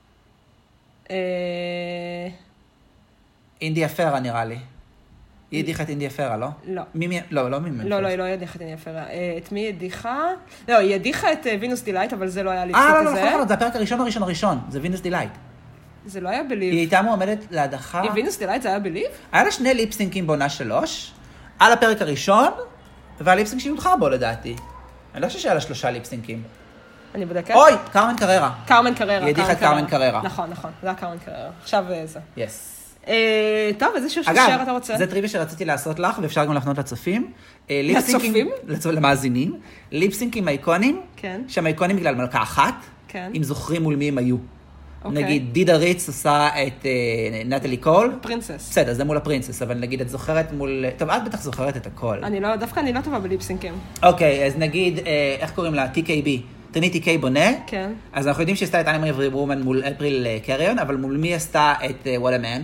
אינדי אפרה נראה לי. היא הדיחה את אינדי אפרה, לא? לא. לא מי. לא, היא לא הדיחה את אינדי אפרה. את מי הדיחה? לא, היא הדיחה את וינוס דילייט, אבל זה לא היה ליפסינק כזה. לא, זה הפרק הראשון. זה וינוס דילייט. זה לא היה Believe. היא הייתה מועמדת להדחה. וינוס דילייט זה היה Believe? היה לה שני ליפסינקים בעונה 3, על הפרק הראשון, והליפסינק שהיא הודחה בו לדעתי. אני לא חושב שהיה לה 3 ליפסינקים. אני בודקת. אוי, קרמן קררה. היא הדיחה את קרמן קררה. נכון, זה היה קרמן קררה. עכשיו זה. יס. טוב, איזה שיר ששר אתה רוצה? זה טריוויה שרציתי לעשות לך, ואפשר גם להפנות לצופים. לצופים? למאזינים. ליפסינקים אייקונים, שהם אייקונים בגלל מלכה אחת, אם זוכרים מול מי הם היו. נגיד, דידה ריץ עושה את נטלי קול. פרינסס. בסדר, זה מול הפרינסס, אבל נגיד, את זוכרת מול... טוב, את בטח זוכרת את הכל. דווקא אני לא טובה בליפסינקים. אוקיי, אז נגיד, איך קוראים לה? TKB. טריניטי קיי בונה. כן. אז אנחנו יודעים שעשתה את I'm Every Woman מול אפריל קריון, אבל מול מי עשתה את What a Man?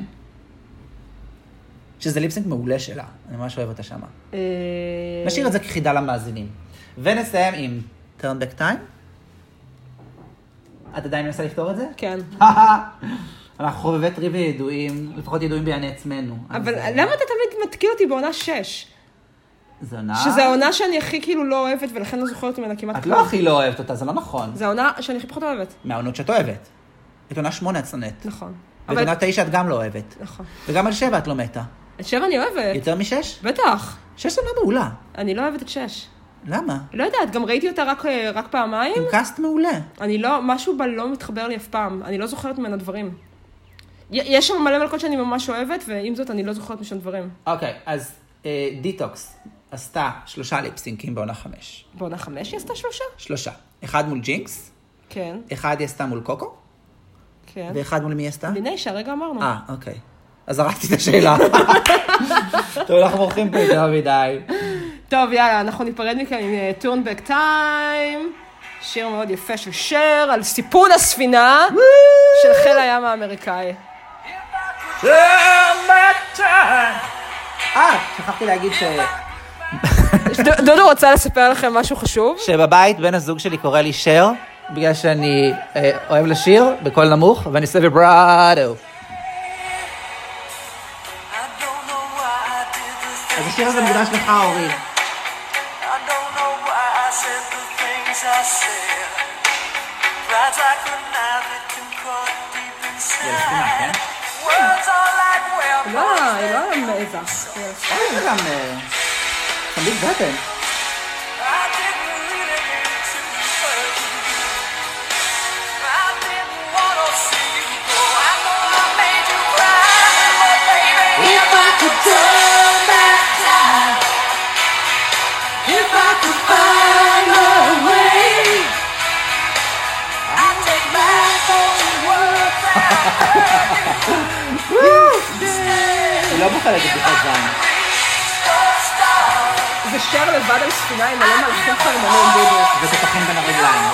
שזה ליפסינק מעולה שלה. אני ממש אוהב אותה שמה. נשאיר את זה כחידה למאזינים. ונסיים עם Turn Back Time. את עדיין מנסה לפתור את זה? כן. אנחנו חובבי טריוויה ידועים, לפחות ידועים בעיני עצמנו. אבל למה אתה תמיד מתקיע אותי בעונה 6? זו עונה... שזה העונה שאני הכי כאילו לא אוהבת, ולכן לא זוכרת ממנה כמעט את לא הכי לא אוהבת אותה, זה לא נכון. זו העונה שאני הכי פחות אוהבת. מהעונות שאת אוהבת. את עונה 8 את שונאת. נכון. ואת עונה 9 את גם לא אוהבת. נכון. וגם על 7 את לא מתה. את 7 אני אוהבת. יותר מ-6? בטח. 6 עונה מעולה. אני לא אוהבת את 6. למה? לא יודעת, גם ראיתי אותה רק פעמיים. עם קאסט מעולה. אני לא, משהו בה לא מתחבר לי אף פעם. אני לא זוכרת ממנה דברים. יש שם מלא מלכות שאני ממש אוהבת, ועם זאת אני לא זוכרת משם דברים. אוקיי, אז דיטוקס עשתה 3 ליפסינקים בעונה 5. בעונה 5 היא עשתה 3? 3. אחד מול ג'ינקס. כן. אחד היא עשתה מול קוקו. כן. ואחד מול מי היא עשתה? ליניישה, הרגע אמרנו. אוקיי. אז זרקתי את השאלה. טוב, אנחנו מורחים פה יותר מדי. טוב, יאללה, אנחנו ניפרד מכאן עם Turn Back Time, שיר מאוד יפה של שר, על סיפון הספינה של חיל הים האמריקאי. Turn Back Time. שכחתי להגיד דודו רוצה לספר לכם משהו חשוב? שבבית בן הזוג שלי קורא לי שר, בגלל שאני אוהב לשיר בקול נמוך, ואני עושה ויברטו. אז השיר הזה מוקדש לך, אורי. כן? היא לא על המזח. זה גם חמביל בטן. היא לא בוחרת בדיחת זין. זה שר לבד על ספינה עם מלא מלכים חרמנים בדיוק. ותותחים בין הרגליים.